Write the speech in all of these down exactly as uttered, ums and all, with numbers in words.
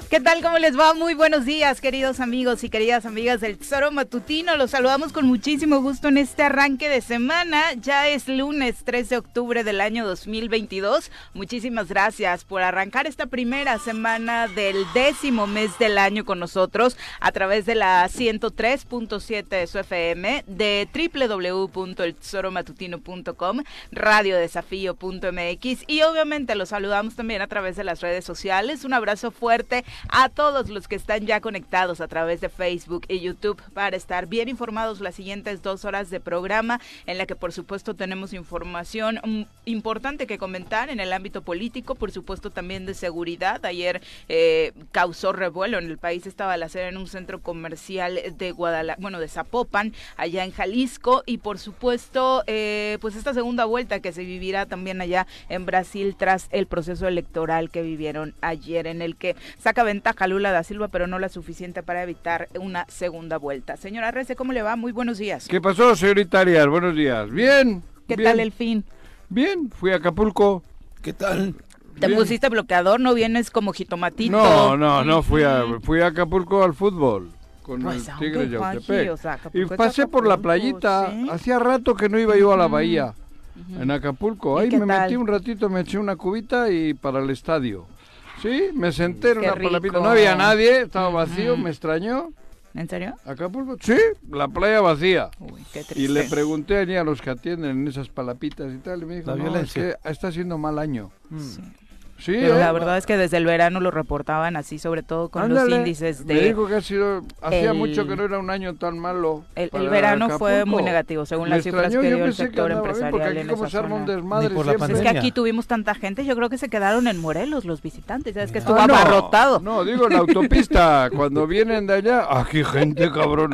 ¿Qué tal? ¿Cómo les va? Muy buenos días, queridos amigos y queridas amigas del Tesoro Matutino. Los saludamos con muchísimo gusto en este arranque de semana. Ya es lunes tres de octubre del año dos mil veintidós. Muchísimas gracias por arrancar esta primera semana del décimo mes del año con nosotros a través de la ciento tres punto siete de su F M, de doble u doble u doble u punto el tesoro matutino punto com, radio desafío punto m x y obviamente los saludamos también a través de las redes sociales. Un abrazo fuerte a todos los que están ya conectados a través de Facebook y YouTube para estar bien informados las siguientes dos horas de programa, en la que por supuesto tenemos información um, importante que comentar en el ámbito político, por supuesto también de seguridad. Ayer eh, causó revuelo en el país esta balacera en un centro comercial de Guadalajara, bueno, de Zapopan, allá en Jalisco, y por supuesto eh, pues esta segunda vuelta que se vivirá también allá en Brasil tras el proceso electoral que vivieron ayer, en el que saca ventaja Lula da Silva, pero no la suficiente para evitar una segunda vuelta. Señora Rece, ¿cómo le va? Muy buenos días. ¿Qué pasó, señorita Arias? Buenos días. Bien. ¿Qué bien. tal el fin? Bien, fui a Acapulco. ¿Qué tal? ¿Te Bien. pusiste bloqueador? ¿No vienes como jitomatito? No, no, no, fui a, fui a Acapulco al fútbol con Pues, el aunque, Tigre Juanji, Yautepec. o sea, Y Acapulco es pasé por la Acapulco, playita. ¿sí? Hacía rato que no iba yo a la Ujú. bahía, Ujú. en Acapulco. ¿Y Ahí qué me tal? metí un ratito, me eché una cubita y para el estadio. Sí, me senté en Qué una palapita. rico. No había nadie, estaba vacío, Ujú. me extrañó. ¿En serio? Acapulco, sí, la playa vacía. Uy, qué triste. Y le pregunté allí a los que atienden en esas palapitas y tal, y me dijo, La no, violencia. es que está haciendo mal año. Sí. Sí, Pero ¿eh? la verdad es que desde el verano lo reportaban así, sobre todo con los Ándale, índices Me de... dijo que ha sido, hacía el- mucho que no era un año tan malo. El, para el verano fue Acapulco. muy negativo, según Me las cifras extrañó, que yo dio el pensé que sector andaba bien, empresarial porque aquí en como esa se arma un zona. desmadre Ni por la siempre. Es que pandemia. aquí tuvimos tanta gente, yo creo que se quedaron en Morelos los visitantes, ¿sabes? Que estuvo Ah, no, abarrotado. No, digo en la autopista, cuando vienen de allá, aquí gente cabrón.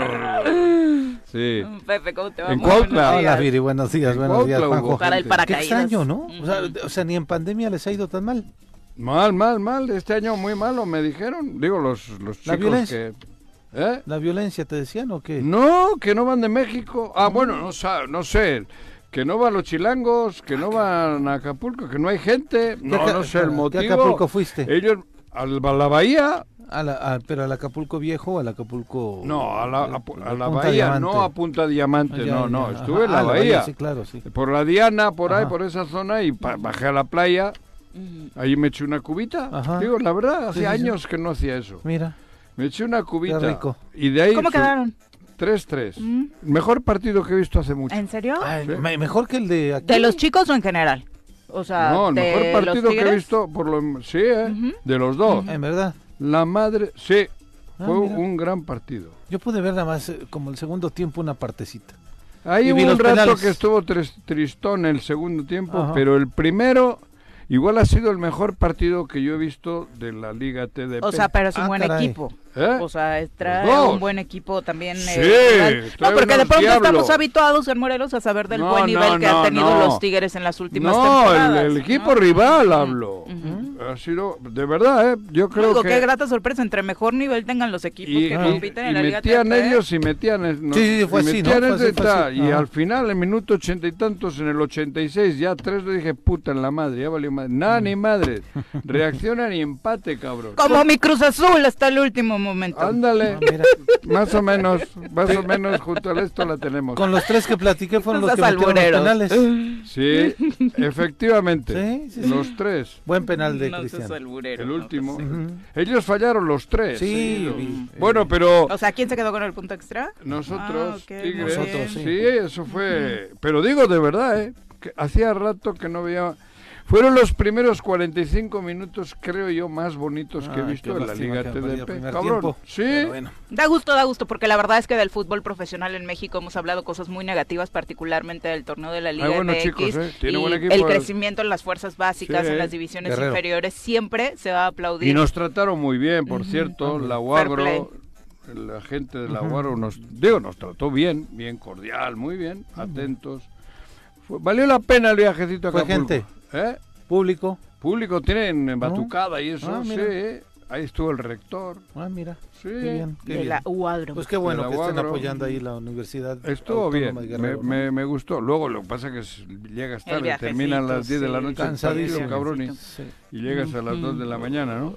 Sí. Pepe, ¿cómo te va? En Muy buenos Cuautla. días. Hola, Viri, buenos días, En buenos días, Cuautla Juanjo. hubo Para el gente. Qué paracaídas. extraño, ¿no? O sea, Ujú. o sea, ni en pandemia les ha ido tan mal. Mal, mal, mal. Este año muy malo, me dijeron. Digo, los, los La chicos violencia. que... ¿Eh? ¿La violencia te decían o qué? No, que no van de México. Ah, bueno, no, sa- no sé. Que no van los chilangos, que no van a Acapulco, que no hay gente. ¿Qué No, Aca- no sé el ¿Qué motivo. Acapulco fuiste? Ellos, al- a la bahía, A la, a- ¿Pero al Acapulco Viejo o al Acapulco...? no, a la, a, a- pu- a a la Punta bahía, Diamante? no a Punta Diamante, Ah, ya, no, no, ya, estuve ajá. en la Ah, bahía. Sí, claro, sí. Por la Diana, por ahí, Ajá. por esa zona, y pa- bajé a la playa, Ujú. ahí me eché una cubita. Ajá. Digo, la verdad, hace Sí, sí, sí. años que no hacía eso. Mira, Me eché una cubita. rico. Y de ahí... ¿Cómo su- quedaron? tres tres. ¿Mm? Mejor partido que he visto hace mucho. ¿En serio? Ay, Sí. me- mejor que el de aquí. ¿De los chicos o en general? O sea, No, el ¿de mejor los partido que he Tigres? visto, por lo sí, ¿eh? Ujú. De los dos. En verdad. La madre, sí, Ah, fue mira. un gran partido. Yo pude ver nada más eh, como el segundo tiempo una partecita. Ahí Y vi hubo un los rato penales. que estuvo tris- tristón el segundo tiempo, Ajá. pero el primero igual ha sido el mejor partido que yo he visto de la Liga T D P. O sea, pero es un Ah, buen caray. equipo. ¿Eh? O sea, es- trae Los dos. un buen equipo también. Sí, rival. trae No, porque de unos pronto diablos. estamos habituados en Morelos a saber del No, buen nivel no, que no, han tenido no. los Tigres en las últimas No, el, temporadas. el equipo ¿no? rival Ujú, hablo. ujú. Ha sido, de verdad, ¿eh? Yo creo Digo, que... qué grata sorpresa, entre mejor nivel tengan los equipos y, que y- compiten y en la Liga metían T D P. ellos y metían el- no, Sí, sí, fue y así, ¿no? metían Fue ese así, fue ta- así. y Ajá. al final en minuto ochenta y tantos, en el ochenta y seis ya tres, le dije puta en la madre, ya valió madre, nada ni madre, reacciona ni empate, cabrón. Como mi Cruz Azul hasta el último momento. Ándale, Ah, mira. más o menos, más o menos junto al esto la tenemos. Con los tres que platiqué fueron No los que seas metieron los albureros. penales. Sí, efectivamente, Sí, sí, sí. los tres, Buen penal de No seas Cristiano. alburero, el no, último, pues, Ujú. ellos fallaron los tres. Sí, seguidos. vi- Bueno, pero O sea, ¿quién se quedó con el punto extra? nosotros, Ah, ok, Tigres, muy bien. sí, eso fue, pero digo de verdad, ¿eh? Que hacía rato que no veía, fueron los primeros cuarenta y cinco minutos, creo yo, más bonitos que he Ay, visto qué en la lástima Liga que han perdido el T D P, primer cabrón, tiempo, sí, pero bueno. Da gusto, da gusto, porque la verdad es que del fútbol profesional en México hemos hablado cosas muy negativas, particularmente del torneo de la Liga Hay buenos M X, chicos, ¿eh? Tiene y buen equipo, el eh. crecimiento en las fuerzas básicas, Sí, en las divisiones Guerrero. inferiores, siempre se va a aplaudir. y nos trataron muy bien, por Ujú. cierto, Fair la Uagro, la gente de la Ujú. Uagro nos, digo, nos trató bien, bien cordial, muy bien, atentos, Fue- valió la pena el viajecito a Fue Acapulco, gente. ¿eh? Público. Público, tienen batucada y eso, Ah, sí, mira. ¿eh? Ahí estuvo el rector, Ah, mira. sí, Qué bien, qué de bien. la Uadro. Pues qué bueno De la que estén Uagro. apoyando ahí la Universidad estuvo Autónoma bien, de me, Guerrero, ¿no? me, me gustó. Luego lo que pasa es que s- llegas El tarde, terminan viajecito, las diez de la sí, noche, cansadísimo. cansadísimo, cabrón, y, Sí. y llegas a las dos de la mañana, ¿no?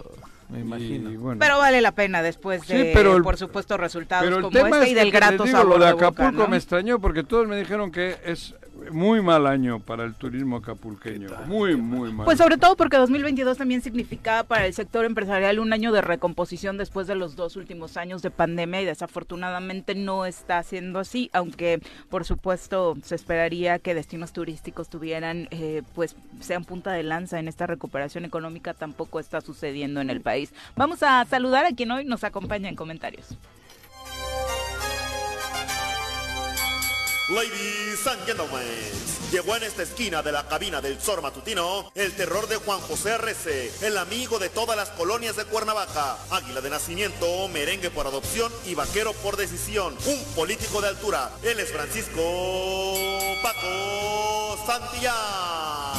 Me imagino. Y, bueno. Pero vale la pena después de, Sí, pero el- por supuesto, resultados Pero el como tema este es y que del te- grato les digo, sabor lo de de boca, Acapulco ¿no? me extrañó porque todos me dijeron que es muy mal año para el turismo acapulqueño. Muy, muy mal. Pues sobre todo porque dos mil veintidós también significaba para el sector empresarial un año de recomposición después de los dos últimos años de pandemia y desafortunadamente no está siendo así, aunque por supuesto se esperaría que destinos turísticos tuvieran, eh, pues sean punta de lanza en esta recuperación económica, tampoco está sucediendo en el país. Vamos a saludar a quien hoy nos acompaña en comentarios. Ladies and gentlemen, llegó en esta esquina de la cabina del Zorro Matutino el terror de Juan José Arrece, el amigo de todas las colonias de Cuernavaca, águila de nacimiento, merengue por adopción y vaquero por decisión, un político de altura. Él es Francisco Paco Santillán.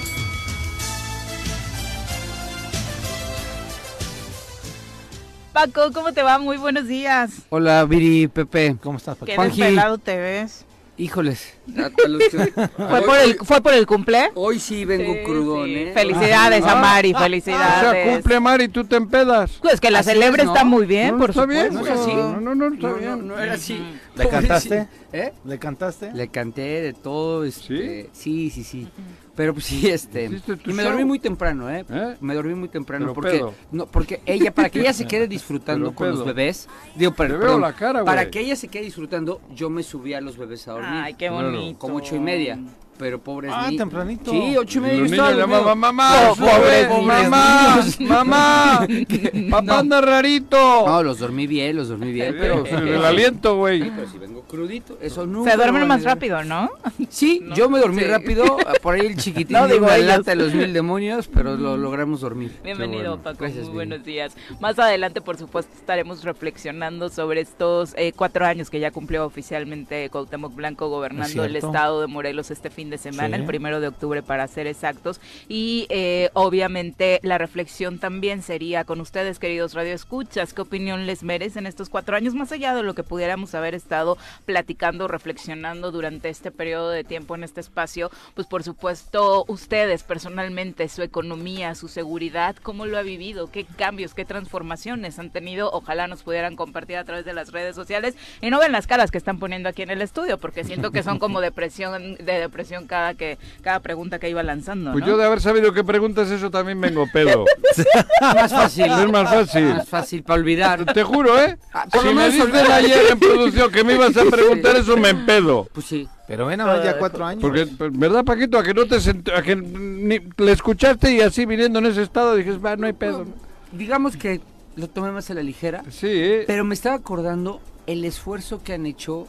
Paco, ¿cómo te va? Muy buenos días. Hola, Viri, Pepe. ¿Cómo estás, Paco? Qué Juanji. desvelado te ves. Híjoles. a- a los que- ¿Fue por el, fue por el cumple? Hoy sí vengo Sí, crudón, sí. ¿eh? Felicidades Ah, a Mari, O felicidades. sea, cumple Mari, tú te empedas. Pues que la Así celebre es, ¿no? está muy bien, No, por está bien, supuesto. ¿No es así? No, no, no, está No, no, bien. no era así. ¿Le cantaste? ¿Eh? ¿Le cantaste? Le canté de todo, este, sí, sí, sí. Pero pues sí, este, ¿Hiciste tu y me show? dormí muy temprano, ¿eh? ¿Eh? Me dormí muy temprano Pero porque pedo. no, porque ella para que ella se quede disfrutando Pero con los pedo. bebés, digo, per- Te veo perdón, la cara, para güey. que ella se quede disfrutando, yo me subí a los bebés a dormir. Ay, qué Claro. bonito. Como ocho y media. Pero pobres Ah, ni- tempranito. Sí, ocho y Y media. los yo estaba niños dormido. llamaban, mamá, No, sube, pobres niños. mamá, niños. mamá, papá No. anda rarito. No, los dormí bien, los dormí bien, pero... el aliento, Sí, güey. pero si vengo crudito, eso nunca... Se lo duermen van a más negar. rápido, ¿no? Sí, ¿No? yo me dormí Sí. rápido, por ahí el chiquitín No, dio digo una ellos. lata de los mil demonios, pero lo logramos dormir. Bienvenido, bueno. Paco, Gracias, muy Viri. buenos días. Más adelante, por supuesto, estaremos reflexionando sobre estos eh, cuatro años que ya cumplió oficialmente Cuauhtémoc Blanco gobernando el cierto. estado de Morelos este fin de semana, Sí. el primero de octubre para ser exactos. Y eh, obviamente la reflexión también sería con ustedes, queridos radioescuchas, ¿qué opinión les merecen estos cuatro años? Más allá de lo que pudiéramos haber estado platicando, reflexionando durante este periodo de tiempo en este espacio, pues por supuesto ustedes personalmente, su economía, su seguridad, ¿cómo lo ha vivido? ¿Qué cambios, qué transformaciones han tenido? Ojalá nos pudieran compartir a través de las redes sociales y no ven las caras que están poniendo aquí en el estudio, porque siento que son como depresión, de depresión cada que cada pregunta que iba lanzando, Pues ¿no? yo de haber sabido que preguntas eso también vengo pedo. Más fácil. Es más fácil. Más fácil para olvidar. Te juro, ¿eh? Ah, por Si lo me menos dicen olvidar. ayer en producción que me ibas a preguntar eso, me empedo. Pues sí. Pero ven, nada más ya cuatro años. Porque, pues, ¿verdad, Paquito? A que no te sent- a que ni le escuchaste y así viniendo en ese estado dijes, va, no hay pedo. Digamos que lo tomé más a la ligera, Sí, ¿eh? pero me estaba acordando el esfuerzo que han hecho,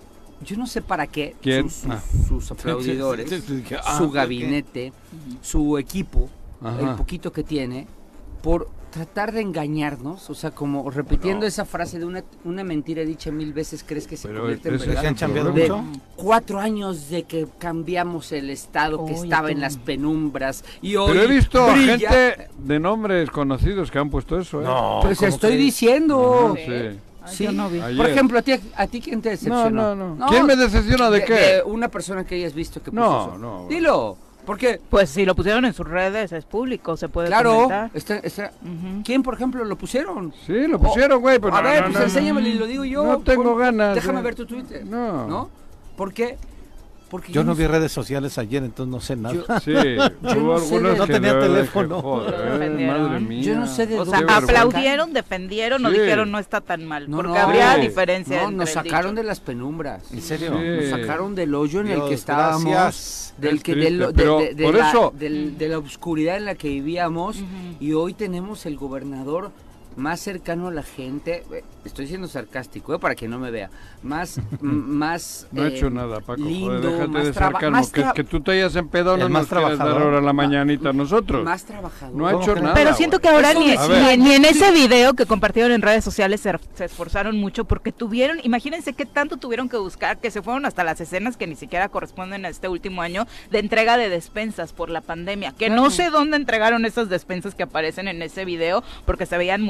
yo no sé para qué, ¿Quién? sus, sus- Ah. sus aplaudidores, Sí, sí, sí, ah, su ¿por qué? gabinete, su equipo, Ajá. el poquito que tiene, por tratar de engañarnos, o sea, como repitiendo No. esa frase de una, una mentira dicha mil veces, crees que se Pero convierte en ese ¿Se es verdad. han chambeado De mucho? cuatro años de que cambiamos el estado que Oye, estaba tú. en las penumbras y hoy Pero he visto a brilla. gente de nombres conocidos que han puesto eso, ¿eh? No. Pues ¿cómo estoy crees? diciendo. Sí. Ay, Sí. yo no vi. Ayer. Por ejemplo, a ti, a ti quién te No, decepcionó. no, no. ¿Quién me decepciona de, qué? una persona que hayas visto que puso No, eso. no. Dilo, porque Pues si lo pusieron en sus redes, es público, se puede claro, comentar. está, está- Ujú. ¿quién por ejemplo lo pusieron? Sí, lo pusieron, güey, pero a no, ver, no, pues no, enséñamelo y lo digo yo. No tengo Pon- ganas, Déjame eh. ver tu Twitter. No. ¿No? ¿Por qué? Porque Yo no vi sé- redes sociales ayer, entonces no sé nada. Yo- Sí, Yo hubo no sé algunos de- No que tenía de verdad teléfono. que, joder, Lo defendieron. madre mía. Yo no sé de O dónde- sea, Qué vergüenza. aplaudieron, defendieron o Sí. dijeron no está tan mal, No, porque no. habría Sí. diferencia No, entre nos el sacaron dicho. de las penumbras. ¿En serio? Sí. Nos sacaron del hoyo en el Dios, que estábamos, gracias. del Es que triste, del- de, pero de- de por la, eso- del- de la oscuridad en la que vivíamos Ujú. y hoy tenemos el gobernador más cercano a la gente. eh, Estoy siendo sarcástico, eh, para que no me vea. Más, m- más No he eh, hecho nada, Paco. lindo, Joder, déjate más de traba- sarcasmo. más Que, tra- que tú te hayas empedado El no más nos quieras dar trabajador. ahora la mañanita a nosotros. más trabajador. No ha ¿Cómo hecho crees? nada. Pero siento que güey. ahora Eso ni, me- A ver. ni en, ni en ese video que compartieron en redes sociales se, se esforzaron mucho porque tuvieron, imagínense qué tanto tuvieron que buscar, que se fueron hasta las escenas que ni siquiera corresponden a este último año de entrega de despensas por la pandemia, que no sé dónde entregaron esas despensas que aparecen en ese video porque se veían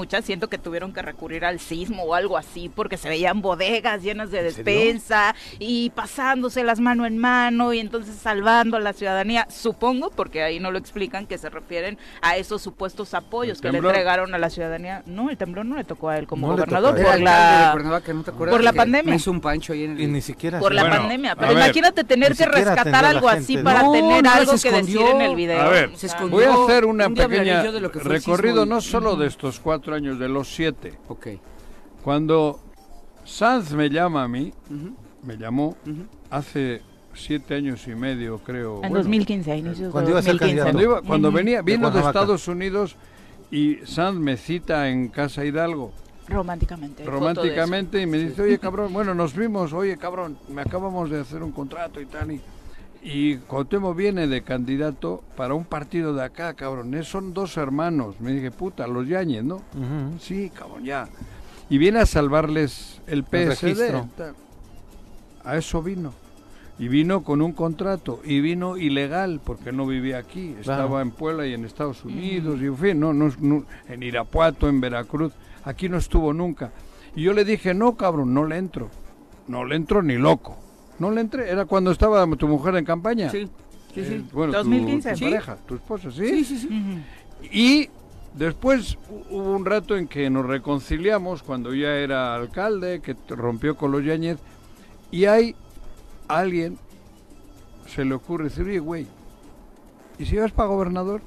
muchas siento que tuvieron que recurrir al sismo o algo así, porque se veían bodegas llenas de despensa y pasándose las mano en mano y entonces salvando a la ciudadanía, supongo, porque ahí no lo explican, que se refieren a esos supuestos apoyos que le entregaron a la ciudadanía. No, el temblor no le tocó a él como no gobernador por por la, ¿no te acuerdas? por la pandemia. Me hizo un pancho ahí en el... Y ni siquiera... Por la Bueno, pandemia, a pero ver, imagínate tener que rescatar algo así gente, para no, tener no, algo se que decir escondió. en el video. A ver, O sea, escondió. voy a hacer una Un día hablaré pequeña yo de lo que fue el recorrido sismo y- no solo de estos cuatro años, de los siete. Ok. Cuando Sanz me llama a mí, Ujú, me llamó ujú. hace siete años y medio, creo. en bueno, dos mil quince, a inicios de Cuando iba a ser dos mil quince. candidato. Cuando, iba- cuando Ujú. venía, vino de Cuernavaca. Estados Unidos y Sanz me cita en Casa Hidalgo, Románticamente. foto de eso. románticamente, y me dice, oye cabrón, bueno, nos vimos, oye cabrón, me acabamos de hacer un contrato y tal, y, y Cuauhtémoc viene de candidato para un partido de acá, cabrón, es- son dos hermanos, me dije, puta, los Yáñez, ¿no? Ujú. Sí, cabrón, ya. Y viene a salvarles el P S D. registro. tal. A eso vino. Y vino con un contrato. Y vino ilegal porque no vivía aquí. Claro. Estaba en Puebla y en Estados Unidos. Y en fin, no, no, no, en Irapuato, en Veracruz. Aquí no estuvo nunca. Y yo le dije, no, cabrón, no le entro. No le entro ni loco. No le entré. Era cuando estaba tu mujer en campaña. Sí, sí, Eh, sí. bueno, tu- dos mil quince. tu, Sí. pareja, tu esposa, ¿sí? Sí, sí, sí. Ujú. Y después hu- hubo un rato en que nos reconciliamos cuando ya era alcalde, que t- rompió con los Yáñez, y hay alguien, se le ocurre decir, oye, güey, ¿y si vas para gobernador?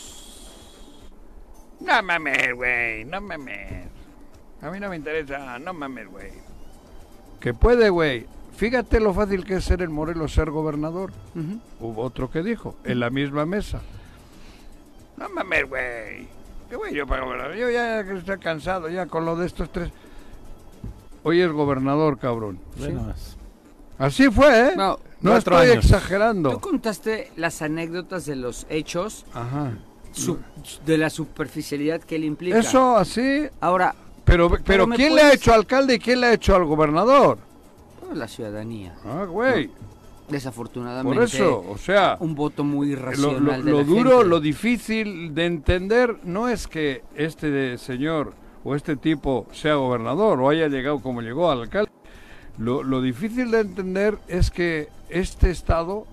No mames, güey, no mames. A mí no me interesa, no mames, güey. Que puede, güey. Fíjate lo fácil que es ser en Morelos ser gobernador. Ujú. Hubo otro que dijo, en la misma mesa. No mames, güey. ¿Qué güey yo para gobernador? Yo ya estoy cansado ya con lo de estos tres. Hoy es gobernador, cabrón. Bueno, es- Así fue, ¿eh? No, No cuatro estoy años. exagerando. Tú contaste las anécdotas de los hechos, Ajá. su- de la superficialidad que él implica. Eso así, Ahora, pero, pero me ¿quién le ha puedes- hecho alcalde y quién le ha hecho al gobernador? pues, la ciudadanía, Ah, güey. desafortunadamente, Por eso, o sea, un voto muy lo, irracional lo- de lo la duro, gente. lo difícil de entender no es que este de- señor o este tipo sea gobernador o haya llegado como llegó al alcalde. Lo, lo difícil de entender es que este estado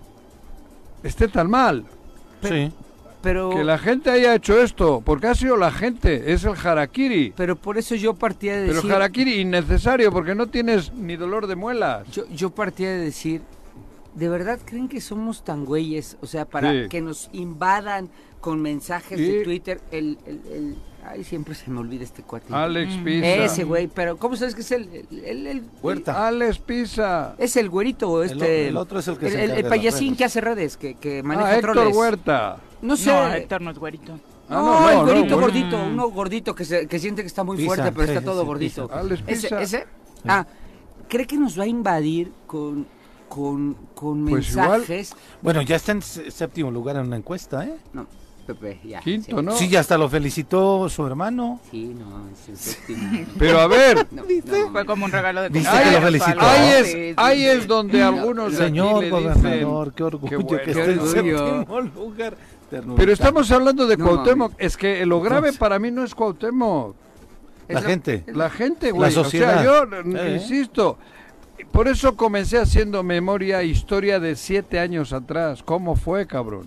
esté tan mal, Sí. Pero, que la gente haya hecho esto, porque ha sido la gente, es el harakiri. pero por eso yo partía de Pero decir... harakiri innecesario, porque no tienes ni dolor de muelas. Yo, yo partía de decir, ¿de verdad creen que somos tan güeyes? O sea, para Sí. que nos invadan con mensajes Sí. de Twitter, el, el, el- ay, siempre se me olvida este cuate. Alex Pisa. Ese güey, pero ¿cómo sabes que es el, el, el- el- Huerta. Alex Pisa. es el güerito o El este? o- el otro es el que el, se el- encarga el de las payasín redes. que hace redes, que, que maneja Ah, Héctor troles. Huerta. No sé. No, Héctor no es güerito. Ah, No, no, el no, güerito no, gordito, Mm. uno gordito que, se, que siente que está muy Pisa, fuerte, pero sí, está sí, todo sí, gordito. Pisa. Alex ¿Ese? Pisa. ¿Ese? Ah, ¿cree que nos va a invadir con, con, con Pues igual. mensajes? Bueno, ya está en s- séptimo lugar en una encuesta, ¿eh? No, Pepe, ya. Quinto, sí. ¿no? Sí, ya hasta lo felicitó su hermano. Sí, no, es el séptimo. Pero a ver, No, ¿Viste? no, Fue como un regalo de ¿Viste cumpleaños que lo o algo. felicitó? ahí Sí, es, sí, ahí sí. es donde algunos de aquí Señor le gobernador, dicen, qué orgullo qué bueno, que qué esté en orgullo. séptimo lugar. Ternurita. Pero estamos hablando de No, Cuauhtémoc. Es que lo grave Entonces- para mí no es Cuauhtémoc. La Es gente. La gente, güey. sociedad. O sea, yo Eh. insisto. Por eso comencé haciendo memoria, historia de siete años atrás. ¿Cómo fue, cabrón?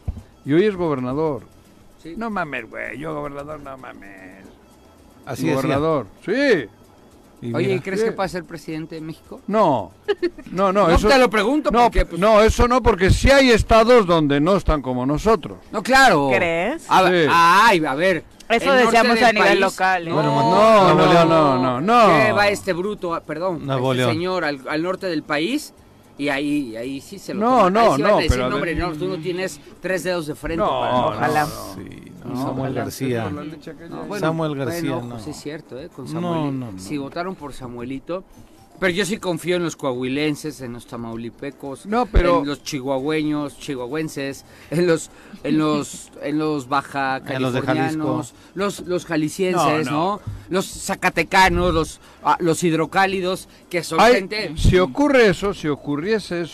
Y hoy es gobernador. Sí. No mames, güey. Yo gobernador, no mames. Así decía. Gobernador. Sí. Y Oye, mira, ¿y crees Sí. que va a ser presidente de México? No. No, no. No, eso, te lo pregunto no, porque, pues- no, eso no, porque sí hay estados donde no están como nosotros. No, claro. ¿Crees? A ver, Sí. ay, a ver. Eso el norte decíamos del a nivel país- local, ¿eh? Bueno, No, Nuevo no, León. no, no, no. ¿Qué va este bruto, ah, perdón, Nuevo este León. señor al, al norte del país? Y ahí, ahí sí se lo No, toman. no, Ahí sí van no, a decir, pero no, hombre, de- no, tú no tienes tres dedos de frente. No, para- no, Ojalá. sí, no, No, Samuel ojalá. García. La leche aquella. No, bueno, Samuel García, bueno, ojo, no. sí es cierto, ¿eh? Con No, Samuel, no, no. si votaron por Samuelito, pero yo sí confío en los coahuilenses, en los tamaulipecos, No, pero- en los chihuahueños, chihuahuenses, en los, en los, en los baja En los de californianos, los, los jaliscienses, No, ¿no? no. Los zacatecanos, los, ah, los hidrocálidos, que son Hay- gente... si ocurre eso, si ocurriese eso,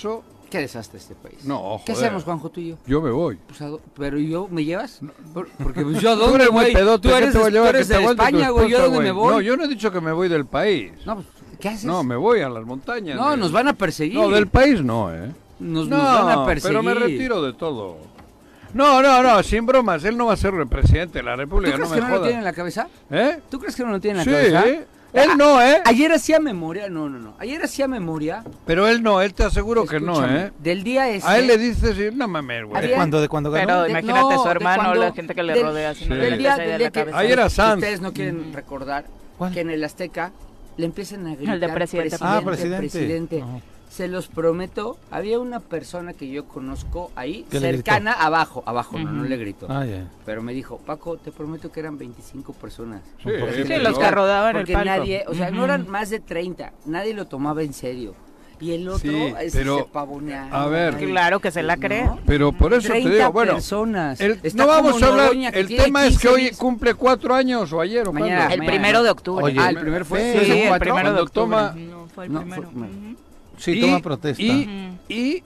Qué desastre este país. No, joder. ¿Qué hacemos, Juanjo, tú y yo? Yo me voy. Pues, ¿a dó- ¿Pero y yo me llevas? Por- porque pues, yo a Tú dónde, eres muy güey. pedote, Tú ¿qué eres, te voy a de- llevar? tú eres Que te de aguante tu España, güey. ¿Yo a esposa, dónde me güey. voy? No, yo no he dicho que me voy del país. No, pues, ¿qué haces? No, me voy a las montañas. No, de- nos van a perseguir. No, del país no, ¿eh? Nos, No, nos van a perseguir. pero me retiro de todo. No, no, no, sin bromas, él no va a ser el presidente de la ¿Tú República, crees no que me no lo tiene en jodas. la cabeza? ¿Eh? ¿Tú crees que no lo tiene en Sí, la cabeza? ¿eh? Él no, ¿eh? Ayer hacía memoria, no, no, no. Ayer hacía memoria. Pero él no, él te aseguro que no, escúchame, ¿eh? Del día ese. A él le dices, sí, no mames, güey. Había- ¿De cuándo, de cuándo ganó? Pero De- imagínate no, su de hermano o cuando- la gente que le del- rodea. Si no Sí. le Del día, metes ahí del a día la que, cabeza. Ayer era si Sanz. ustedes no quieren recordar ¿Cuál? que en el Azteca le empiezan a gritar El de presidente. Ah, presidente, presidente. presidente. Ajá. Se los prometo, había una persona que yo conozco ahí, ¿Qué le cercana, abajo, abajo, no, no Ujú. le gritó. Ah, ya. Pero me dijo, Paco, te prometo que eran veinticinco personas. Sí, Porque Sí, pero- los que rodaban el Porque palco. nadie, o sea, no Ujú. eran más de treinta, nadie lo tomaba en serio. Y el otro Sí, ese pero, se pavoneaba. a ver. Claro que se la cree. Pero por eso te treinta digo, bueno, personas. el- Está no vamos como a hablar, Noroña, que el tiene tema es que quince hoy días. cumple cuatro años o ayer o Mañana. cuándo. El Mañana. primero de octubre. Oye, Ah, el primero fue. Sí, ¿son el cuatro? primero de Cuando octubre. toma- No, fue el No, primero. fue- Ujú. Sí, Y- toma protesta. Y, y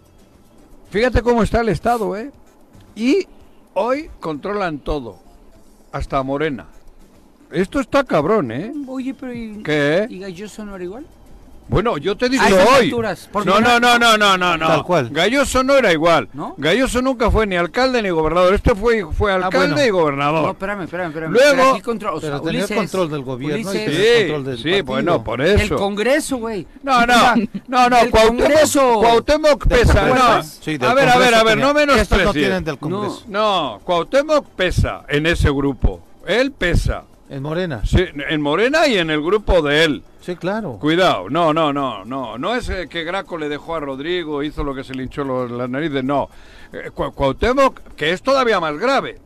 fíjate cómo está el Estado, ¿eh? Y hoy controlan todo, hasta Morena. Esto está cabrón, ¿eh? Oye, pero ¿y, ¿Qué? ¿y Galloso no era igual? Bueno, yo te digo A esas hoy. alturas, porque No, no, no- no, no, no, no, no. Tal cual. Galloso no era igual. ¿No? Galloso nunca fue ni alcalde ni gobernador. Este fue, fue alcalde bueno. y No, gobernador. espérame, espérame, espérame. Luego- Pero aquí control, o sea, Pero tenía Ulises, control del gobierno y Ulises, tenía Sí, control del sí, partido. bueno, por el eso. Congreso, güey. No, O no, sea, no, no, el Congreso. Cuauhtémoc, Cuauhtémoc ¿Te pesa, no. acuerdas? Sí, del A ver, a ver, Congreso a ver, tenía- no menos Estos no tienen del Congreso. No, Cuauhtémoc pesa en ese grupo. Él pesa. En Morena. Sí, en Morena y en el grupo de él. Sí, claro. Cuidado, no, no, no, no. No es eh, que Graco le dejó a Rodrigo, hizo lo que se le hinchó lo- las narices, no. Eh, Cu- Cuauhtémoc, que es todavía más grave.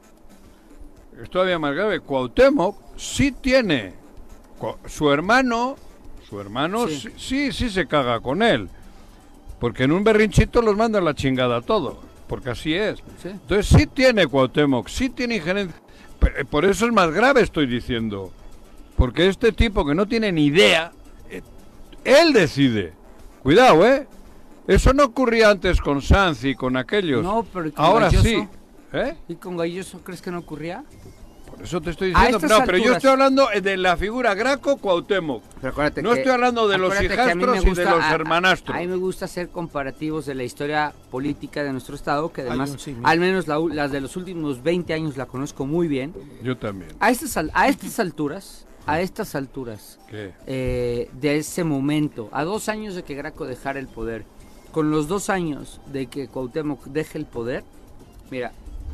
Es todavía más grave. Cuauhtémoc sí tiene. Cu- Su hermano, su hermano Sí. sí, sí, sí se caga con él. Porque en un berrinchito los manda a la chingada a todos. Porque así es. Sí. Entonces sí tiene Cuauhtémoc, sí tiene injerencia. Pe- Por eso es más grave, estoy diciendo. Porque este tipo que no tiene ni idea, eh, él decide. Cuidado, ¿eh? Eso no ocurría antes con Sanz y con aquellos. No, pero ¿y con Ahora Galloso? sí. ¿Eh? ¿Y con Galloso crees que no ocurría? Por eso te estoy A diciendo. estas No, pero yo alturas- estoy hablando eh, de la figura Graco-Cuauhtémoc. Pero acuérdate No que- estoy hablando de los acuérdate que a mí me hijastros y de gusta- los a- a- hermanastros. A mí me gusta hacer comparativos de la historia política de nuestro estado, que Hay además, un símil. al menos la u- las de los últimos veinte años la conozco muy bien. Yo también. A estas, al- a estas alturas, a estas alturas ¿Qué? eh, de ese momento, a dos años de que Graco dejara el poder, con los dos años de que Cuauhtémoc deje el poder, mira,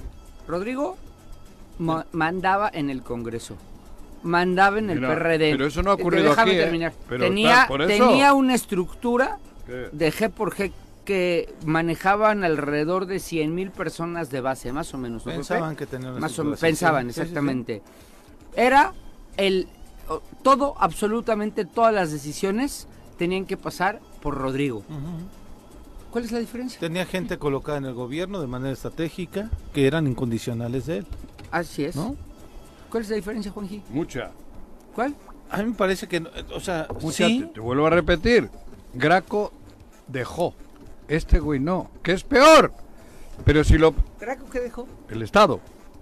Rodrigo ma- mandaba en el Congreso, mandaba en el Mira, P R D. pero eso no ha Te- ocurrido déjame aquí, ¿eh? terminar. Pero tenía, tal- por eso- tenía una estructura ¿Qué? de G por G que manejaban alrededor de cien mil personas de base, más o menos. ¿no, Pepe? Pensaban que tenían una Más o menos, estructura así, pensaban, sí, sí, sí. exactamente. Era el o- todo, absolutamente todas las decisiones tenían que pasar por Rodrigo. Ujú. ¿Cuál es la diferencia? Tenía gente colocada en el gobierno de manera estratégica que eran incondicionales de él, Así es. ¿no? ¿Cuál es la diferencia, Juanji? Mucha. ¿Cuál? A mí me parece que, o sea, Mucha. sí, Te, te vuelvo a repetir. Graco dejó. Este güey no. Que es peor. Pero si lo... ¿Graco qué dejó? El Estado.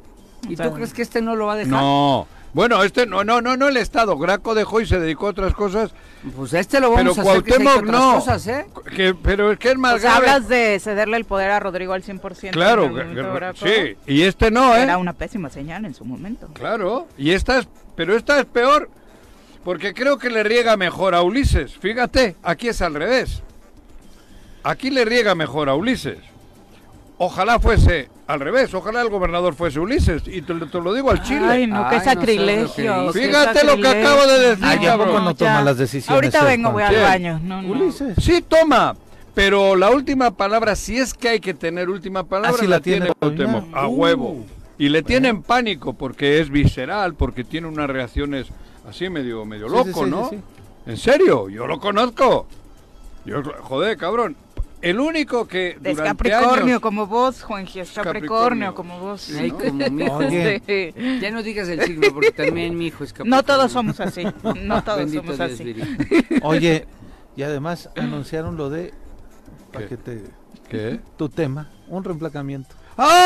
¿Y O sea, tú crees que este no lo va a dejar? No. Bueno, este no, no, no, no el Estado. Graco dejó y se dedicó a otras cosas. Pues a este lo Pero vamos a hacer que se Cuauhtémoc dedique a otras no. cosas, ¿eh? Que, pero es que es más O sea, grave. hablas de cederle el poder a Rodrigo al cien por ciento. Claro, en el que- momento que- de Graco. sí. Y este no, ¿eh? Era una pésima señal en su momento. Claro. Y esta es... Pero esta es peor. Porque creo que le riega mejor a Ulises. Fíjate, aquí es al revés. Aquí le riega mejor a Ulises. Ojalá fuese al revés, ojalá el gobernador fuese Ulises. Y te, te lo digo al chile. Ay, no, qué Ay, no sabes sacrilegio. lo que qué Fíjate lo que sacrilegio. acabo de decir, Ay, ¿a cabrón. poco no ya. toma las decisiones Ahorita él, vengo, voy Juan? al ¿Quién? baño. No, no. Ulises. Sí, toma. Pero la última palabra, si es que hay que tener última palabra, Ah, sí la, la tiene tiene Cuauhtémoc, todavía. a Uh. huevo. Y le tienen pánico porque es visceral, porque tiene unas reacciones así medio, medio Sí, loco, sí, sí, ¿no? sí, sí. En serio, yo lo conozco. Yo, joder, cabrón. El único que Es durante Capricornio años... como vos, Juanji, es Capricornio Capricornio. como vos. Ay, ¿no? como mi hijo. Oye. Sí. Ya no digas el signo porque también mi hijo es Capricornio. No todos somos así, no todos Bendito somos Dios, así. Viri. Oye, y además anunciaron lo de para que te... ¿Qué? Tu tema, un reemplacamiento.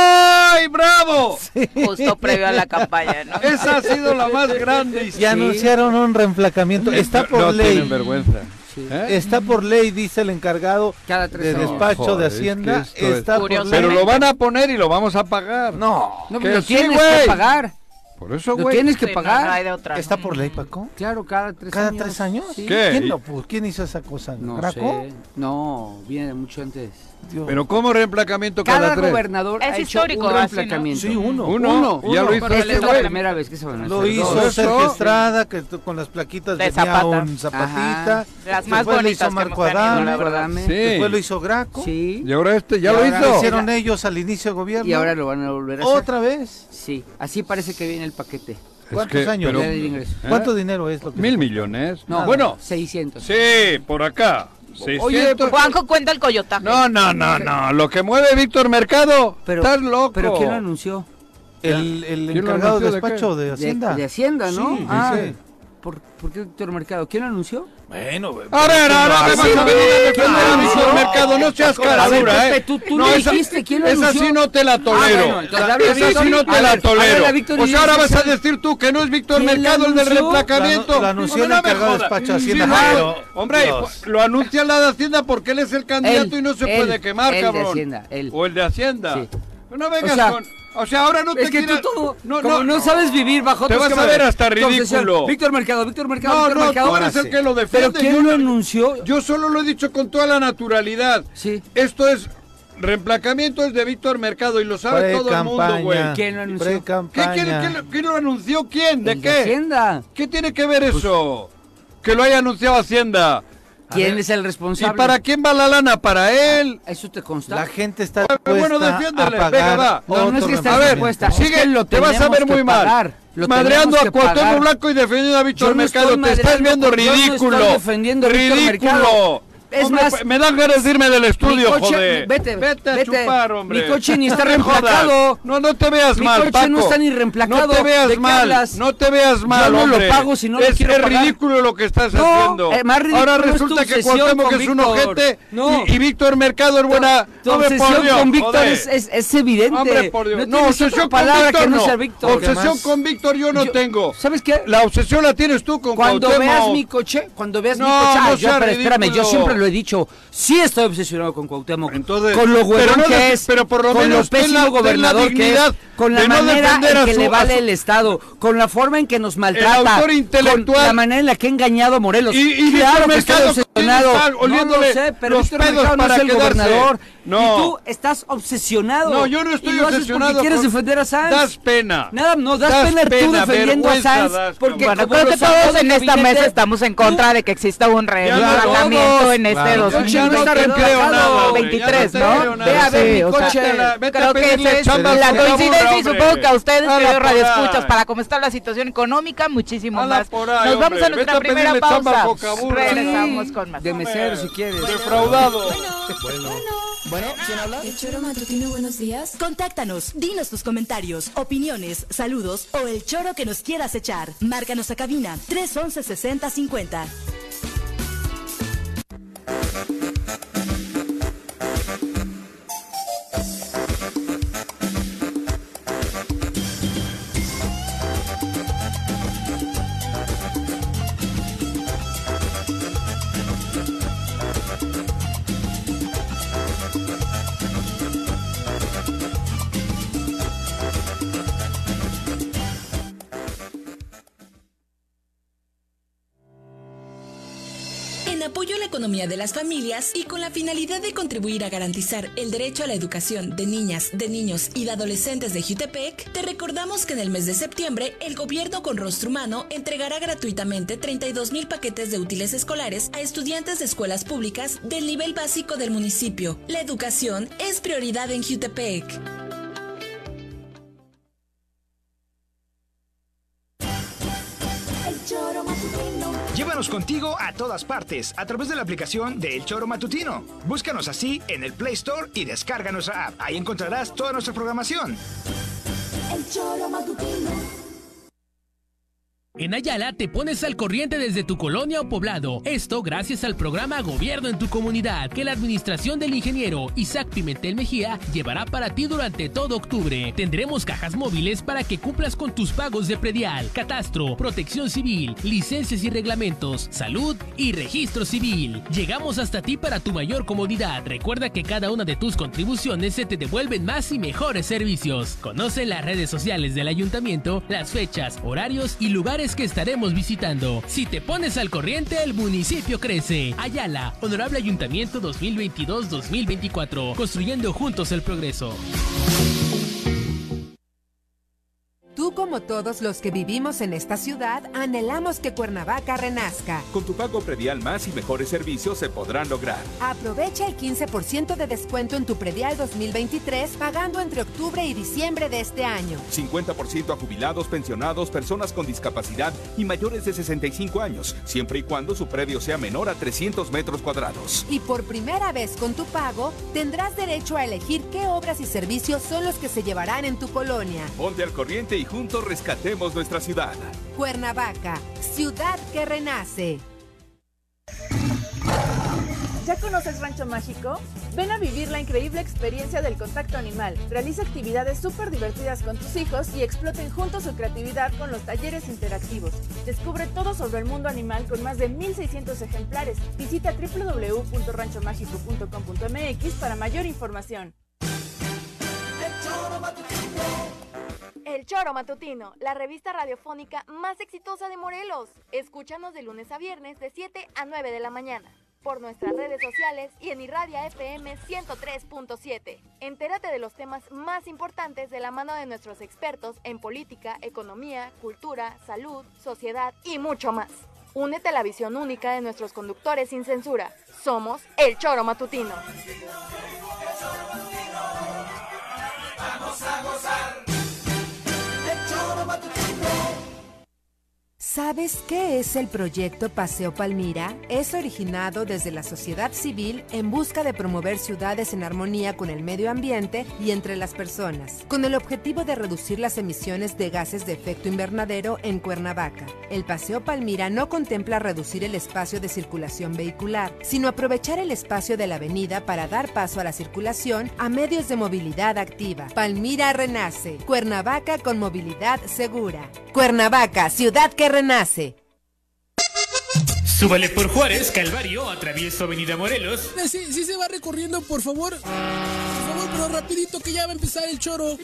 ¡Ay, bravo! Sí. Justo previo a la campaña, ¿no? Esa ha sido la más grande. Y anunciaron un reemplacamiento. Está por no ley. tienen vergüenza. Sí. ¿Eh? Está por ley, dice el encargado Cada tres de años. despacho Joder, de es que Hacienda. esto es- Está por ley. Pero lo van a poner y lo vamos a pagar. No, No, Que pero lo sí, tienes güey. que pagar. Por eso, Lo güey. tienes que Sí, no, pagar. no hay de otra. está por ley, Paco. Claro, cada tres ¿Cada años. tres años? Sí. ¿Qué? ¿Quién, Y- lo puso? ¿Quién hizo esa cosa? No ¿Graco? sé. No, viene mucho antes. Dios. Pero ¿cómo reemplacamiento cada, Cada tres? gobernador Es ha histórico, hecho un así, ¿no? reemplacamiento. Sí, uno. Uno, Uno, ya uno, lo hizo pero este esta es la güey. primera vez que se van a hacer Lo dos. hizo Eso. Sergio Estrada, que t- con las plaquitas De tenía Zapata. un zapatita. Ajá. Las más Después lo bonitas hizo que Marco hemos tenido, la Adame. verdad. Adame. Sí. Después lo hizo Graco. Sí. Y ahora este ya Y lo ahora Lo hizo. hicieron ellos al inicio de gobierno. Y ahora lo van a volver a hacer. ¿Otra vez? Sí, así parece que viene el paquete. Es ¿Cuántos que- años? pero- Ya del ingreso. ¿Eh? ¿Cuánto dinero es lo que Mil se- millones. No, Bueno, seiscientos. sí, por acá. seiscientos. Juanjo cuenta el coyotaje. No, no, no, no. Lo que mueve Víctor Mercado. Pero, Estás loco. ¿Pero quién lo anunció? El, el ¿Quién lo encargado de anunció de despacho de, De, Hacienda. de Hacienda, ¿no? Sí, ah, sí. ¿por, ¿por qué Víctor Mercado? ¿Quién lo anunció? Bueno, güey, A ver, ahora me pero- vas a venir a defender ¿Quién lo a anunció? Víctor Mercado. No seas A ver, caradura, Pepe, ¿eh? tú- tú no, le esa, dijiste, ¿quién lo esa anunció? sí no te la tolero. Ah, bueno, entonces habla esa Víctor. sí no A te ver, la a ver, tolero. a Víctor O sea, ahora vas a Iglesias. decir tú que no es Víctor ¿Quién Mercado el del anunció? reemplacamiento. Lo- lo anunció el No, no me encargado de jodas. despacho de Hacienda, Sí, no, pero- Hombre, Dios. lo anuncia la de Hacienda porque él es el candidato Él, y no se él, puede quemar, él de cabrón. Hacienda, él. O el de Hacienda. Sí. No vengas O sea, con... O sea, ahora no te Es que quieras- tú todo, No, como no, sabes vivir bajo Te otros vas a esquemas. ver hasta Tu obsesión. ridículo. Víctor Mercado, Víctor Mercado, No, Víctor no, Mercado. tú eres el que lo defiende. ¿Pero quién yo lo no- anunció? Yo solo lo he dicho con toda la naturalidad. Sí. Esto es... Reemplacamiento es de Víctor Mercado y lo sabe todo el mundo, güey. ¿Quién lo anunció? ¿Qué, Pre-campaña. quién, quién- quién lo anunció? ¿Quién? ¿De El qué? de Hacienda. ¿Qué tiene que ver eso? Que lo haya anunciado Hacienda. ¿Quién es el ¿Y responsable? para quién va la lana? ¿Para él? ¿Eso te consta? La gente está Bueno, dispuesta bueno, a defiéndele, pagar venga, va. No, no es que otro estés A ver, dispuesta, es sigue, que lo te vas a tenemos ver que muy mal. pagar, lo Madreando tenemos a que Cuauhtémoc pagar. Blanco y defendiendo a Víctor Yo no Mercado. estoy Te estás madreando, viendo yo no estoy ridículo. defendiendo a Víctor ridículo. Mercado. Es Hombre, más, pues, me dan ganas de irme del estudio, mi coche- joder. vete, vete a vete. chupar, hombre. Mi coche ni está No me jodas. reemplacado. No, no te veas Mi mal, coche Paco. no está ni reemplacado. No te veas ¿De qué mal. hablas? No te veas mal, no lo hombre. pago si no lo es, quiero es pagar. ridículo lo que estás No, haciendo. eh, más ridículo Ahora es tu resulta que obsesión Cuauhtémoc con es un Víctor. ojete No. y, y Víctor Mercado es buena. Tu Hombre, por obsesión Dios, con Víctor joder. es, es, es evidente. Hombre, por Dios. No, No, tienes obsesión otra con palabra Víctor que no no. sea Víctor. Obsesión Además, con Víctor yo no yo- tengo. ¿Sabes qué? La obsesión la tienes tú con Cuando Cuauhtémoc. veas mi coche, cuando veas mi No, coche, ah, no yo, sea pero espérame, yo ridículo. siempre lo he dicho, sí estoy obsesionado con Cuauhtémoc, Entonces, con lo huevón pero no que le- es, pero por lo con menos lo pésimo ten la- ten la gobernador que es, dignidad con la de no manera defender en a que su- le a vale su- el Estado, con la forma en que nos maltrata, autor con intelectual. la manera en la que ha engañado a Morelos. Y, y claro Víctor que estoy Mercado obsesionado. está No lo oliéndole sé, pero los Víctor pedos Mercado no para es el quedarse. gobernador. No. Y tú estás obsesionado. No, yo no estoy y lo haces obsesionado. porque quieres con- defender a Sanz. Das pena. Nada, no, das, Das pena tú pena, defendiendo a vergüenza Sanz. das, Porque cabrón. Bueno, como creo que lo sacó todos del en esta gabinete, mesa estamos en contra de que exista un reemplazamiento todos. en este Claro. Yo ya no te dos mil creo nada, hombre, veintitrés, ya no te ¿no? creo nada. Ve a ver Sí, mi o sea, coche. Vete a la- vete a Creo que pedirle esa es chamba la al Cuauhtémoc, coincidencia y hombre. supongo que a ustedes, Hala queridos por radioescuchas, ahí. para cómo está la situación económica, muchísimo Hala más. por ahí, Nos vamos hombre. a Vete nuestra a primera pedirle chamba al pausa. Cocaburra. Regresamos con más. De mesero, si quieres. Defraudado. Bueno, ¿quién habla? El Choro Matutino, buenos días. Contáctanos, dinos tus comentarios, opiniones, saludos o el choro que nos quieras echar. Márcanos a cabina tres once sesenta cincuenta. En apoyo a la economía de las familias y con la finalidad de contribuir a garantizar el derecho a la educación de niñas, de niños y de adolescentes de Jutepec, te recordamos que en el mes de septiembre el gobierno con rostro humano entregará gratuitamente treinta y dos mil paquetes de útiles escolares a estudiantes de escuelas públicas del nivel básico del municipio. La educación es prioridad en Jutepec. Llévanos contigo a todas partes a través de la aplicación de El Choro Matutino. Búscanos así en el Play Store y descarga nuestra app. Ahí encontrarás toda nuestra programación. El choro matutino. En Ayala te pones al corriente desde tu colonia o poblado. Esto gracias al programa Gobierno en tu Comunidad, que la administración del ingeniero Isaac Pimentel Mejía llevará para ti durante todo octubre. Tendremos cajas móviles para que cumplas con tus pagos de predial, catastro, protección civil, licencias y reglamentos, salud y registro civil. Llegamos hasta ti para tu mayor comodidad. Recuerda que cada una de tus contribuciones se te devuelven más y mejores servicios. Conoce las redes sociales del ayuntamiento, las fechas, horarios y lugares que estaremos visitando. Si te pones al corriente, el municipio crece. Ayala, Honorable Ayuntamiento dos mil veintidós dos mil veinticuatro, construyendo juntos el progreso. Tú, como todos los que vivimos en esta ciudad, anhelamos que Cuernavaca renazca. Con tu pago predial más y mejores servicios se podrán lograr. Aprovecha el quince por ciento de descuento en tu predial dos mil veintitrés pagando entre octubre y diciembre de este año. cincuenta por ciento a jubilados, pensionados, personas con discapacidad y mayores de sesenta y cinco años, siempre y cuando su predio sea menor a trescientos metros cuadrados. Y por primera vez con tu pago, tendrás derecho a elegir qué obras y servicios son los que se llevarán en tu colonia. Ponte al corriente y juntos rescatemos nuestra ciudad. Cuernavaca, ciudad que renace. ¿Ya conoces Rancho Mágico? Ven a vivir la increíble experiencia del contacto animal. Realiza actividades súper divertidas con tus hijos y exploten juntos su creatividad con los talleres interactivos. Descubre todo sobre el mundo animal con más de mil seiscientos ejemplares. Visita doble u doble u doble u punto rancho mágico punto com punto m x para mayor información. El Choro Matutino, la revista radiofónica más exitosa de Morelos. Escúchanos de lunes a viernes de siete a nueve de la mañana. Por nuestras redes sociales y en Irradia F M ciento tres punto siete. Entérate de los temas más importantes de la mano de nuestros expertos en política, economía, cultura, salud, sociedad y mucho más. Únete a la visión única de nuestros conductores sin censura. Somos El Choro Matutino. Vamos a gozar. ¿Sabes qué es el proyecto Paseo Palmira? Es originado desde la sociedad civil en busca de promover ciudades en armonía con el medio ambiente y entre las personas, con el objetivo de reducir las emisiones de gases de efecto invernadero en Cuernavaca. El Paseo Palmira no contempla reducir el espacio de circulación vehicular, sino aprovechar el espacio de la avenida para dar paso a la circulación a medios de movilidad activa. Palmira renace. Cuernavaca con movilidad segura. Cuernavaca, ciudad que renace. Nace. Súbale por Juárez, Calvario, atravieso Avenida Morelos. Sí, sí se va recorriendo, por favor. Por favor, pero rapidito que ya va a empezar el choro.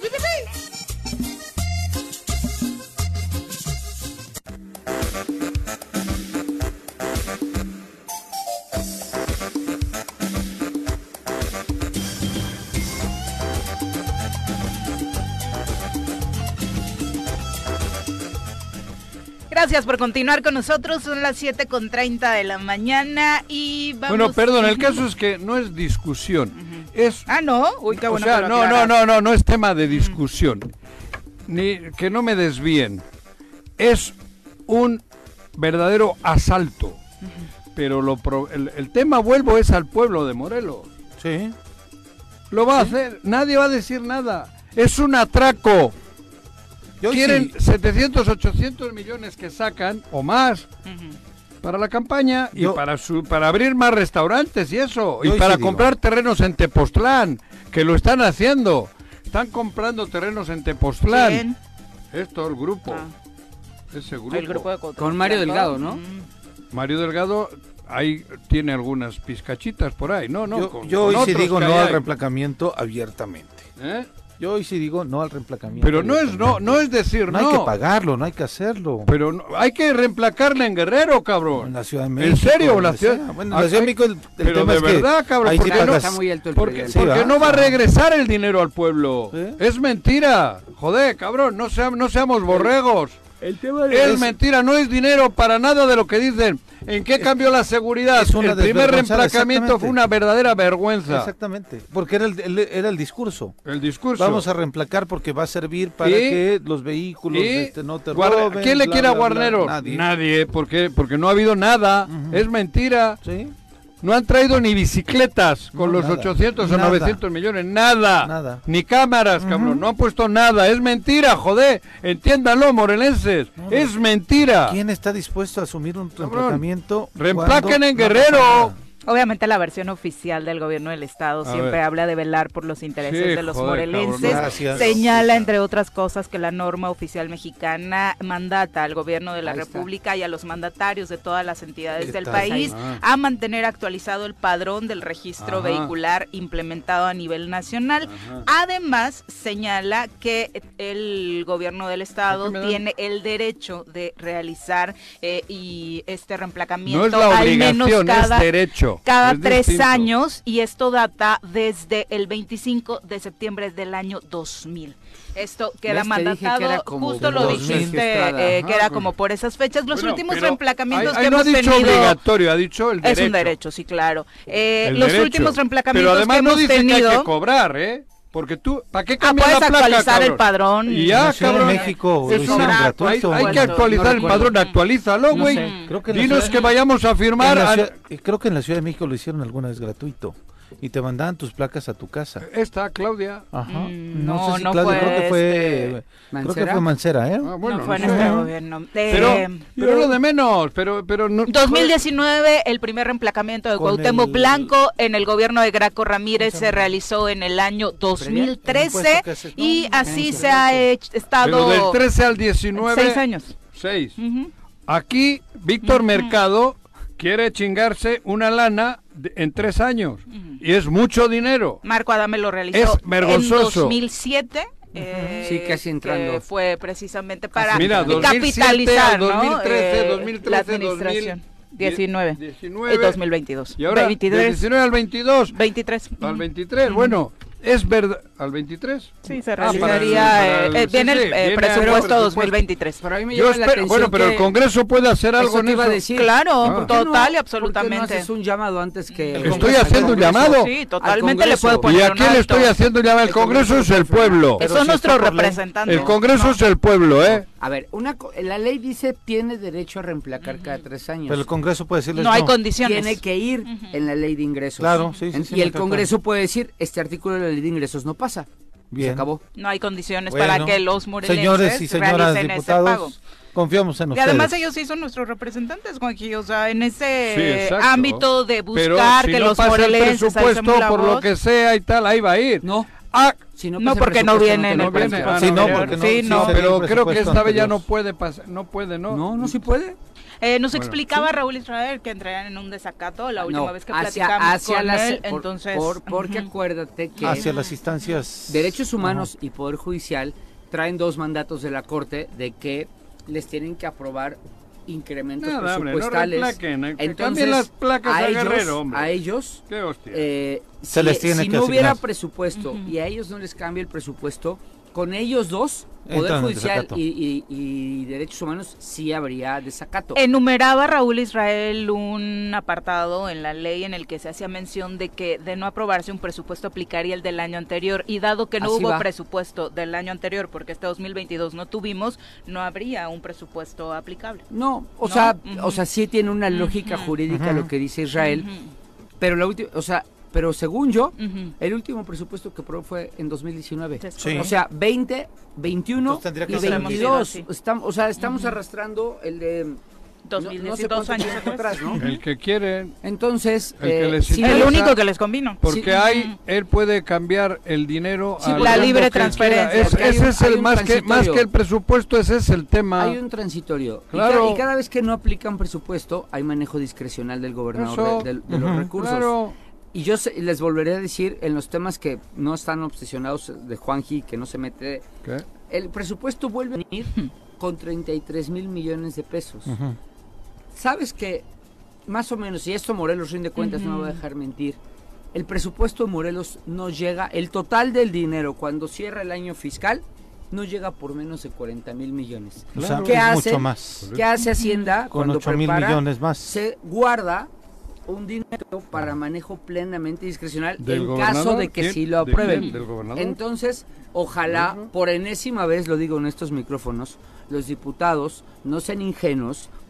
Gracias por continuar con nosotros, son las siete con treinta de la mañana y vamos... Bueno, perdón, el caso es que no es discusión, uh-huh. es... Ah, ¿no? Uy, qué bueno. O sea, que lo no, no, no, no, no es tema de discusión, uh-huh. ni que no me desvíen, es un verdadero asalto, uh-huh. pero lo pro, el, el tema, vuelvo, es al pueblo de Morelos. Sí. Lo va sí. a hacer, nadie va a decir nada, es un atraco. Quieren sí. setecientos, ochocientos millones que sacan, o más, uh-huh. para la campaña y Yo, para su para abrir más restaurantes y eso. Y para sí comprar digo. terrenos en Tepoztlán, que lo están haciendo. Están comprando terrenos en Tepoztlán. ¿Quién? Esto, el grupo. Ah. Ese grupo. El grupo de Con Mario Delgado, ¿no? Mm. Mario Delgado... Ahí tiene algunas pizcachitas por ahí, no, no. Yo, con, yo hoy con sí digo no hay. al reemplacamiento abiertamente. ¿Eh? Yo hoy sí digo no al reemplacamiento. Pero no es no, no es decir no. No hay que pagarlo, no hay que hacerlo. Pero no, hay que reemplacarle en Guerrero, cabrón. En la Ciudad de México. ¿En serio? La ciudad, bueno, en la Ciudad de México el, el pero tema de es verdad, que cabrón, porque, sí no, está muy alto el porque, sí, porque ¿va? no va a regresar el dinero al pueblo. ¿Sí? Es mentira. Joder, cabrón, no, sea, no seamos borregos. El tema de es es... mentira, no es dinero para nada de lo que dicen. ¿En qué cambió la seguridad? El primer reemplacamiento fue una verdadera vergüenza. Exactamente, porque era el, el, era el discurso. El discurso. Vamos a reemplacar porque va a servir para ¿Y? que los vehículos este, no te Guarda, roben. ¿Quién le bla, quiere a bla, Guarneros? Bla, nadie. Nadie, porque, porque no ha habido nada. Uh-huh. Es mentira. ¿Sí? No han traído ni bicicletas con No, los nada, ochocientos o nada. novecientos millones, nada. Nada. Ni cámaras, cabrón, no han puesto nada. Es mentira, joder. Entiéndanlo, morelenses. No, no. Es mentira. ¿Quién está dispuesto a asumir un reemplazamiento? Reemplaquen en cuando no Guerrero. pasa nada? Obviamente la versión oficial del gobierno del estado A siempre ver. habla de velar por los intereses Sí, de los joder, morelenses. cabrón, gracias. Señala, entre otras cosas, que la norma oficial mexicana mandata al gobierno de la Ahí está. República y a los mandatarios de todas las entidades del Está país ahí. a mantener actualizado el padrón del registro Ajá. vehicular implementado a nivel nacional. Ajá. Además, señala que el gobierno del estado Aquí me dan. tiene el derecho de realizar eh, y este reemplacamiento No es la al menos obligación, cada, es derecho. cada Es tres distinto. años, y esto data desde el veinticinco de septiembre del año dos mil. Esto queda ¿Ves? Te dije mandatado, que era como justo lo dos mil. dijiste, Estrada. eh, Ajá, que era pues. como por esas fechas. Los Bueno, últimos pero reemplacamientos ahí- que ahí no hemos ha dicho tenido... obligatorio, ha dicho el derecho. Es un derecho, sí, claro. Eh, El los derecho. últimos reemplacamientos Pero además que no hemos dice tenido... que hay que cobrar, ¿eh? Porque tú, ¿para qué Ah, cambiar puedes la placa, actualizar el cabrón? padrón. Y En ya, la Ciudad de cabrón. México Sí, lo hicieron cobra. Hay, gratuito. hay que Bueno, actualizar no el recuerdo. padrón, actualízalo, No güey. sé. Creo que en la Dinos Ciudad- que vayamos a firmar. En la a- ciudad- creo que en la Ciudad de México lo hicieron alguna vez gratuito y te mandaban tus placas a tu casa. Esta, Claudia. Ajá. Mm, no, no, sé si no Claudia, fue creo que fue este, creo que ¿Mancera? fue Mancera, ¿eh? Ah, bueno, no fue en no sé. este gobierno. Pero, Eh, pero lo de menos, pero, pero no. dos mil diecinueve, el primer reemplacamiento de Con Cuauhtémoc el- Blanco en el gobierno de Graco Ramírez se realizó en el año dos mil El trece impuesto que haces, no, y no, así no, se no, ha no. hecho, Pero estado del trece al diecinueve. seis años. Seis. Ujú. Aquí, Víctor Ujú. Mercado quiere chingarse una lana de- en tres años. Y es mucho dinero. Marco Adame lo realizó Es vergonzoso. en dos mil siete. eh, Sí, casi entrando. que fue precisamente para Mira, dos mil siete capitalizar, al dos mil trece, ¿no? Eh, dos mil trece, la administración. dos mil diecinueve. diecinueve. Y dos mil veintidós. Y ahora, del veintitrés. diecinueve al veintidós. veintitrés. Al veintitrés, bueno, es verdad. ¿Al veintitrés? Sí, se Ah, para el- realizaría, para el- eh, eh, sí, viene sí, el eh, viene presupuesto el dos mil veintitrés. Pero a mí me Yo llama la espero, atención bueno, pero que- el Congreso puede hacer algo Eso en te iba a eso. decir. Claro, Ah. ¿Por qué no- total y ¿Por qué no absolutamente. haces un llamado antes que el Estoy Congreso- haciendo un llamado. Sí, al totalmente le Congreso? puede ¿Y poner a un quién le alto. estoy haciendo un llamado? El Congreso es el pueblo. Pero Son si nuestros está por ley. representantes. El Congreso es el pueblo, ¿eh? A ver, una co- la ley dice tiene derecho a reemplacar cada tres años. Pero el Congreso puede decirles No hay condiciones. Tiene que ir en la ley de ingresos. Claro, sí, sí, En- sí, y me el queda Congreso puede decir, este artículo de la ley de ingresos no pasa. Bien. Se acabó. No hay condiciones Bueno, para que los morelenses señores y señoras realicen ese pago. diputados, confiamos en Y ustedes. además ellos sí son nuestros representantes, Juanji, o sea, en Sí, ese exacto. ámbito de Pero buscar si que no los pasa morelenses el presupuesto alcemos la por voz. lo que sea y tal, ahí va a ir. No. Ah, Si No, pasa el porque no presupuesto, viene en te el lo no viene. presento. Ah, Sí, no, pero- porque no- Sí, sí no. se- pero el creo que presupuesto esta vez ya anterior. no puede pasar, no puede, ¿no? No, no, sí puede. Eh, nos Bueno, explicaba Raúl Israel que entrarían en un desacato la última No, vez que hacia- platicamos hacia con las- él, por- entonces... por- porque ujú. acuérdate que Hacia las instancias Derechos Humanos y Poder Judicial traen dos mandatos de la Corte de que les tienen que aprobar incrementos Nada, hombre, no presupuestales. replaquen, eh, que Entonces, cambien las placas a a ellos, Guerrero, hombre. a ellos, Qué hostia. eh, Se si, les tiene si que no hubiera asignar. presupuesto Ujú. y a ellos no les cambia el presupuesto, con ellos dos, Poder Entran en Judicial desacato. y, y- y Derechos Humanos, sí habría desacato. Enumeraba Raúl Israel un apartado en la ley en el que se hacía mención de que de no aprobarse un presupuesto aplicaría el del año anterior, y dado que no Así hubo va. presupuesto del año anterior porque este dos mil veintidós no tuvimos, no habría un presupuesto aplicable. No, o ¿No? sea, Ujú. o sea, sí tiene una lógica Ujú. jurídica Ujú. lo que dice Israel, Ujú, pero la última, o sea, pero según yo, ujú. el último presupuesto que aprobó fue en dos mil diecinueve. Es Sí. O sea, veinte, veintiuno Entonces tendría que y ser veintidós. sí. Estamos, o sea, estamos Ujú. arrastrando el de dos no- mil no sé dieciocho, dos cuánto años tiempo atrás, ¿no? El que quiere, Entonces, El que eh, les si interesa- El no- único que les convino. porque Sí. hay, él puede cambiar el dinero Sí, al la fondo libre que transferencia. quiera. Es- Porque hay ese un- es hay el un más que más transitorio. que el presupuesto, ese es el tema. hay un transitorio. Y Claro. ca- Y, cada vez que no aplican presupuesto, hay manejo discrecional del gobernador Eso. de, de- de los Ujú. recursos. Claro. Y yo se- les volveré a decir en los temas que no están obsesionados de Juanji, que no se mete. ¿Qué? El presupuesto vuelve a venir con treinta y tres mil millones de pesos. Ujú. Sabes que, más o menos, y esto Morelos rinde cuentas, no me voy a dejar mentir, el presupuesto de Morelos no llega, el total del dinero cuando cierra el año fiscal, no llega por menos de cuarenta mil millones. O sea, ¿Qué es hace? mucho más. ¿Qué hace Hacienda Con cuando ocho mil prepara? millones más. Se guarda un dinero para manejo plenamente discrecional ¿Del en caso gobernador? de que ¿Quién? sí lo ¿De aprueben. quién? ¿Del gobernador? Entonces, ojalá, por enésima vez lo digo en estos micrófonos, los diputados no sean ingenuos,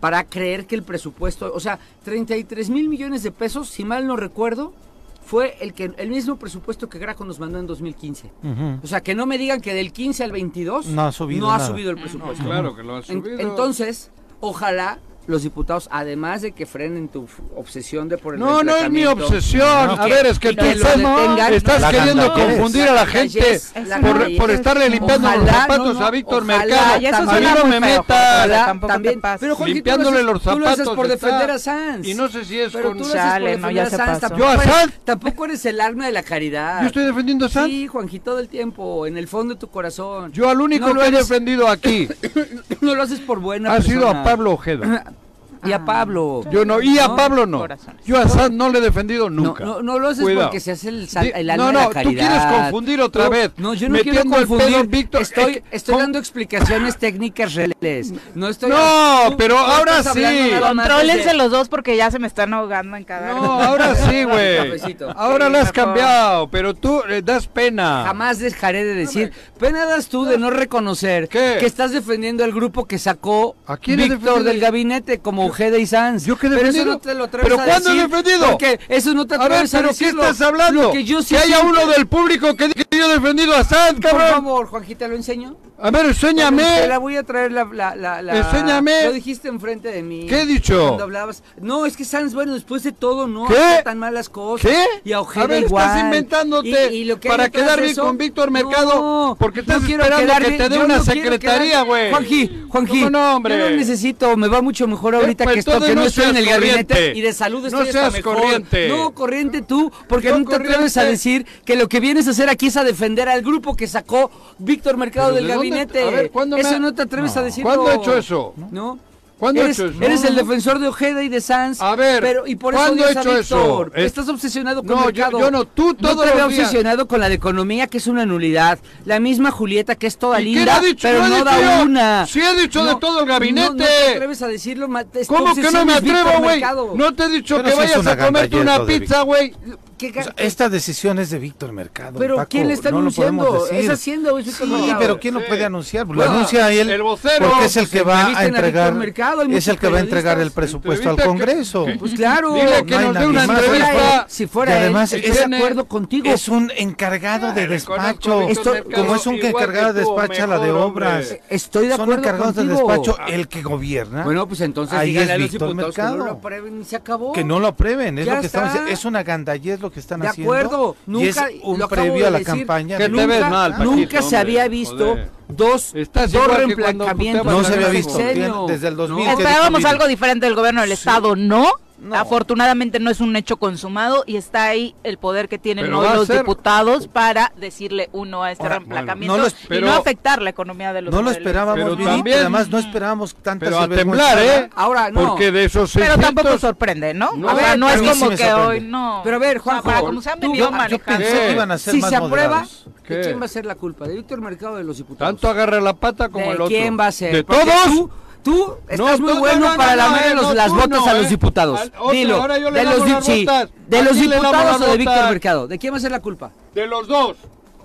para creer que el presupuesto, o sea, treinta y tres mil millones de pesos, si mal no recuerdo, fue el que el mismo presupuesto que Graco nos mandó en dos mil quince. Uh-huh. O sea, que no me digan que del quince al veintidós no ha subido, no ha nada. subido el presupuesto. No, claro que lo ha subido. En, entonces, ojalá los diputados, además de que frenen tu obsesión de por el No, no es mi obsesión. No, a ver, es que tú estás, estás queriendo confundir a la gente por, por estarle limpiando ojalá, los zapatos no, no, a Víctor Mercado. A mí no me metas también, pero Jorge, limpiándole los zapatos. Tú lo haces por defender a Sanz. Y no sé si es pero con... tú lo haces por defender a Sanz. ¿Yo a Sanz? Tampoco eres el alma de la caridad. ¿Yo estoy defendiendo a Sanz? Sí, Juanjito, todo el tiempo, en el fondo de tu corazón. Yo al único que he defendido aquí... No lo haces por buena Ha sido a Pablo Ojeda. Y a Pablo. Yo no, y a ¿no? Pablo no. Yo a Sanz no le he defendido nunca. No, no, no lo haces Cuidado. Porque se hace el, el alma no, no, de la caridad. tú quieres confundir otra no, vez. No, yo no quiero confundir. Víctor, estoy eh, estoy dando explicaciones técnicas reales. No estoy. No, tú, pero tú ahora sí. Contrólense de... los dos porque ya se me están ahogando en cada. No, ahora sí, güey. Ahora sí, lo has cambiado, pero tú eh, das pena. Jamás dejaré de decir. Pena das tú de no reconocer ¿Qué? que estás defendiendo al grupo que sacó Víctor del gabinete como Ojeda y Sanz. ¿Yo qué he defendido? Pero eso no te lo atreves ¿Pero a cuándo decir, he defendido? Porque eso no te atreves a ver, a ¿pero qué estás hablando? Lo que yo sí que haya siento... uno del público que diga que yo he defendido a Sanz, cabrón. Por favor, Juanjita, ¿lo enseño? A ver, enséñame. Te la voy a traer la, la, la, la... Enséñame. Lo dijiste enfrente de mí. ¿Qué he dicho? Cuando hablabas. No, es que Sanz, bueno, después de todo, no ¿Qué? hace tan malas cosas. ¿Qué? Y a Ojeda a ver, igual. estás inventándote y, y lo que para quedar bien eso, con Víctor Mercado. No, porque estás no esperando que te dé una no secretaría, güey. Juanji, Juanji. ¿Cómo no, hombre? Yo no necesito, me va mucho mejor ahorita pues que esto, que no, no estoy en el corriente. gabinete y de salud estoy no seas hasta mejor. corriente. No, corriente tú, porque no no te atreves corriente. a decir que lo que vienes a hacer aquí es a defender al grupo que sacó Víctor Mercado del gabinete. A ver, ¿cuándo eso me... no te atreves no. a decirlo. ¿Cuándo he hecho eso? ¿No? ¿Cuándo eres, he hecho eso? Eres no, el no. defensor de Ojeda y de Sanz. A ver, pero, y por eso ¿cuándo he hecho a eso? Estás obsesionado con no, el mercado. Yo, yo no, tú todo no te veo los días. obsesionado con la de economía, que es una nulidad. La misma Julieta, que es toda ¿Y linda, qué dicho? pero no, no da yo. una. Sí he dicho no, de todo el gabinete. No, no te atreves a decirlo. ¿Cómo que no me atrevo, güey? No te he dicho pero que si vayas a comerte una pizza, güey. O sea, esta decisión es de Víctor Mercado. Pero Paco, ¿quién le está no anunciando? ¿Es Hacienda o es Víctor sí, Mercado? pero ¿quién lo sí. puede anunciar? Lo bueno, anuncia él. El vocero. Porque es el que va a entregar. A Mercado, es el que va a entregar el presupuesto al Congreso. Que, pues claro. Dile que no nos dé una entrevista. Si fuera además, él, estoy de acuerdo contigo. Es un encargado de despacho. Esto, como es un que encargado de despacho a la de obras. Estoy de acuerdo. Son encargados de despacho el que gobierna. Bueno, pues entonces ahí díganle es a los Víctor diputados Mercado. que no lo aprueben y se acabó. Que no lo aprueben, es ya lo que está. estamos diciendo. Es una gandallez lo que están de haciendo. De acuerdo. Nunca, y es un lo previo a la decir, campaña. Que de te ves mal, Paquito, nunca se hombre, había visto joder. dos, dos reemplazamientos. No se había visto desde el dos mil. No. Esperábamos algo diferente del gobierno del sí. Estado, ¿no? No. Afortunadamente no es un hecho consumado y está ahí el poder que tienen pero hoy los ser... diputados para decirle uno a este Ahora, reemplazamiento bueno, no lo, pero, y no afectar la economía de los No lo esperábamos, pero también, además no esperábamos tantas pero a temblar, ¿eh? Ahora no. Porque de esos seiscientos... Pero tampoco sorprende, ¿no? No, o sea, no es como que sorprende. hoy no. Pero a ver, Juanjo, o sea, como se han venido manejando. Yo pensé que iban a ser si más se aprueba, ¿Qué? ¿de quién va a ser la culpa? ¿De Víctor Mercado o de los diputados? Tanto agarra la pata como el otro. ¿De quién va a ser? ¿De Porque todos? Tú, Tú estás no, muy no, bueno no, no, para no, lamer no, los, no, las tú botas no, a los ¿eh? diputados. Al, otro, Dilo. Ahora yo le de los, las sí, botas. de los le diputados o de Víctor botas. Mercado. ¿De quién va a ser la culpa? De los dos.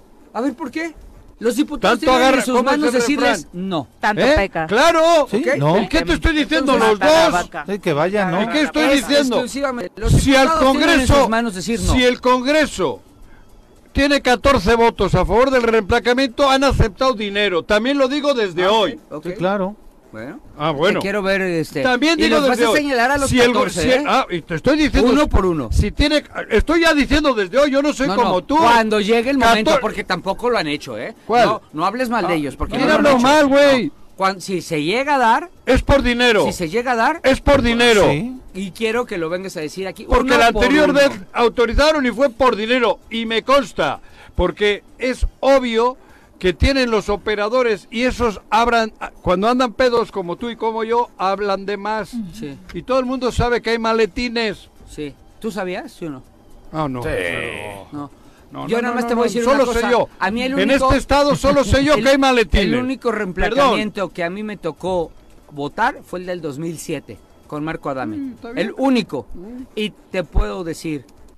A ver, ¿por qué? Los diputados Tanto tienen agarra, en sus manos decirles refrán? no. Tanto ¿Eh? peca. Claro. ¿Sí? ¿Okay? No. ¿Qué te estoy diciendo? Entonces, los dos. Sí, que vayan, ¿no? ¿Y qué estoy es diciendo? Los si al diputados tienen en Congreso, sus manos decir no. si el Congreso tiene catorce votos a favor del reemplazamiento, han aceptado dinero. También lo digo desde ah, hoy. Okay. Sí, claro. Bueno, ah, bueno. te quiero ver este. También y digo los desde vas a hoy. señalar a los si catorce, el, si, ¿eh? Ah, y te estoy diciendo uno por uno. Si tiene, estoy ya diciendo desde hoy, yo no soy no, como no, tú. Cuando llegue el momento, Cator... porque tampoco lo han hecho, ¿eh? ¿Cuál? No, no hables mal ah, de ellos, porque no, no hablo mal, güey. No. Si se llega a dar, es por dinero. Si se llega a dar, es por dinero. Sí. Y quiero que lo vengas a decir aquí. Porque uno la anterior vez autorizaron y fue por dinero. Y me consta, porque es obvio que tienen los operadores y esos hablan, cuando andan pedos como tú y como yo, hablan de más. Sí. Y todo el mundo sabe que hay maletines. Sí. ¿Tú sabías, sí o no? Ah, no. Sí. Pero... No. No, yo no, nada no, más no, te voy a decir solo una cosa. sé yo. A mí el único, en este estado solo sé yo el, que hay maletines. El único reemplazamiento Perdón. que a mí me tocó votar fue el del dos mil siete con Marco Adame. Mm, el único. Mm. Y te puedo decir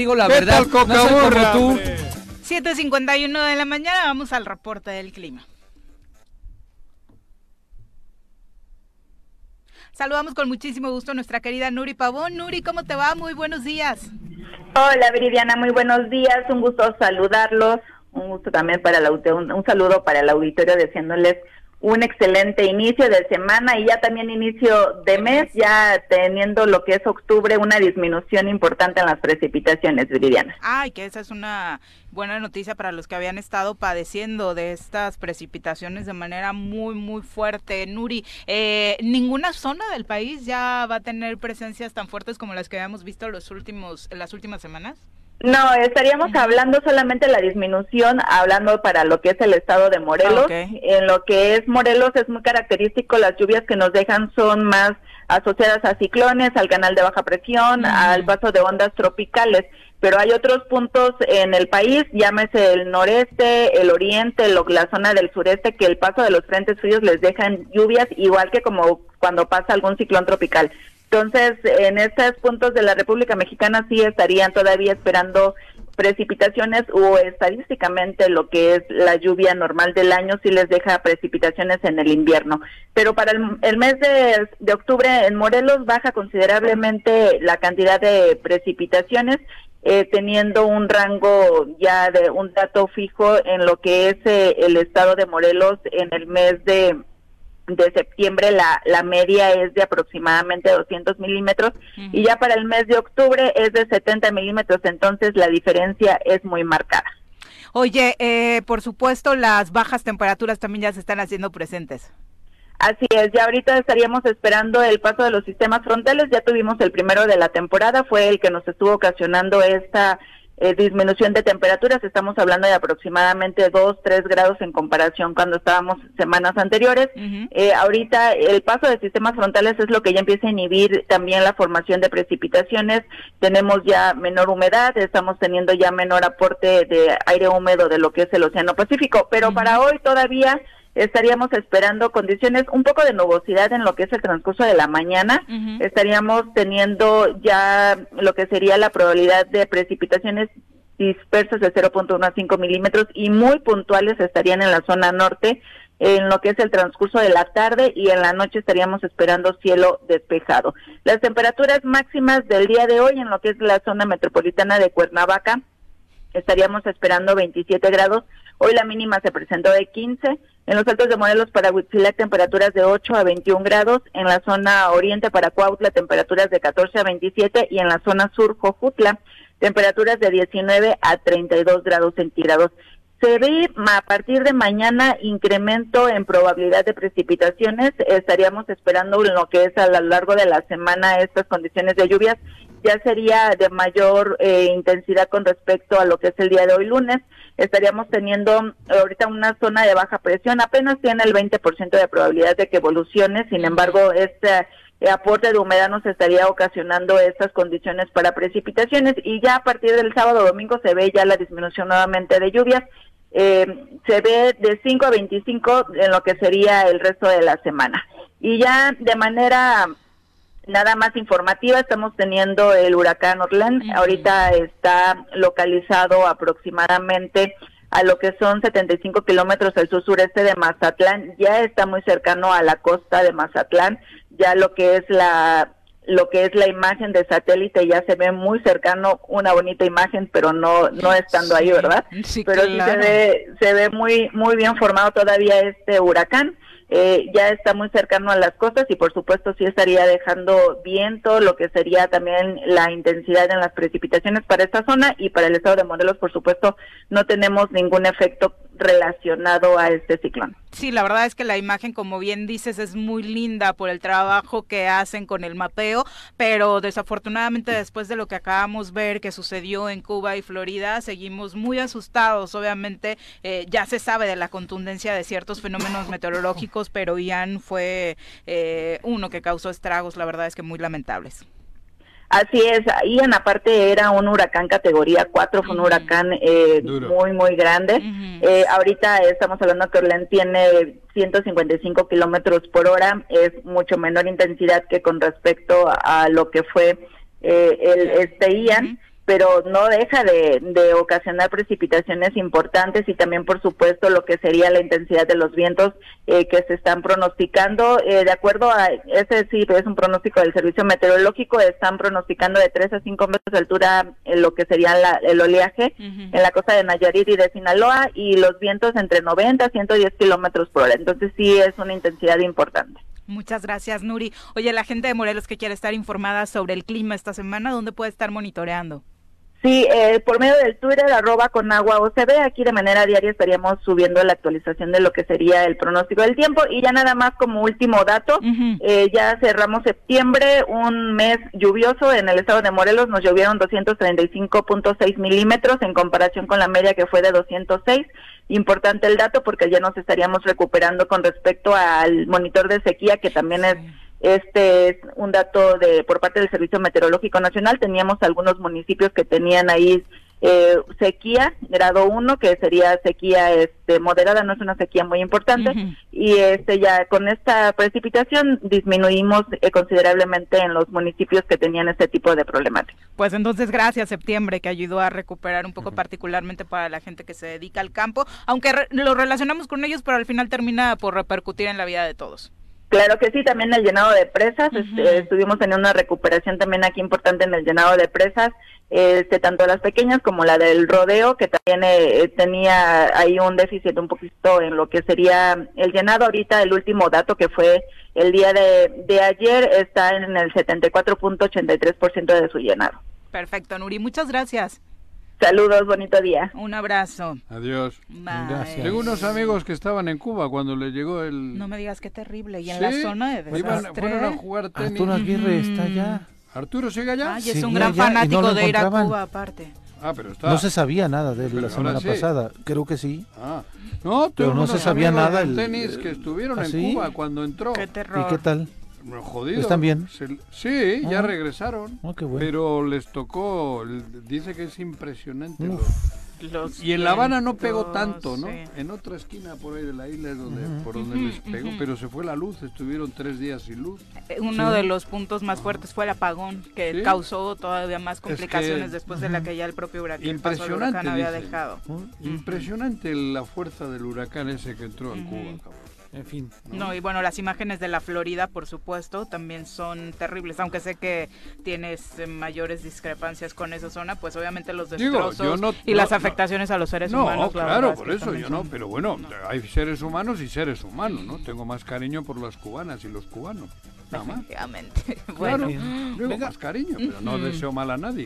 digo la Vete verdad, al no soy como Cocaburra, tú. hombre. siete cincuenta y uno de la mañana, vamos al reporte del clima. Saludamos con muchísimo gusto a nuestra querida Nuri Pavón. Nuri, ¿cómo te va? Muy buenos días. Hola, Viridiana, muy buenos días. Un gusto saludarlos. Un gusto también para el un, un saludo para el auditorio, deseándoles un excelente inicio de semana y ya también inicio de mes, ya teniendo lo que es octubre, una disminución importante en las precipitaciones, Viridiana. Ay, que esa es una buena noticia para los que habían estado padeciendo de estas precipitaciones de manera muy, muy fuerte. Nuri, eh, ¿ninguna zona del país ya va a tener presencias tan fuertes como las que habíamos visto los últimos, en las últimas semanas? No, estaríamos hablando solamente de la disminución, hablando para lo que es el estado de Morelos. Okay. En lo que es Morelos es muy característico, las lluvias que nos dejan son más asociadas a ciclones, al canal de baja presión, uh-huh. al paso de ondas tropicales, pero hay otros puntos en el país, llámese el noreste, el oriente, lo, la zona del sureste, que el paso de los frentes fríos les dejan lluvias, igual que como cuando pasa algún ciclón tropical. Entonces, en estos puntos de la República Mexicana sí estarían todavía esperando precipitaciones, o estadísticamente lo que es la lluvia normal del año sí les deja precipitaciones en el invierno. Pero para el, el mes de, de octubre en Morelos baja considerablemente la cantidad de precipitaciones, eh, teniendo un rango ya de un dato fijo en lo que es eh, el estado de Morelos en el mes de... de septiembre la, la media es de aproximadamente doscientos milímetros uh-huh. y ya para el mes de octubre es de setenta milímetros, entonces la diferencia es muy marcada. Oye, eh, por supuesto las bajas temperaturas también ya se están haciendo presentes. Así es, ya ahorita estaríamos esperando el paso de los sistemas frontales, ya tuvimos el primero de la temporada, fue el que nos estuvo ocasionando esta Eh, disminución de temperaturas, estamos hablando de aproximadamente dos, tres grados en comparación cuando estábamos semanas anteriores. Uh-huh. Eh, ahorita el paso de sistemas frontales es lo que ya empieza a inhibir también la formación de precipitaciones, tenemos ya menor humedad, estamos teniendo ya menor aporte de aire húmedo de lo que es el Océano Pacífico, pero uh-huh. para hoy todavía estaríamos esperando condiciones, un poco de nubosidad en lo que es el transcurso de la mañana, uh-huh. estaríamos teniendo ya lo que sería la probabilidad de precipitaciones dispersas de cero punto uno a cinco milímetros y muy puntuales estarían en la zona norte, en lo que es el transcurso de la tarde, y en la noche estaríamos esperando cielo despejado. Las temperaturas máximas del día de hoy en lo que es la zona metropolitana de Cuernavaca, estaríamos esperando veintisiete grados, hoy la mínima se presentó de quince, en los altos de Morelos para Huitzilac temperaturas de ocho a veintiún grados, en la zona oriente para Cuautla temperaturas de catorce a veintisiete y en la zona sur Jojutla temperaturas de diecinueve a treinta y dos grados centígrados. Se ve a partir de mañana incremento en probabilidad de precipitaciones, estaríamos esperando en lo que es a lo largo de la semana estas condiciones de lluvias, ya sería de mayor eh, intensidad con respecto a lo que es el día de hoy lunes, estaríamos teniendo ahorita una zona de baja presión, apenas tiene el veinte por ciento de probabilidad de que evolucione, sin embargo este aporte de humedad nos estaría ocasionando estas condiciones para precipitaciones, y ya a partir del sábado domingo se ve ya la disminución nuevamente de lluvias, eh, se ve de cinco a veinticinco en lo que sería el resto de la semana. Y ya de manera nada más informativa, estamos teniendo el huracán Orlén, uh-huh. ahorita está localizado aproximadamente a lo que son setenta y cinco kilómetros al sur sureste de Mazatlán, ya está muy cercano a la costa de Mazatlán, ya lo que es la lo que es la imagen de satélite ya se ve muy cercano, una bonita imagen, pero no no estando sí, ahí, ¿verdad? Sí, pero claro. sí se ve se ve muy muy bien formado todavía este huracán. Eh, ya está muy cercano a las costas y por supuesto sí estaría dejando viento, lo que sería también la intensidad en las precipitaciones para esta zona, y para el estado de Morelos por supuesto no tenemos ningún efecto relacionado a este ciclón. Sí, la verdad es que la imagen, como bien dices, es muy linda por el trabajo que hacen con el mapeo, pero desafortunadamente después de lo que acabamos de ver que sucedió en Cuba y Florida, seguimos muy asustados. Obviamente eh, ya se sabe de la contundencia de ciertos fenómenos meteorológicos, pero Ian fue eh, uno que causó estragos, la verdad es que muy lamentables. Así es, Ian aparte era un huracán categoría cuatro, fue un uh-huh. huracán eh, muy, muy grande. Uh-huh. Eh, ahorita estamos hablando que Orlén tiene ciento cincuenta y cinco kilómetros por hora, es mucho menor intensidad que con respecto a, a lo que fue eh, el este Ian. Uh-huh. pero no deja de, de ocasionar precipitaciones importantes y también, por supuesto, lo que sería la intensidad de los vientos eh, que se están pronosticando. Eh, de acuerdo a, ese sí es un pronóstico del Servicio Meteorológico, están pronosticando de tres a cinco metros de altura en lo que sería la, el oleaje uh-huh. en la costa de Nayarit y de Sinaloa, y los vientos entre noventa a ciento diez kilómetros por hora. Entonces sí es una intensidad importante. Muchas gracias, Nuri. Oye, la gente de Morelos que quiere estar informada sobre el clima esta semana, ¿dónde puede estar monitoreando? Sí, eh, por medio del Twitter, arroba con agua O C B, aquí de manera diaria estaríamos subiendo la actualización de lo que sería el pronóstico del tiempo. Y ya nada más como último dato, uh-huh. eh, ya cerramos septiembre, un mes lluvioso en el estado de Morelos, nos llovieron doscientos treinta y cinco punto seis milímetros en comparación con la media que fue de doscientos seis. Importante el dato porque ya nos estaríamos recuperando con respecto al monitor de sequía, que también es... Este es un dato de por parte del Servicio Meteorológico Nacional. Teníamos algunos municipios que tenían ahí eh, sequía, grado uno, que sería sequía este moderada, no es una sequía muy importante, uh-huh. y este ya con esta precipitación disminuimos eh, considerablemente en los municipios que tenían este tipo de problemática. Pues entonces gracias septiembre, que ayudó a recuperar un poco, uh-huh. particularmente para la gente que se dedica al campo, aunque re- lo relacionamos con ellos, pero al final termina por repercutir en la vida de todos. Claro que sí, también el llenado de presas, uh-huh. este, estuvimos teniendo una recuperación también aquí importante en el llenado de presas, este, tanto las pequeñas como la del rodeo, que también eh, tenía ahí un déficit un poquito en lo que sería el llenado. Ahorita el último dato, que fue el día de, de ayer, está en el setenta y cuatro punto ochenta y tres por ciento de su llenado. Perfecto, Nuri, muchas gracias. Saludos, bonito día. Un abrazo. Adiós. Bye. Tengo unos amigos que estaban en Cuba cuando les llegó el... No me digas qué terrible. Y en ¿Sí? la zona de desastre. Iban, fueron a jugar tenis. Arturo Aguirre está allá. ¿Arturo sigue allá? Ay, es Sigue un gran allá, fanático no de ir a encontraban. Cuba aparte. Ah, pero está. No se sabía nada de él Pero la semana sí. pasada. Creo que sí. Ah. No, pero no se sabía nada. El El tenis que estuvieron ¿Ah, en sí? Cuba cuando entró. Qué terror. ¿Y qué tal? Jodido. ¿Están bien? Se, sí, ah. ya regresaron. Oh, qué bueno. Pero les tocó, dice que es impresionante. Uf. Los y en La Habana no pegó tanto, ¿no? Sí. En otra esquina por ahí de la isla es donde, Uh-huh. por donde Uh-huh, les pegó, uh-huh. pero se fue la luz, estuvieron tres días sin luz. Uno Sí. de los puntos más fuertes fue el apagón, que ¿Sí? causó todavía más complicaciones que, después de la que ya el propio huracán, impresionante, el huracán había dicen. dejado. Uh-huh. Impresionante la fuerza del huracán ese que entró en Uh-huh. Cuba, cabrón. En fin. ¿no? no, y bueno, las imágenes de la Florida, por supuesto, también son terribles, aunque sé que tienes eh, mayores discrepancias con esa zona, pues obviamente los destrozos Digo, yo no, y no, las no, afectaciones a los seres no, humanos. No, la claro, verdad por es que eso yo no, son... pero bueno, no. hay seres humanos y seres humanos, ¿no? Tengo más cariño por las cubanas y los cubanos, nada más. Efectivamente. Claro, Bueno, tengo más cariño, pero no Mm. deseo mal a nadie.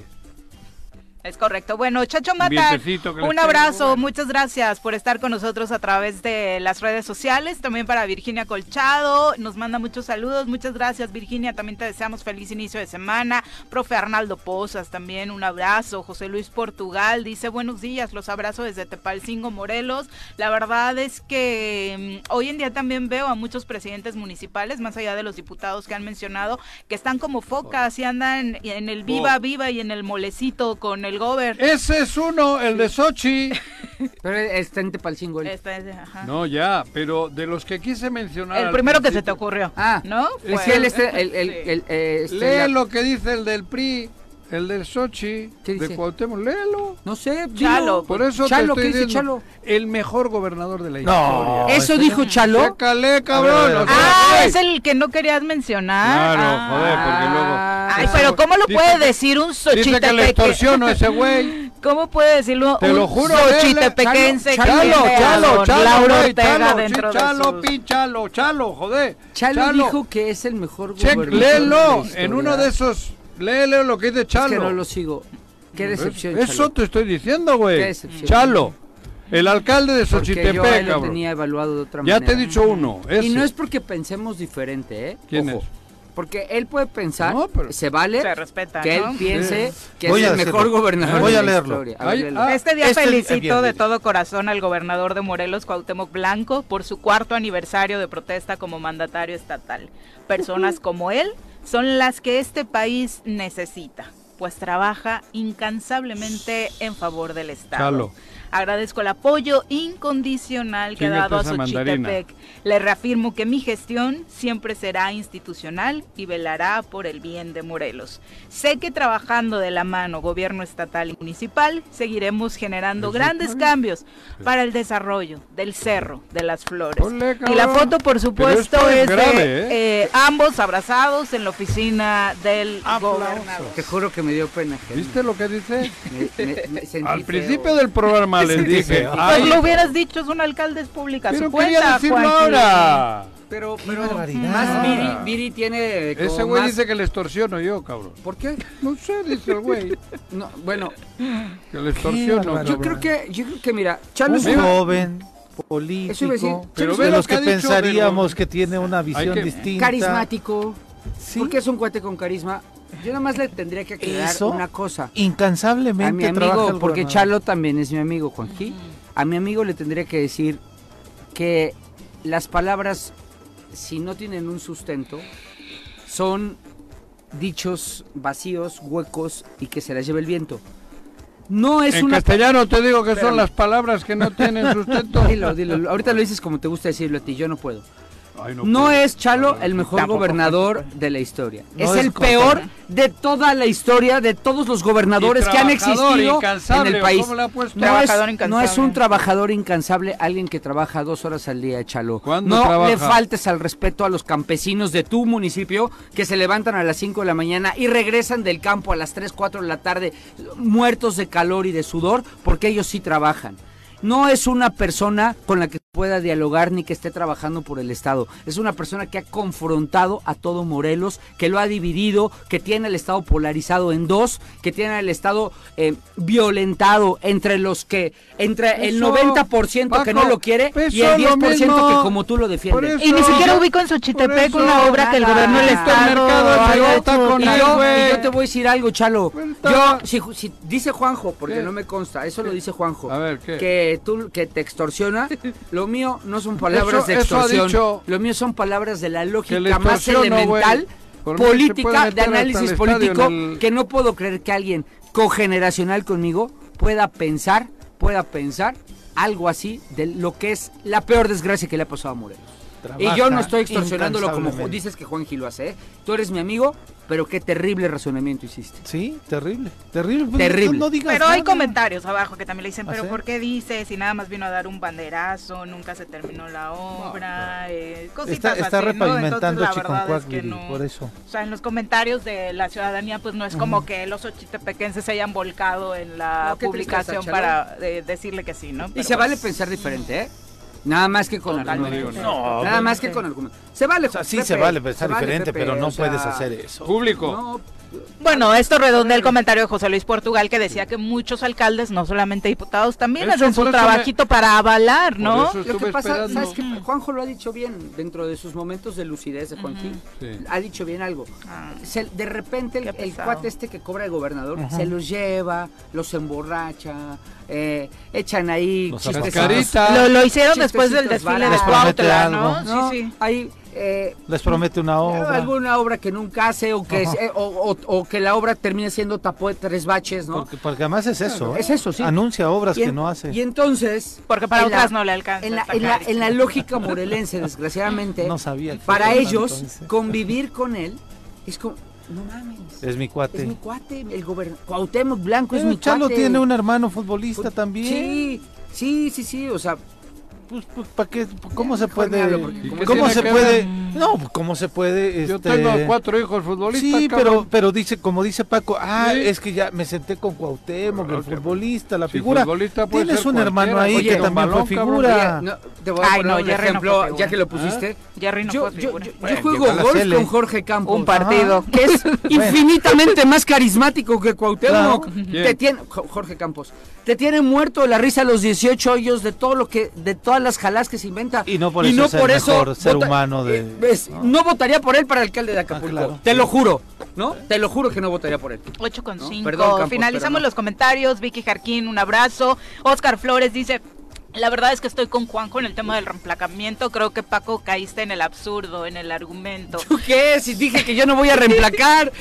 es correcto. Bueno, Chacho Mata, vientecito que les un traigo, abrazo, bueno. muchas gracias por estar con nosotros a través de las redes sociales, también para Virginia Colchado, nos manda muchos saludos, muchas gracias Virginia, también te deseamos feliz inicio de semana, profe Arnaldo Pozas también, un abrazo, José Luis Portugal dice buenos días, los abrazo desde Tepalcingo, Morelos, la verdad es que um, hoy en día también veo a muchos presidentes municipales, más allá de los diputados que han mencionado, que están como focas y andan en el viva Oh. viva y en el molecito con el Gober. Ese es uno, el de Sochi. Pero está en Tepalcingo. él. Esta es, ajá. No, ya, pero de los que quise mencionar. El al primero que se te principio, ocurrió. Ah, ¿no? Es Fue- que él está, el, el, Sí. el, eh, este, Lee la- lo que dice el del P R I, el del Sochi, ¿Qué de dice? Cuauhtémoc, léelo. No sé, Chalo. dilo. Por eso Chalo, te ¿qué estoy dice diciendo, Chalo? el mejor gobernador de la No. historia. ¿Eso dijo Chalo? Chécale, cabrón. A ver, o sea, Ah, güey. es el que no querías mencionar. Claro, Ah. joder, porque luego... Ay, Ese pero güey- ¿cómo lo dice puede que- decir un Dice que le xochitepeque? extorsiono a ese güey. ¿Cómo puede decirlo Te un lo juro, xochitepequense Chalo, que Chalo, tiene a Chalo, don Chalo, Lauro güey, Ortega Chalo, dentro sí, de Chalo, sus... pin, Chalo, Chalo, joder. Chalo, dijo que es el mejor Check, gobernador léelo, de la historia. en uno de esos, léelo lo que dice Es Chalo. que no lo sigo. Qué decepción, Eso Chalo. te estoy diciendo, Qué güey. decepción. Chalo, el alcalde de Porque yo a Xochitepec, él lo cabrón. tenía evaluado de otra Ya manera. te he dicho uno, ese. Y no es porque pensemos diferente, ¿eh? ¿Quién Ojo. es? Porque él puede pensar, No, pero- se vale Se respeta, que ¿no? él piense Sí. que Voy es a el decirlo. mejor gobernador Voy de a la leerlo. historia. A ver, Ay, léelo. ah, Este día Este- felicito bien, de bien. todo corazón al gobernador de Morelos, Cuauhtémoc Blanco, por su cuarto aniversario de protesta como mandatario estatal. Personas como él son las que este país necesita, pues trabaja incansablemente en favor del Estado. Chalo. Agradezco el apoyo incondicional que ha dado a Xochitepec. Le reafirmo que mi gestión siempre será institucional y velará por el bien de Morelos. Sé que trabajando de la mano gobierno estatal y municipal seguiremos generando grandes cambios para el desarrollo del Cerro de las Flores. Olé, y la foto, por supuesto, es, es grave, de ¿eh? Eh, ambos abrazados en la oficina del Aplauso. Gobernador. Te juro que me dio pena. Gente. ¿Viste lo que dice? Me, me, me sentí Al feo. principio del programa les dije. Pues lo hubieras dicho, es un alcalde pública. Pero su cuenta, quería decirlo Juanqui. ahora. Pero, pero más Viri, Viri tiene... Ese güey más... dice que le extorsiono yo, cabrón. ¿Por qué? No sé, dice el güey. No, bueno. Que le extorsiono. Yo creo que, yo creo que mira, Chalo es un joven político, pero de los que, que pensaríamos dicho, que tiene una visión que... distinta. Carismático. ¿Sí? Porque es un cuate con carisma. Yo nada más le tendría que aclarar Eso, una cosa. Incansablemente a mi amigo, trabaja porque gobernador. Chalo también es mi amigo, Juanji. A mi amigo le tendría que decir que las palabras, si no tienen un sustento, son dichos vacíos, huecos y que se las lleve el viento. No es en una... castellano te digo que Espérame. son las palabras que no tienen sustento. Dilo, dilo. Ahorita lo dices como te gusta decirlo a ti, yo no puedo. Ay, no, no puedo. es Chalo el mejor Tampoco gobernador de la historia. No es, es el peor de toda la historia de todos los gobernadores que han existido en el país. No es, no es un trabajador incansable, alguien que trabaja dos horas al día, Chalo. No trabaja? Le faltes al respeto a los campesinos de tu municipio que se levantan a las cinco de la mañana y regresan del campo a las tres, cuatro de la tarde muertos de calor y de sudor porque ellos sí trabajan. No es una persona con la que pueda dialogar ni que esté trabajando por el Estado. Es una persona que ha confrontado a todo Morelos, que lo ha dividido, que tiene el Estado polarizado en dos, que tiene el Estado eh, violentado entre los que, entre eso, el noventa por ciento Paco, que no lo quiere y el diez por ciento que como tú lo defiendes. Eso, y ni siquiera ubico en Xochitepec una obra que el gobierno del Estado... Y yo, y yo te voy a decir algo, Chalo. Yo, si, si dice Juanjo, porque ¿Qué? no me consta, eso ¿Qué? lo dice Juanjo, a ver, ¿qué? que tú que te extorsiona, lo mío no son palabras eso, de extorsión, dicho, lo mío son palabras de la lógica más elemental, política, de análisis político, el... que no puedo creer que alguien cogeneracional conmigo pueda pensar, pueda pensar algo así de lo que es la peor desgracia que le ha pasado a Morelos. Trabaja y yo no estoy extorsionándolo como dices que Juanji lo hace, ¿eh? Tú eres mi amigo, pero qué terrible razonamiento hiciste. Sí, terrible, terrible. Pues terrible. No, no digas pero nada. Hay comentarios abajo que también le dicen, pero ¿Ah, sí? ¿por qué dices? Si nada más vino a dar un banderazo, nunca se terminó la obra, no, no. Eh, cositas está, está así, repavimentando ¿no? Chiconcuac, es que no, por eso. O sea, en los comentarios de la ciudadanía, pues no es como uh-huh. que los xochitepequenses se hayan volcado en la no, publicación tristeza, para eh, decirle que sí, ¿no? Pero y se pues, vale pensar diferente, ¿eh? Nada más que con argumentos. No, Nada más que con argumentos. Se vale, o sea, sí Pepe, se vale pensar se diferente, vale, Pepe, pero no o sea, puedes hacer eso. Público. No, Bueno, esto redondea el comentario de José Luis Portugal, que decía que muchos alcaldes, no solamente diputados, también eso, hacen su trabajito me... para avalar, ¿no? Lo que pasa, esperando. ¿sabes qué? Juanjo lo ha dicho bien, dentro de sus momentos de lucidez de Juanji, uh-huh. sí. ha dicho bien algo. Ah. Se, de repente el, el cuate este que cobra el gobernador, uh-huh. se los lleva, los emborracha, eh, echan ahí chistecitos. Lo, lo hicieron después del desfile de Cuautla, ¿no? ¿no? Sí, sí. Ahí... Eh, les promete una obra, alguna obra que nunca hace o que eh, o, o, o que la obra termine siendo tapó de tres baches, ¿no? Porque, porque además es eso, claro, es eso, sí. Anuncia obras en, que no hace. Y entonces, porque para otras la, no le alcanza. En la, en, la, en la lógica morelense, desgraciadamente, no sabía para ellos entonces. Convivir con él es como no mames. Es mi cuate. Es mi cuate, el gobernador Cuauhtémoc Blanco Pero es mi Chalo cuate. tiene un hermano futbolista Fu- también. Sí, sí, sí, sí, o sea, pues, pues ¿para qué? ¿Cómo se puede? Porque, ¿Cómo se puede? Ver? No, ¿cómo se puede? Este... Yo tengo cuatro hijos futbolistas. Sí, cabrón. pero pero dice, como dice Paco, ah, ¿Sí? es que ya me senté con Cuauhtémoc, el futbolista, la si figura. Futbolista puede Tienes ser un hermano ahí Oye, que también balón, fue figura. Cabrón, no, te voy a Ay, poner no, un Jerry ejemplo, no ya que lo pusiste. ¿Eh? Jerry no yo, fue yo, figura. yo, Bueno, yo juego golf Cele. con Jorge Campos. Un partido. Ajá. Que es infinitamente más carismático que Cuauhtémoc. Claro. Te tiene, Jorge Campos. Te tiene muerto de la risa a los dieciocho hoyos de todo lo que, de todas las jalás que se inventa. Y no por y eso no es el por mejor eso ser vota, humano de... Eh, ves, ¿no? no votaría por él para alcalde de Acapulco. Ah, claro. Te lo juro, ¿no? Te lo juro que no votaría por él. ocho con cinco. ¿No? Perdón, Campos, Finalizamos no. los comentarios. Vicky Jarquín, un abrazo. Oscar Flores dice... La verdad es que estoy con Juanjo en el tema del reemplacamiento. Creo que Paco caíste en el absurdo, en el argumento. ¿Tú qué? Si dije que yo no voy a reemplacar.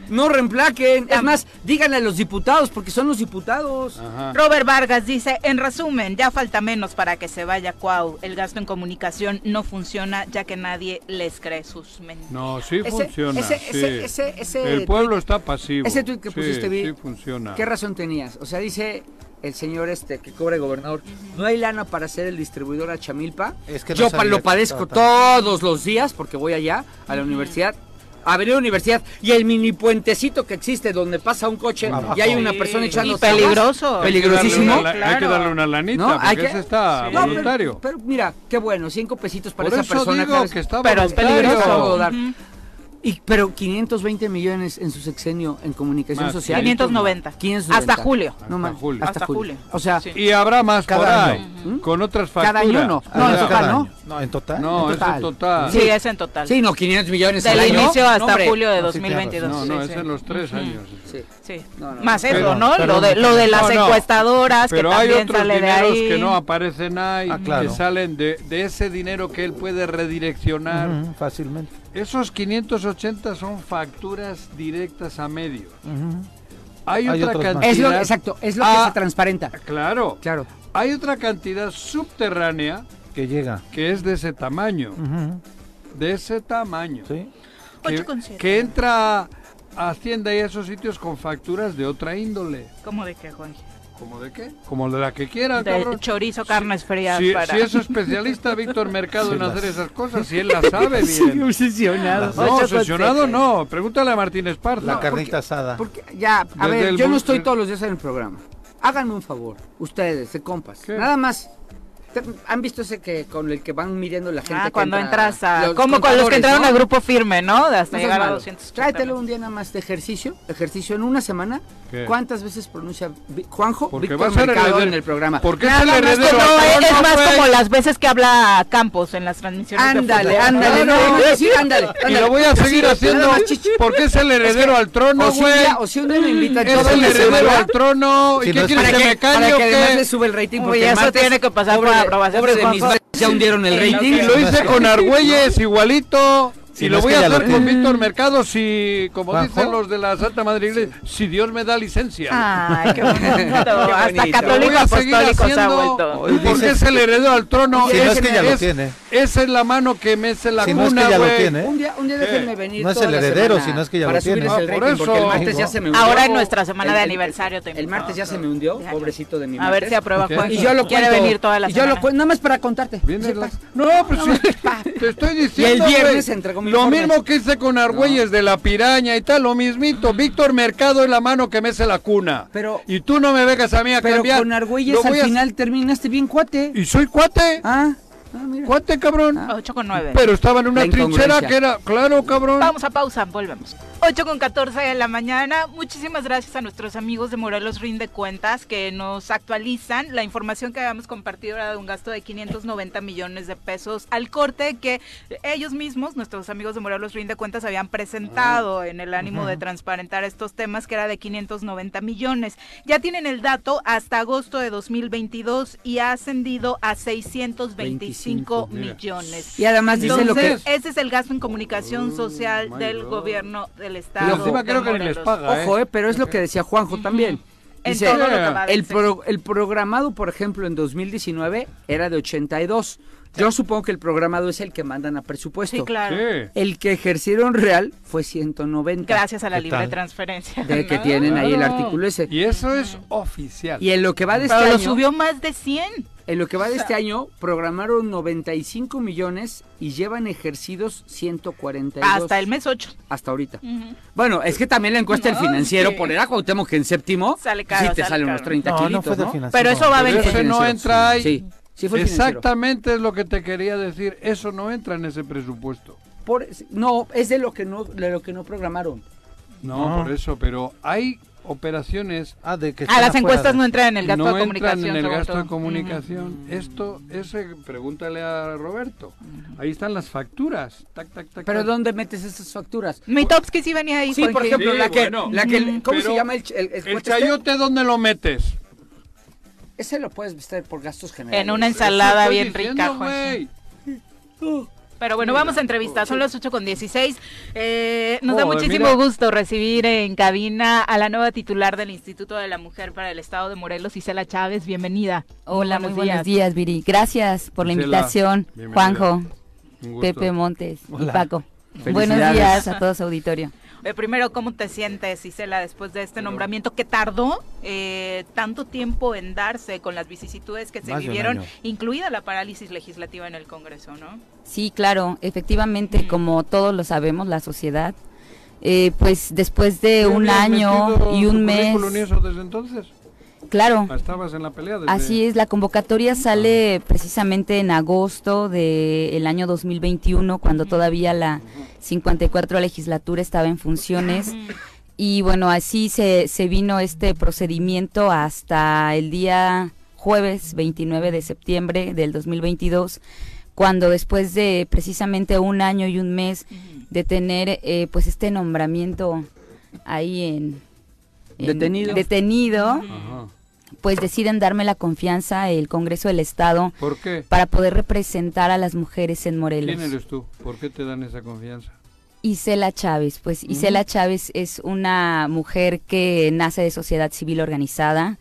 no reemplaquen. Es más, díganle a los diputados, porque son los diputados. Ajá. Robert Vargas dice, en resumen, ya falta menos para que se vaya Cuau. El gasto en comunicación no funciona ya que nadie les cree sus mentiras. No, sí Ese- funciona. ese- sí. ese- ese- ese el pueblo tuit- está pasivo. Ese tuit que Sí, pusiste, vi, sí funciona. ¿qué razón tenías? O sea, dice el señor este que cobra el gobernador, no hay lana para hacer el distribuidor a Chamilpa. Es que no Yo pa- sabía lo que padezco estaba tan- todos los días porque voy allá a la universidad. Avenida Universidad y el mini puentecito que existe donde pasa un coche Abajo. y hay una Sí. persona echando Y peligroso. peligrosísimo. Hay que darle una, la- hay que darle una lanita, ¿No? Hay porque que- ese está No, pero- voluntario. Pero, mira, qué bueno, cinco pesitos para Por esa eso persona. digo claro, que está pero es voluntario. peligroso. Puedo dar. Ujú. Y, pero quinientos veinte millones en su sexenio en comunicación Más, social. quinientos noventa. quinientos noventa. Hasta julio. No, Hasta man, julio. Hasta, Hasta julio. julio. O sea, Sí. Y habrá más por Cada ahí, año. con otras facturas. cada año no. No, Ah, en cada total, ¿no? año. No, en total. No, En eso total. es total. Sí, es en total. Sí, no, quinientos millones Del al año. inicio No, hasta hombre. julio de No, sí, dos mil veintidós. No, no, sí, es sí. en los tres Ujú. años. Sí. Sí. No, no, Más no. eso, Pero- ¿no? pero- lo de lo de las no, no. encuestadoras, Pero que hay también otros sale de dineros ahí. que no aparecen ahí, Ah, claro. que salen de, de ese dinero que él puede redireccionar. Ujú, fácilmente. Esos quinientos ochenta son facturas directas a medios. Ujú. Hay, Hay otra otros más. cantidad. Es lo, exacto, es lo que Ah, se transparenta. Claro. Claro. Hay otra cantidad subterránea Que llega. que es de ese tamaño. Ujú. De ese tamaño. Sí. Que, Ocho con siete. que entra a Hacienda y a esos sitios con facturas de otra índole. ¿Cómo de qué, Juan? ¿Cómo de qué? Como de la que quiera, De cabrón. chorizo, carnes frías Si, para... si es especialista Víctor Mercado Sí, en las- hacer esas cosas, si él las sabe bien. obsesionado. No, obsesionado no. Pregúntale a Martín Esparza. La carnita asada. Porque ya, a Desde ver, el yo no bu- estoy de- todos los días en el programa. Háganme un favor, ustedes, de compas. ¿Qué? Nada más. Te- ¿Han visto ese que con el que van midiendo la gente? Ah, que cuando entra- entras a... los Como con los que contadores, entraron ¿no? al grupo firme, ¿no? De hasta No seas llegar a malo. doscientos. Tráetelo un día nada más de ejercicio. Ejercicio en una semana. ¿Qué? ¿Cuántas veces pronuncia Vi- Juanjo Porque Víctor va a ser Mercado heredero. en el programa? Porque es Nada el más heredero. como- al es trono, más güey. como las veces que habla Campos en las transmisiones de Ándale, fútbol. ándale. Claro. No, no, sí, ándale, Y ándale. lo voy a Sí, seguir nada haciendo más, chichi. porque es el heredero al trono, O si un güey. día- o si un día me invitan Es toda el la heredero semana. al trono. Si ¿Y qué no es quieres Para que que, me para calle que o además qué? le sube el rating. Uy, Porque el eso martes, tiene que pasar pobre por de- aprobación Pobre de de mis Juanjo. martes, ya hundieron el Sí, no, rating. que- Lo hice con Argüelles igualito. Si y no lo es voy que a ya lo hacer con tiene. Víctor Mercado si, como ¿Juanjo? dicen los de la Santa Madre Iglesia, si Dios me da licencia. Ay, qué bonito. Hasta bonito. Lo católico voy a seguir apostólico se ha haciendo vuelto. Hoy porque dice- es el heredero al trono. Si no es Ese que ya lo tiene. Esa es la mano que mece la Si no es cuna, que ya lo güey. tiene. Un día, un día ¿Qué? déjenme venir. No es toda el la heredero, semana sino es que ya para lo tiene. subirles el Ah, por rating, eso. porque el martes ya se me hundió. Ahora en nuestra semana El- de el- aniversario te El invito. martes ya se me hundió, pobrecito de mi A martes. ver si aprueba ¿Qué? Juan. Y yo lo Quiere cuento. venir toda la y yo lo semana. cuento, nada más para contarte. Viene que la- sepas. No, pues sí, te estoy diciendo. Y el viernes güey, entregó mi lo informe. mismo que hice con Argüelles de la piraña y tal, lo mismito. Víctor Mercado es la mano que mece la cuna. Pero- y tú no me vengas a mí a Pero cambiar. con Argüelles Lo al voy a- final terminaste bien cuate. Y soy cuate. Ah, ah, mira. Cuate, cabrón. ocho con nueve. Pero estaba en una La trinchera incongruencia. que era, claro, cabrón. Vamos a pausa, volvemos. ocho con catorce de la mañana. Muchísimas gracias a nuestros amigos de Morelos Rinde Cuentas que nos actualizan. La información que habíamos compartido era de un gasto de quinientos noventa millones de pesos al corte que ellos mismos, nuestros amigos de Morelos Rinde Cuentas, habían presentado en el ánimo de transparentar estos temas, que era de quinientos noventa millones. Ya tienen el dato hasta agosto de dos mil veintidós y ha ascendido a seiscientos veinticinco Mira. millones. Y además dice lo que... Entonces, ese es el gasto en comunicación social my del God. gobierno del Y estado. encima de creo que ni les Morelos. paga, Ojo, ¿eh? eh, pero es lo que decía Juanjo también. En Dice, todo lo que va del el, pro- el programado, por ejemplo, en dos mil diecinueve era de ochenta y dos. Yo supongo que el programado es el que mandan a presupuesto. Sí, claro. Sí. El que ejercieron real fue ciento noventa. Gracias a la ¿Qué libre tal? transferencia. De que ¿no? tienen ahí el Claro. artículo ese. Y eso es oficial. Y en lo que va de este Pero lo año, subió más de cien. en lo que va de este año, programaron noventa y cinco millones y llevan ejercidos ciento cuarenta y dos. Hasta el mes ocho. Hasta ahorita. Bueno, es que también la encuesta del No, financiero sí. poner a Cuauhtémoc en séptimo, Sale caro, sí te sale salen caro. unos treinta No, no kilitos, fue de ¿no? financiero. Pero eso va a Pero venir. ese no financiero, entra ahí. Sí, sí fue financiero. Exactamente es lo que te quería decir. Eso no entra en ese presupuesto. Por- no, es de lo que no, de lo que no programaron. No, No. por eso, pero hay operaciones Ah, de que Ah, están las afuera encuestas de- no entran en el gasto no de entran comunicación. en el sobre gasto todo. de comunicación. Esto, ese, pregúntale a Roberto. Ahí están las facturas. Tac, tac, tac. ¿Pero tac. dónde metes esas facturas? Mi Topsky sí venía ahí. Sí, por Juanji. ejemplo, Sí, la que, bueno. la que, ¿cómo Pero se llama el, ch- el, el El cuate este? chayote, ¿dónde lo metes? Ese lo puedes vestir por gastos generales. En una ensalada Eso bien estoy rica, diciendo, Juanji. güey. Pero bueno, vamos a entrevistar, son las ocho con dieciséis. Eh, nos da Joder, muchísimo mira. gusto recibir en cabina a la nueva titular del Instituto de la Mujer para el Estado de Morelos, Isela Chávez. Bienvenida. Hola, muy buenos días, Viri. Gracias por la Isela, invitación, bienvenida. Juanjo, Un gusto. Pepe Montes y Hola. Paco. Felicidades. Buenos días a todo su auditorio. Eh, primero, ¿cómo te sientes, Isela, después de este nombramiento que tardó eh, tanto tiempo en darse con las vicisitudes que se Más de un vivieron, año. incluida la parálisis legislativa en el Congreso, ¿no? Sí, claro, efectivamente, como todos lo sabemos, la sociedad, eh, pues después de ¿Tú un habías año metido y tu un mes, currículum y eso desde entonces? claro. Ah, estabas en la pelea desde... Así es, la convocatoria sale precisamente en agosto del año dos mil veintiuno, cuando todavía la cincuenta y cuatro legislatura estaba en funciones. Y bueno, así se, se vino este procedimiento hasta el día jueves veintinueve de septiembre del dos mil veintidós, cuando después de precisamente un año y un mes de tener eh, pues este nombramiento ahí en... en- Detenido. detenido, Ajá. pues deciden darme la confianza el Congreso del Estado ¿Por qué? para poder representar a las mujeres en Morelos. ¿Quién eres tú? ¿Por qué te dan esa confianza? Isela Chávez, pues Ujú. Isela Chávez es una mujer que nace de sociedad civil organizada.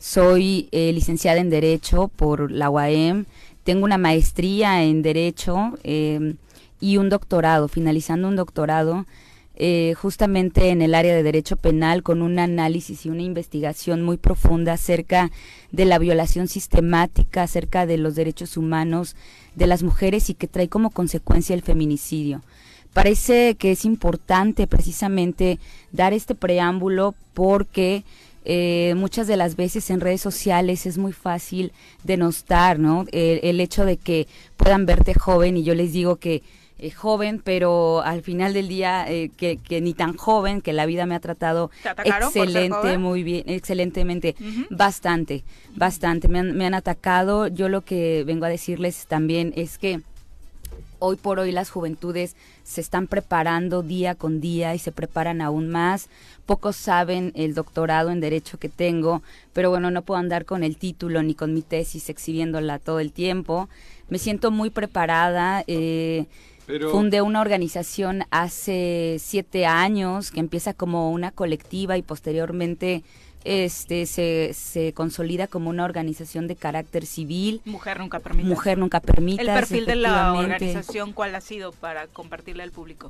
Soy eh, licenciada en Derecho por la U A M, tengo una maestría en Derecho eh, y un doctorado, finalizando un doctorado eh, justamente en el área de Derecho Penal, con un análisis y una investigación muy profunda acerca de la violación sistemática, acerca de los derechos humanos de las mujeres y que trae como consecuencia el feminicidio. Parece que es importante precisamente dar este preámbulo porque eh, muchas de las veces en redes sociales es muy fácil denostar, ¿no? El, el hecho de que puedan verte joven, y yo les digo que eh, joven, pero al final del día eh, que, que ni tan joven, que la vida me ha tratado ¿Te atacaron por ser excelente, joven? muy bien, excelentemente, Ujú. bastante, bastante, me han, me han atacado. Yo lo que vengo a decirles también es que hoy por hoy las juventudes se están preparando día con día y se preparan aún más. Pocos saben el doctorado en Derecho que tengo, pero bueno, no puedo andar con el título ni con mi tesis exhibiéndola todo el tiempo. Me siento muy preparada. Eh, Pero- Fundé una organización hace siete años que empieza como una colectiva y posteriormente este se, se consolida como una organización de carácter civil. Mujer nunca permite. Mujer nunca permite. El perfil de la organización, ¿cuál ha sido para compartirle al público?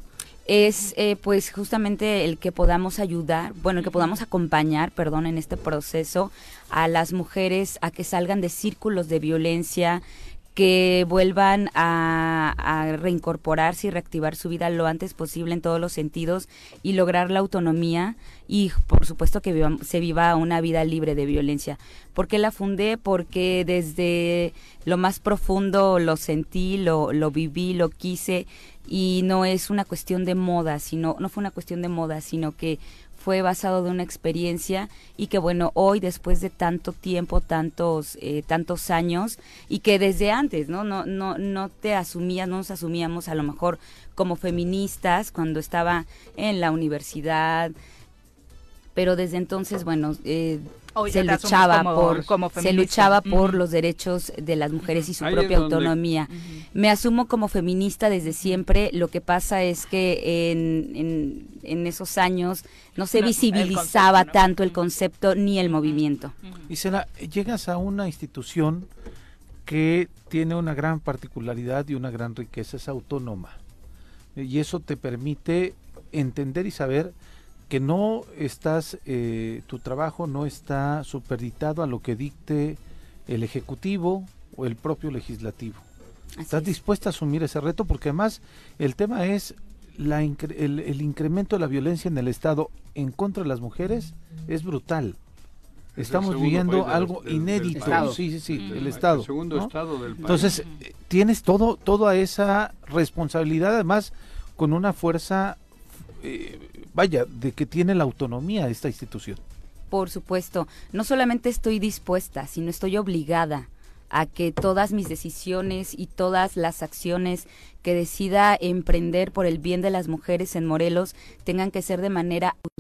Es eh, pues justamente el que podamos ayudar, bueno, el que podamos acompañar, perdón, en este proceso a las mujeres a que salgan de círculos de violencia, que vuelvan a, a reincorporarse y reactivar su vida lo antes posible en todos los sentidos y lograr la autonomía y por supuesto que viva- se viva una vida libre de violencia. ¿Por qué la fundé? Porque desde lo más profundo lo sentí, lo, lo viví, lo quise, y no es una cuestión de moda, sino no fue una cuestión de moda, sino que fue basado de una experiencia y que bueno, hoy después de tanto tiempo, tantos eh, tantos años, y que desde antes, ¿no? No no no te asumías, no nos asumíamos a lo mejor como feministas cuando estaba en la universidad, pero desde entonces, bueno, eh, Hoy se ya te asumes luchaba como- por como se feminista. luchaba por Ujú. los derechos de las mujeres y su Ahí es propia donde- autonomía. Me asumo como feminista desde siempre. Lo que pasa es que en, en, en esos años no se No, el visibilizaba concepto, ¿no? tanto el concepto ni el movimiento. Y será, llegas a una institución que tiene una gran particularidad y una gran riqueza, es autónoma. Y eso te permite entender y saber que no estás, eh, tu trabajo no está supeditado a lo que dicte el Ejecutivo o el propio Legislativo. Estás dispuesta a asumir ese reto porque además el tema es la incre- el, el incremento de la violencia en el Estado en contra de las mujeres es brutal. Es el Estamos segundo viviendo país del- algo del- del inédito. país. Sí, sí, sí, Mm. el El Estado. segundo ¿no? estado del país. Entonces, eh, tienes todo, toda esa responsabilidad, además, con una fuerza, eh, vaya, de que tiene la autonomía de esta institución. Por supuesto, no solamente estoy dispuesta, sino estoy obligada a que todas mis decisiones y todas las acciones que decida emprender por el bien de las mujeres en Morelos tengan que ser de manera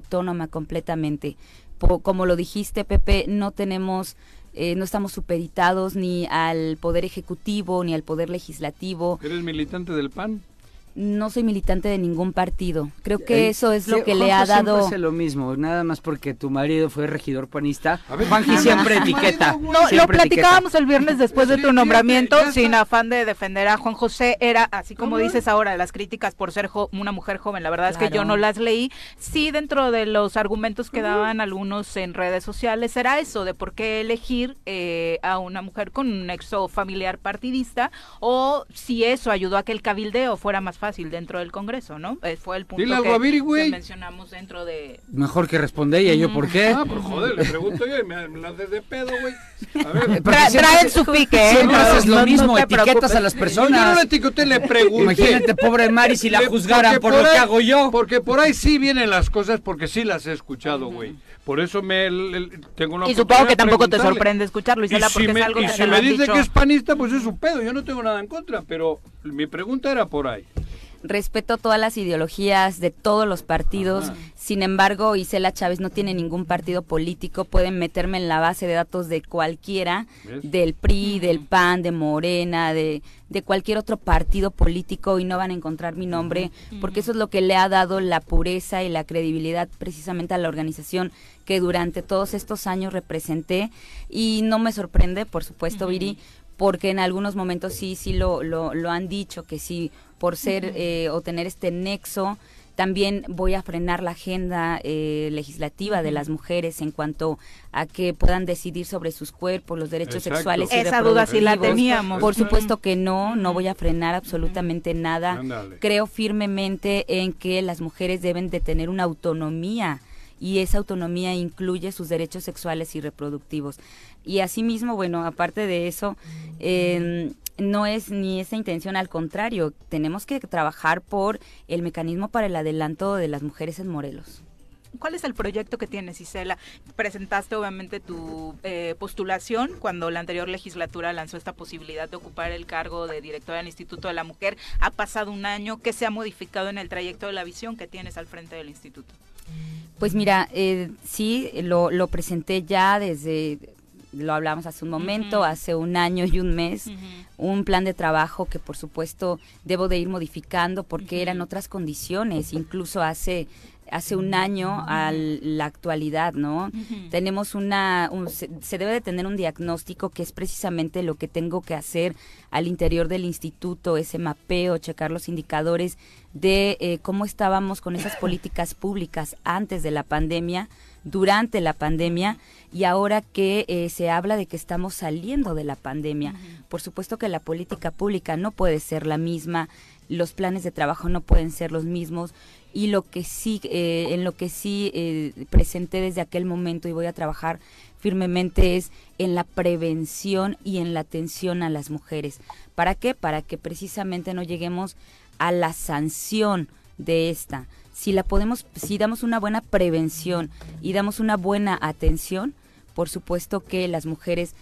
autónoma completamente. Po, como lo dijiste, Pepe, no tenemos... Eh, no estamos supeditados ni al Poder Ejecutivo ni al Poder Legislativo. ¿Eres militante del P A N? No soy militante de ningún partido. Creo que Eh, eso es sí, lo que Juanjo le ha dado... siempre hace lo mismo, nada más porque tu marido fue regidor panista. ver, Juanji siempre etiqueta. No, lo siempre platicábamos etiqueta. el viernes después de Sí, tu fíjate, nombramiento, ya está. sin afán de defender a Juan José. Era, así como Ajá. dices ahora, las críticas por ser jo- una mujer joven. La verdad es que Claro. yo no las leí. Sí, dentro de los argumentos que daban algunos en redes sociales, era eso, de por qué elegir eh, a una mujer con un nexo familiar partidista, o si eso ayudó a que el cabildeo fuera más fácil dentro del Congreso, ¿no? Eh, fue el punto Dile algo que, a Viri, que güey. mencionamos dentro de... Mejor que responde ella, ¿yo por qué? Ah, pues joder, le pregunto yo y me, me la haces de pedo, güey. A ver, Porque Tra- siempre traen haces- su pique, ¿eh? Siempre No, haces lo no, no mismo, te etiquetas preocupes. a las yo no personas. le etiqueté, le pregunté. Imagínate, pobre Mari, si la Le- juzgaran porque por lo ahí- que hago yo. Porque por ahí sí vienen las cosas, porque sí las he escuchado, güey. Por eso me el- el- tengo la Y supongo que oportunidad de tampoco te preguntarle. sorprende escucharlo, Y Isela, si porque me, es algo y que si te lo me han dice dicho. que es panista, pues es un pedo. Yo no tengo nada en contra, pero mi pregunta era por ahí. Respeto todas las ideologías de todos los partidos. Ajá. Sin embargo, Isela Chávez no tiene ningún partido político. Pueden meterme en la base de datos de cualquiera, ¿Ves? del P R I, del P A N, de Morena, de, de cualquier otro partido político, y no van a encontrar mi nombre, porque eso es lo que le ha dado la pureza y la credibilidad precisamente a la organización que durante todos estos años representé. Y no me sorprende, por supuesto, Viri, porque en algunos momentos sí, sí lo, lo, lo han dicho, que sí, por ser eh, o tener este nexo, también voy a frenar la agenda eh, legislativa de las mujeres en cuanto a que puedan decidir sobre sus cuerpos, los derechos Exacto. sexuales y Esa duda sí la reproductivos. teníamos. Por supuesto que no, no voy a frenar absolutamente nada. Ándale. Creo firmemente en que las mujeres deben de tener una autonomía, y esa autonomía incluye sus derechos sexuales y reproductivos. Y asimismo, bueno, aparte de eso, eh, no es ni esa intención, al contrario, tenemos que trabajar por el mecanismo para el adelanto de las mujeres en Morelos. ¿Cuál es el proyecto que tienes, Isela? Presentaste obviamente tu eh, postulación cuando la anterior legislatura lanzó esta posibilidad de ocupar el cargo de directora del Instituto de la Mujer. Ha pasado un año. ¿Qué se ha modificado en el trayecto de la visión que tienes al frente del instituto? Pues mira, eh, sí, lo, lo presenté ya desde, lo hablamos hace un momento, Uh-huh. hace un año y un mes, Uh-huh. un plan de trabajo que por supuesto debo de ir modificando porque Uh-huh. eran otras condiciones, incluso hace hace un año a la actualidad, ¿no? Uh-huh. Tenemos una, un- se, se debe de tener un diagnóstico que es precisamente lo que tengo que hacer al interior del instituto, ese mapeo, checar los indicadores de eh, cómo estábamos con esas políticas públicas antes de la pandemia, durante la pandemia y ahora que eh, se habla de que estamos saliendo de la pandemia. Uh-huh. Por supuesto que la política pública no puede ser la misma, los planes de trabajo no pueden ser los mismos, y lo que sí, eh, en lo que sí eh, presenté desde aquel momento y voy a trabajar firmemente es en la prevención y en la atención a las mujeres. ¿Para qué? Para que precisamente no lleguemos a la sanción de esta. Si la podemos, si damos una buena prevención y damos una buena atención, por supuesto que las mujeres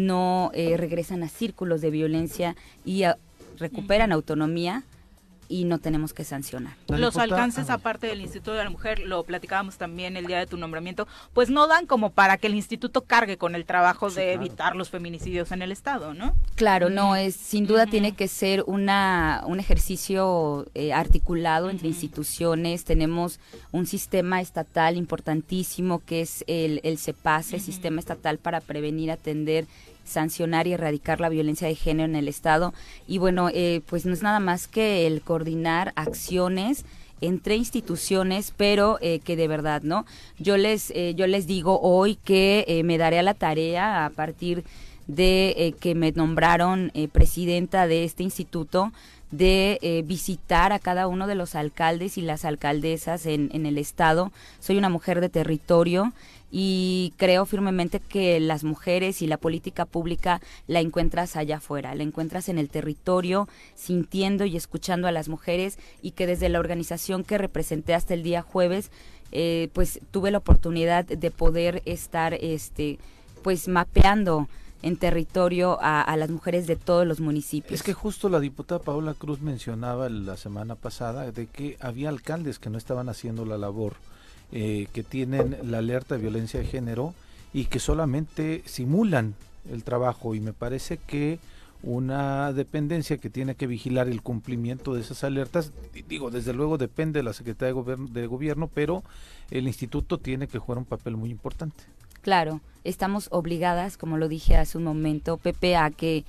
no eh, regresan a círculos de violencia y a, recuperan autonomía, y no tenemos que sancionar. Los alcances, aparte del Instituto de la Mujer, lo platicábamos también el día de tu nombramiento, pues no dan como para que el instituto cargue con el trabajo sí, de claro. evitar los feminicidios en el Estado, ¿no? Claro, no, es sin duda uh-huh. tiene que ser una un ejercicio eh, articulado uh-huh. entre instituciones. Tenemos un sistema estatal importantísimo que es el, el CEPASE, uh-huh. Sistema Estatal para Prevenir, Atender, Sancionar y Erradicar la Violencia de Género en el Estado. Y bueno, eh, pues no es nada más que el coordinar acciones entre instituciones, pero eh, que de verdad, ¿no? Yo les eh, yo les digo hoy que eh, me daré a la tarea a partir de eh, que me nombraron eh, presidenta de este instituto, de eh, visitar a cada uno de los alcaldes y las alcaldesas en, en el estado. Soy una mujer de territorio y creo firmemente que las mujeres y la política pública la encuentras allá afuera, la encuentras en el territorio, sintiendo y escuchando a las mujeres, y que desde la organización que representé hasta el día jueves, eh, pues tuve la oportunidad de poder estar este pues mapeando en territorio a, a las mujeres de todos los municipios. Es que justo la diputada Paola Cruz mencionaba la semana pasada de que había alcaldes que no estaban haciendo la labor eh, que tienen la alerta de violencia de género y que solamente simulan el trabajo, y me parece que una dependencia que tiene que vigilar el cumplimiento de esas alertas, digo, desde luego depende de la Secretaría de Gobierno, de Gobierno, pero el instituto tiene que jugar un papel muy importante. Claro, estamos obligadas, como lo dije hace un momento, Pepe, a que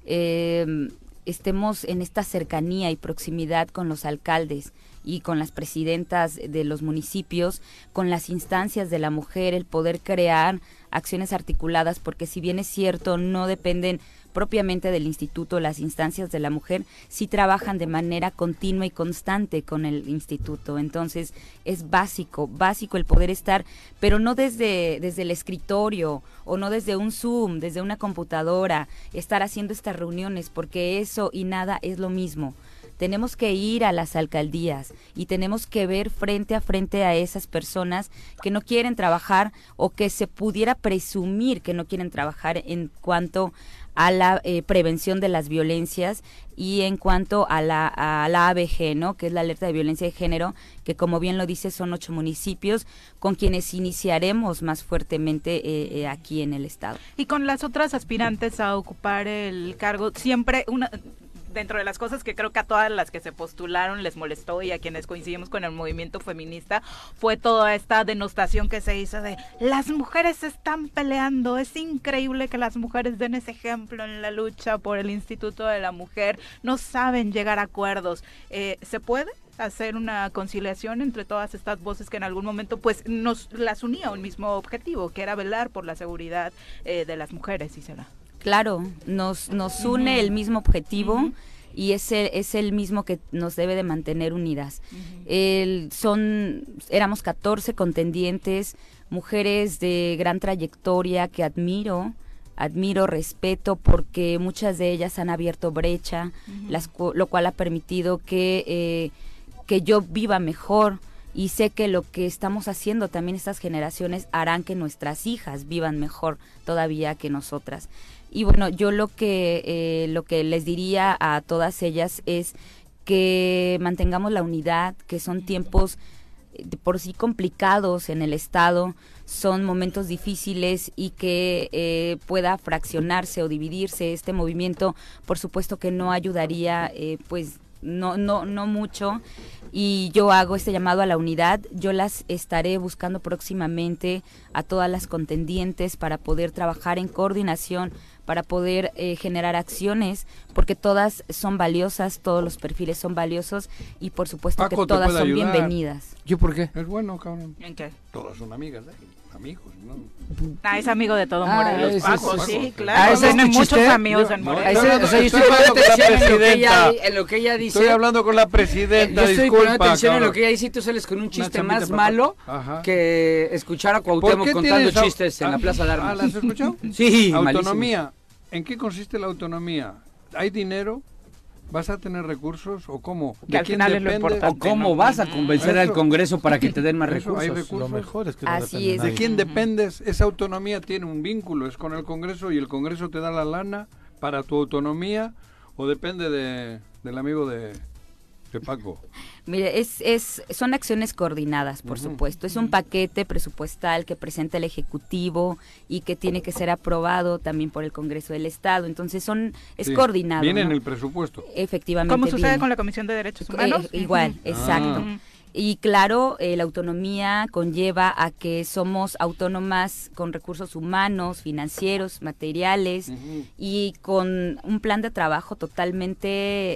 eh, estemos en esta cercanía y proximidad con los alcaldes y con las presidentas de los municipios, con las instancias de la mujer, el poder crear acciones articuladas, porque si bien es cierto, no dependen propiamente del instituto, las instancias de la mujer sí trabajan de manera continua y constante con el instituto. Entonces es básico, básico el poder estar, pero no desde, desde el escritorio o no desde un Zoom, desde una computadora, estar haciendo estas reuniones, porque eso y nada es lo mismo. Tenemos que ir a las alcaldías y tenemos que ver frente a frente a esas personas que no quieren trabajar o que se pudiera presumir que no quieren trabajar en cuanto a la eh, prevención de las violencias y en cuanto a la, a la A B G, ¿no? Que es la alerta de violencia de género, que como bien lo dice son ocho municipios con quienes iniciaremos más fuertemente eh, eh, aquí en el estado. Y con las otras aspirantes a ocupar el cargo, siempre una... dentro de las cosas que creo que a todas las que se postularon les molestó y a quienes coincidimos con el movimiento feminista fue toda esta denostación que se hizo de las mujeres se están peleando, es increíble que las mujeres den ese ejemplo en la lucha por el Instituto de la Mujer, no saben llegar a acuerdos. Eh, ¿se puede hacer una conciliación entre todas estas voces que en algún momento pues nos las unía a un mismo objetivo, que era velar por la seguridad eh, de las mujeres, Isela? Claro, nos nos une uh-huh. el mismo objetivo uh-huh. y es el, es el mismo que nos debe de mantener unidas. Uh-huh. El, son éramos catorce contendientes, mujeres de gran trayectoria que admiro, admiro, respeto, porque muchas de ellas han abierto brecha, uh-huh. las, lo cual ha permitido que, eh, que yo viva mejor. Y sé que lo que estamos haciendo también estas generaciones harán que nuestras hijas vivan mejor todavía que nosotras. Y bueno, yo lo que eh, lo que les diría a todas ellas es que mantengamos la unidad, que son tiempos de por sí complicados en el estado, son momentos difíciles y que eh, pueda fraccionarse o dividirse este movimiento, por supuesto que no ayudaría, eh, pues no no no mucho. Y yo hago este llamado a la unidad. Yo las estaré buscando próximamente a todas las contendientes para poder trabajar en coordinación, para poder eh, generar acciones, porque todas son valiosas, todos los perfiles son valiosos y por supuesto Paco, que todas son ayudar. Bienvenidas. ¿Yo por qué? Es bueno, cabrón. ¿En qué? Todas son amigas, ¿eh? Amigos, ¿no? Ah, es amigo de todo ah, Morelos. Ese, Paco, Paco, sí, claro. Ah, ese tiene muchos amigos en Morelos. No, ese, o sea, yo estoy poniendo atención en lo, que ella, en lo que ella dice. Estoy hablando con la presidenta, Yo estoy disculpa, poniendo atención cabrón. en lo que ella dice y tú sales con un chiste más malo Ajá. que escuchar a Cuauhtémoc contando chistes en la Plaza de Armas. ¿Ah, ¿las has escuchado? Sí, Autonomía. Malísimo. ¿En qué consiste la autonomía? ¿Hay dinero? ¿Vas a tener recursos o cómo? Que al final es lo importante. ¿O cómo ¿no? vas a convencer Eso, al Congreso para que te den más eso, recursos? ¿hay recursos? Lo mejor es que no Así es. ¿De quién dependes? Esa autonomía tiene un vínculo, es con el Congreso y el Congreso te da la lana para tu autonomía o depende de del amigo de, de Paco. Mire, es, es, son acciones coordinadas, por uh-huh. supuesto. Es un paquete presupuestal que presenta el Ejecutivo y que tiene que ser aprobado también por el Congreso del Estado. Entonces, son es sí. coordinado. Viene ¿no? en el presupuesto. Efectivamente. ¿Cómo sucede viene. con la Comisión de Derechos Humanos? Eh, igual, uh-huh. exacto. Ah. Y claro, eh, la autonomía conlleva a que somos autónomas con recursos humanos, financieros, materiales uh-huh. y con un plan de trabajo totalmente,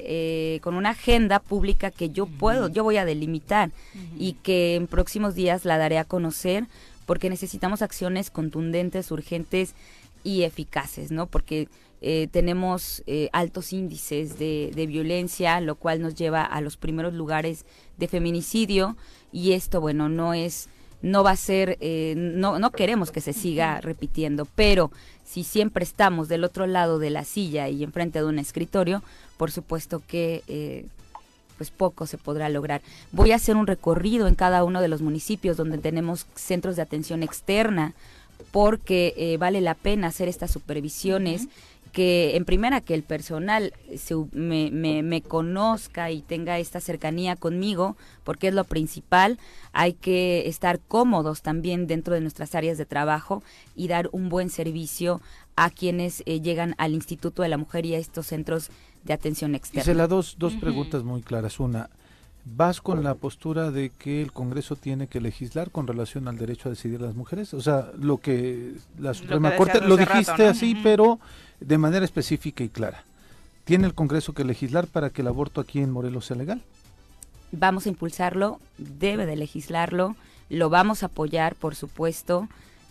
eh, con una agenda pública que yo uh-huh. puedo, yo voy a delimitar uh-huh. y que en próximos días la daré a conocer porque necesitamos acciones contundentes, urgentes y eficaces, ¿no? Porque Eh, tenemos eh, altos índices de, de violencia, lo cual nos lleva a los primeros lugares de feminicidio y esto, bueno, no es, no va a ser, eh, no, no queremos que se siga repitiendo, pero si siempre estamos del otro lado de la silla y enfrente de un escritorio, por supuesto que eh, pues poco se podrá lograr. Voy a hacer un recorrido en cada uno de los municipios donde tenemos centros de atención externa, porque eh, vale la pena hacer estas supervisiones uh-huh. que en primera que el personal se, me, me, me conozca y tenga esta cercanía conmigo, porque es lo principal. Hay que estar cómodos también dentro de nuestras áreas de trabajo y dar un buen servicio a quienes eh, llegan al Instituto de la Mujer y a estos centros de atención externa. Gisela, dos, dos Uh-huh. preguntas muy claras. Una, ¿vas con la postura de que el Congreso tiene que legislar con relación al derecho a decidir las mujeres? O sea, lo que la Suprema que Corte, decías lo hace dijiste rato, ¿no? así, Uh-huh. pero de manera específica y clara. ¿Tiene el Congreso que legislar para que el aborto aquí en Morelos sea legal? Vamos a impulsarlo, debe de legislarlo, lo vamos a apoyar, por supuesto.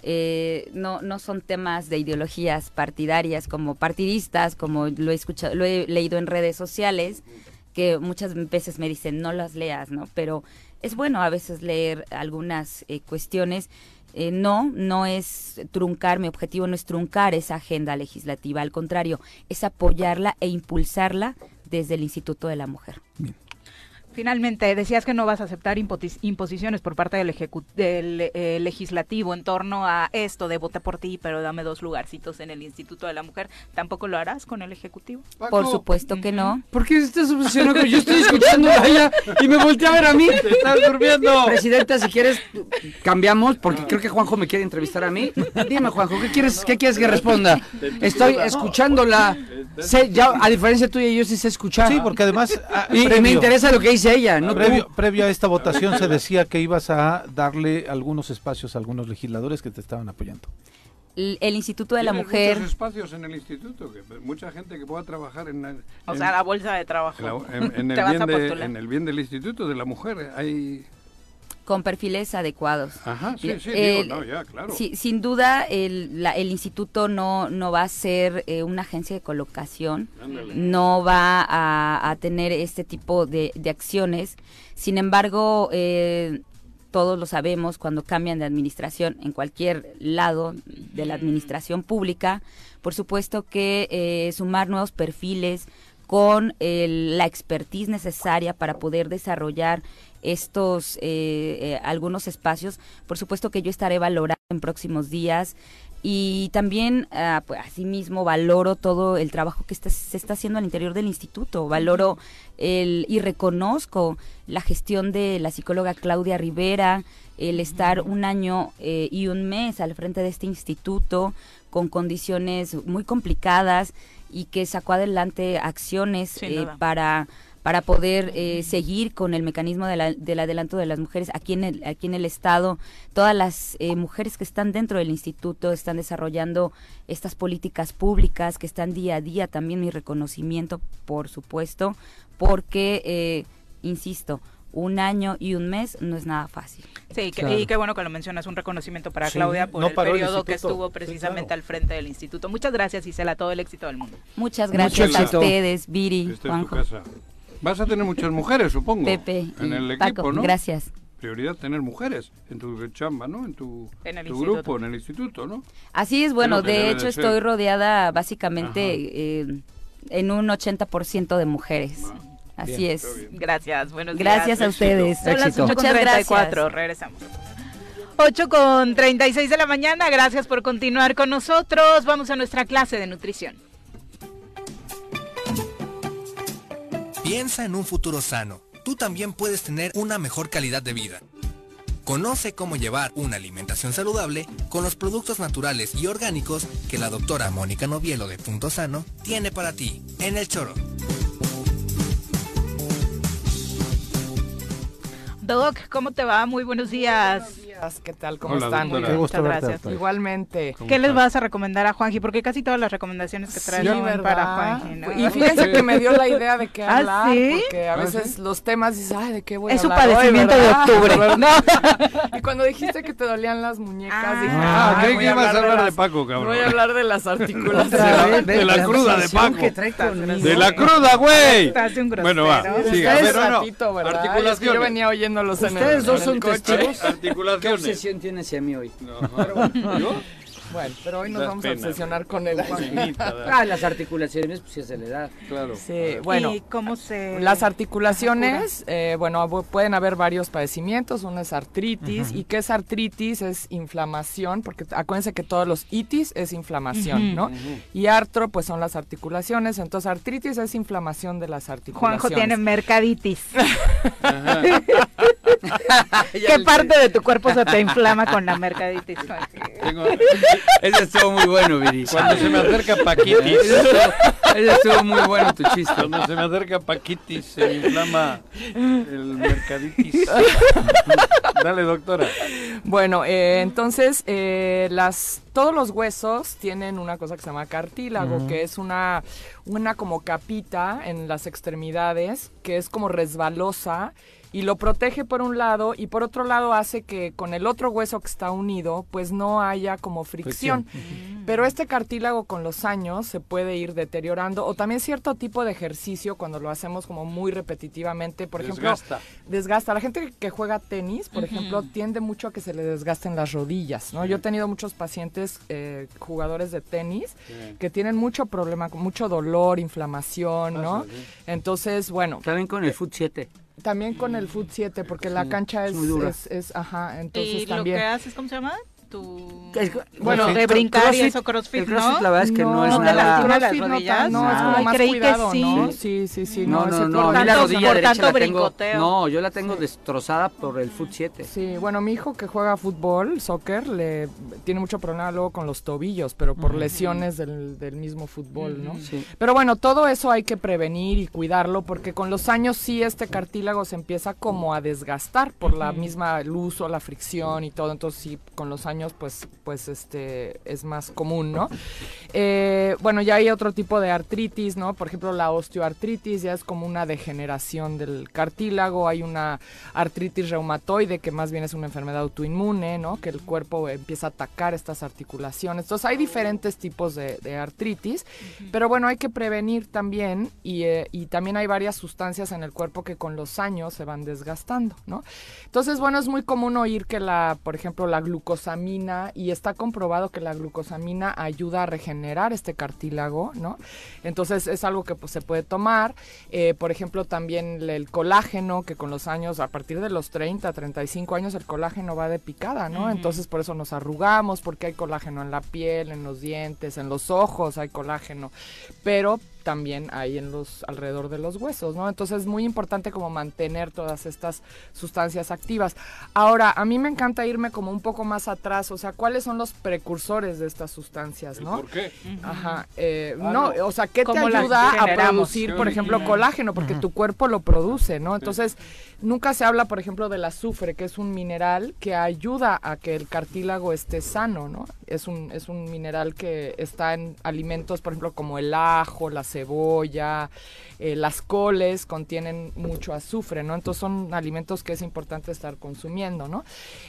Eh, no no son temas de ideologías partidarias, como partidistas, como lo he escuchado, lo he leído en redes sociales, que muchas veces me dicen no las leas, ¿no? Pero es bueno a veces leer algunas eh, cuestiones. Eh, no, no es truncar, mi objetivo no es truncar esa agenda legislativa, al contrario, es apoyarla e impulsarla desde el Instituto de la Mujer. Finalmente, decías que no vas a aceptar imposiciones por parte del, ejecu del eh, legislativo en torno a esto de vota por ti, pero dame dos lugarcitos en el Instituto de la Mujer. ¿Tampoco lo harás con el Ejecutivo? Paco. Por supuesto que no. ¿Por qué estás obsesionado? Yo estoy escuchando a ella y me volteé a ver a mí. ¡Te estás durmiendo! Presidenta, si quieres, cambiamos, porque creo que Juanjo me quiere entrevistar a mí. Dime, Juanjo, ¿qué quieres, qué quieres que responda? Estoy escuchándola. Sé, ya, a diferencia tuya, yo sí sé escuchar. Sí, porque además... ah, Y, y me previo- interesa lo que dice ella, ¿no? previo, tú. previo a esta votación se decía que ibas a darle algunos espacios a algunos legisladores que te estaban apoyando. El, el Instituto de la Tienes Mujer... muchos espacios en el instituto, que mucha gente que pueda trabajar en, la- O en- sea, la bolsa de trabajo. en, la- en- en ¿Te el vas bien a de- postular? en el bien del instituto de la mujer. Hay con perfiles adecuados. Ajá, sí, sí, El- digo, no, ya, claro. sí, sin duda el, la- el instituto no, no va a ser eh, una agencia de colocación, Ándale. no va a, a tener este tipo de, de acciones. Sin embargo, eh, todos lo sabemos, cuando cambian de administración en cualquier lado de la administración pública, por supuesto que eh, sumar nuevos perfiles con el- la expertise necesaria para poder desarrollar estos eh, eh, algunos espacios, por supuesto que yo estaré valorando en próximos días. Y también, ah, pues, asimismo, valoro todo el trabajo que está- se está haciendo al interior del instituto, valoro el y reconozco la gestión de la psicóloga Claudia Rivera, el estar un año eh, y un mes al frente de este instituto con condiciones muy complicadas y que sacó adelante acciones Sin eh, duda. para para poder eh, seguir con el mecanismo de la- del adelanto de las mujeres aquí en el, aquí en el estado. Todas las eh, mujeres que están dentro del instituto están desarrollando estas políticas públicas, que están día a día. También mi reconocimiento, por supuesto, porque, eh, insisto, un año y un mes no es nada fácil. Sí, que, Claro. y qué bueno que lo mencionas, un reconocimiento para Sí, Claudia por no el paró el periodo que instituto. estuvo Sí, precisamente claro. al frente del instituto. Muchas gracias, Gisela, todo el éxito del mundo. Muchas Mucho gracias a éxito. ustedes, Viri, Esta es tu Juanjo, casa. Vas a tener muchas mujeres, supongo. Pepe en y el Paco. equipo, ¿no? Gracias. Prioridad tener mujeres en tu chamba, ¿no? En tu, En el tu instituto. grupo, en el instituto, ¿no? Así es, bueno, Es lo que de debe hecho de ser. estoy rodeada básicamente eh, en un ochenta por ciento de mujeres. Así Bien, es. está bien. Gracias, buenos Gracias días. a ustedes. Son las Éxito. ocho con Muchas treinta y cuatro, gracias. regresamos. ocho con treinta y seis de la mañana, gracias por continuar con nosotros. Vamos a nuestra clase de nutrición. Piensa en un futuro sano. Tú también puedes tener una mejor calidad de vida. Conoce cómo llevar una alimentación saludable con los productos naturales y orgánicos que la doctora Mónica Novielo de Punto Sano tiene para ti en El Choro. Doc, ¿cómo te va? Muy buenos días. ¿Qué tal? ¿Cómo Hola, están? doctora. Qué gusto Muchas verte, gracias. doctora. Igualmente. ¿Cómo ¿Qué les estás? vas a recomendar a Juanji? Porque casi todas las recomendaciones que traes Sí, son ¿verdad? para Juanji, ¿no? Y fíjense que me dio la idea de qué ¿Ah, hablar, sí? porque a ¿Ah, veces sí? los temas dices, ay, ¿de qué voy Es a su hablar hoy, padecimiento de verdad? octubre, ¿no? Y cuando dijiste que te dolían las muñecas, Ah. dije, Ah, ay, creí voy que ibas a hablar de las- Paco, cabrón. Voy a hablar de las articulaciones. Otra vez, de ve la cruda de obsesión Paco. que trae conmigo. De la cruda, güey. Estás un grosero. Bueno, va. Ustedes Siga, pero no. ratito, ¿verdad? Articulaciones. Es que yo venía oyéndolos en el, Ustedes dos en son el coche. testigos. ¿Qué Articulaciones. obsesión tienes hacia mí hoy? No, ¿yo? Bueno, pero hoy nos Das vamos pena, a obsesionar con el Ah, las articulaciones, pues sí es de la edad. Claro. Sí, bueno. ¿Y cómo se...? Las articulaciones, eh, bueno, pueden haber varios padecimientos. Uno es artritis. Uh-huh. ¿Y qué es artritis? Es inflamación, porque acuérdense que todos los itis es inflamación, Uh-huh. ¿no? Uh-huh. Y artro, pues son las articulaciones. Entonces, artritis es inflamación de las articulaciones. Juanjo tiene mercaditis. ¿Qué parte de tu cuerpo se te inflama con la mercaditis? Tengo... Ese estuvo muy bueno, Viri. Cuando se me acerca Paquitis. Ese estuvo, ese estuvo muy bueno tu chiste. Cuando se me acerca Paquitis, se me inflama el mercaditis. Dale, doctora. Bueno, eh, entonces, eh, las, todos los huesos tienen una cosa que se llama cartílago, uh-huh. que es una, una como capita en las extremidades, que es como resbalosa, y lo protege por un lado, y por otro lado hace que con el otro hueso que está unido, pues no haya como fricción. fricción. Uh-huh. Pero este cartílago con los años se puede ir deteriorando, o también cierto tipo de ejercicio cuando lo hacemos como muy repetitivamente, por desgasta. ejemplo, desgasta. La gente que juega tenis, por uh-huh. ejemplo, tiende mucho a que se le desgasten las rodillas, ¿no? Sí. Yo he tenido muchos pacientes, eh, jugadores de tenis, sí. que tienen mucho problema, mucho dolor, inflamación, ¿no? Ah, sí, sí. Entonces, bueno. También con el Foot siete. También con el Foot siete, porque sí, la cancha es, es, es, es, ajá, entonces ¿Y también. lo que haces, cómo se llama? Tu... Es, bueno, crossfit, de brincar crossfit, y eso, crossfit, el crossfit, ¿no? la verdad es que no, no es no nada. Las crossfit rodillas, no, no, es como Ay, más creí cuidado, que sí. ¿no? Sí, sí, sí. No, no, no, no, por a mí la rodilla por derecha tanto la tengo, brincoteo. no, yo la tengo Sí. destrozada por el Foot siete. Sí, bueno, mi hijo que juega fútbol, soccer, le tiene mucho problema luego con los tobillos, pero por uh-huh. lesiones del, del mismo fútbol, uh-huh. ¿no? Sí. Pero bueno, todo eso hay que prevenir y cuidarlo, porque con los años sí este cartílago se empieza como a desgastar por uh-huh. la misma el uso, la fricción y todo, entonces sí, con los años pues, pues este es más común, ¿no? Eh, bueno, ya hay otro tipo de artritis, ¿no? Por ejemplo, la osteoartritis ya es como una degeneración del cartílago, hay una artritis reumatoide que más bien es una enfermedad autoinmune, ¿no? Que el cuerpo empieza a atacar estas articulaciones. Entonces hay diferentes tipos de, de artritis, uh-huh. pero bueno, hay que prevenir también y, eh, y también hay varias sustancias en el cuerpo que con los años se van desgastando, ¿no? Entonces, bueno, es muy común oír que la, por ejemplo, la glucosamina, y está comprobado que la glucosamina ayuda a regenerar este cartílago, ¿no? Entonces es algo que pues se puede tomar, eh, por ejemplo también el colágeno, que con los años, a partir de los treinta, treinta y cinco años el colágeno va de picada, ¿no? Uh-huh. Entonces por eso nos arrugamos, porque hay colágeno en la piel, en los dientes, en los ojos hay colágeno, pero también hay en los alrededor de los huesos, ¿no? Entonces es muy importante como mantener todas estas sustancias activas. Ahora, a mí me encanta irme como un poco más atrás, o sea, ¿cuáles son los precursores de estas sustancias, no? ¿Por qué? Ajá, eh, Ah, no, no. o sea, ¿qué te ¿Cómo las ayuda a generamos? producir, por ejemplo, Uh-huh. colágeno? Porque Uh-huh. tu cuerpo lo produce, ¿no? Entonces, nunca se habla, por ejemplo, del azufre, que es un mineral que ayuda a que el cartílago esté sano, ¿no? Es un, es un mineral que está en alimentos, por ejemplo, como el ajo, la cebolla, eh, las coles contienen mucho azufre, ¿no? Entonces son alimentos que es importante estar consumiendo, ¿no?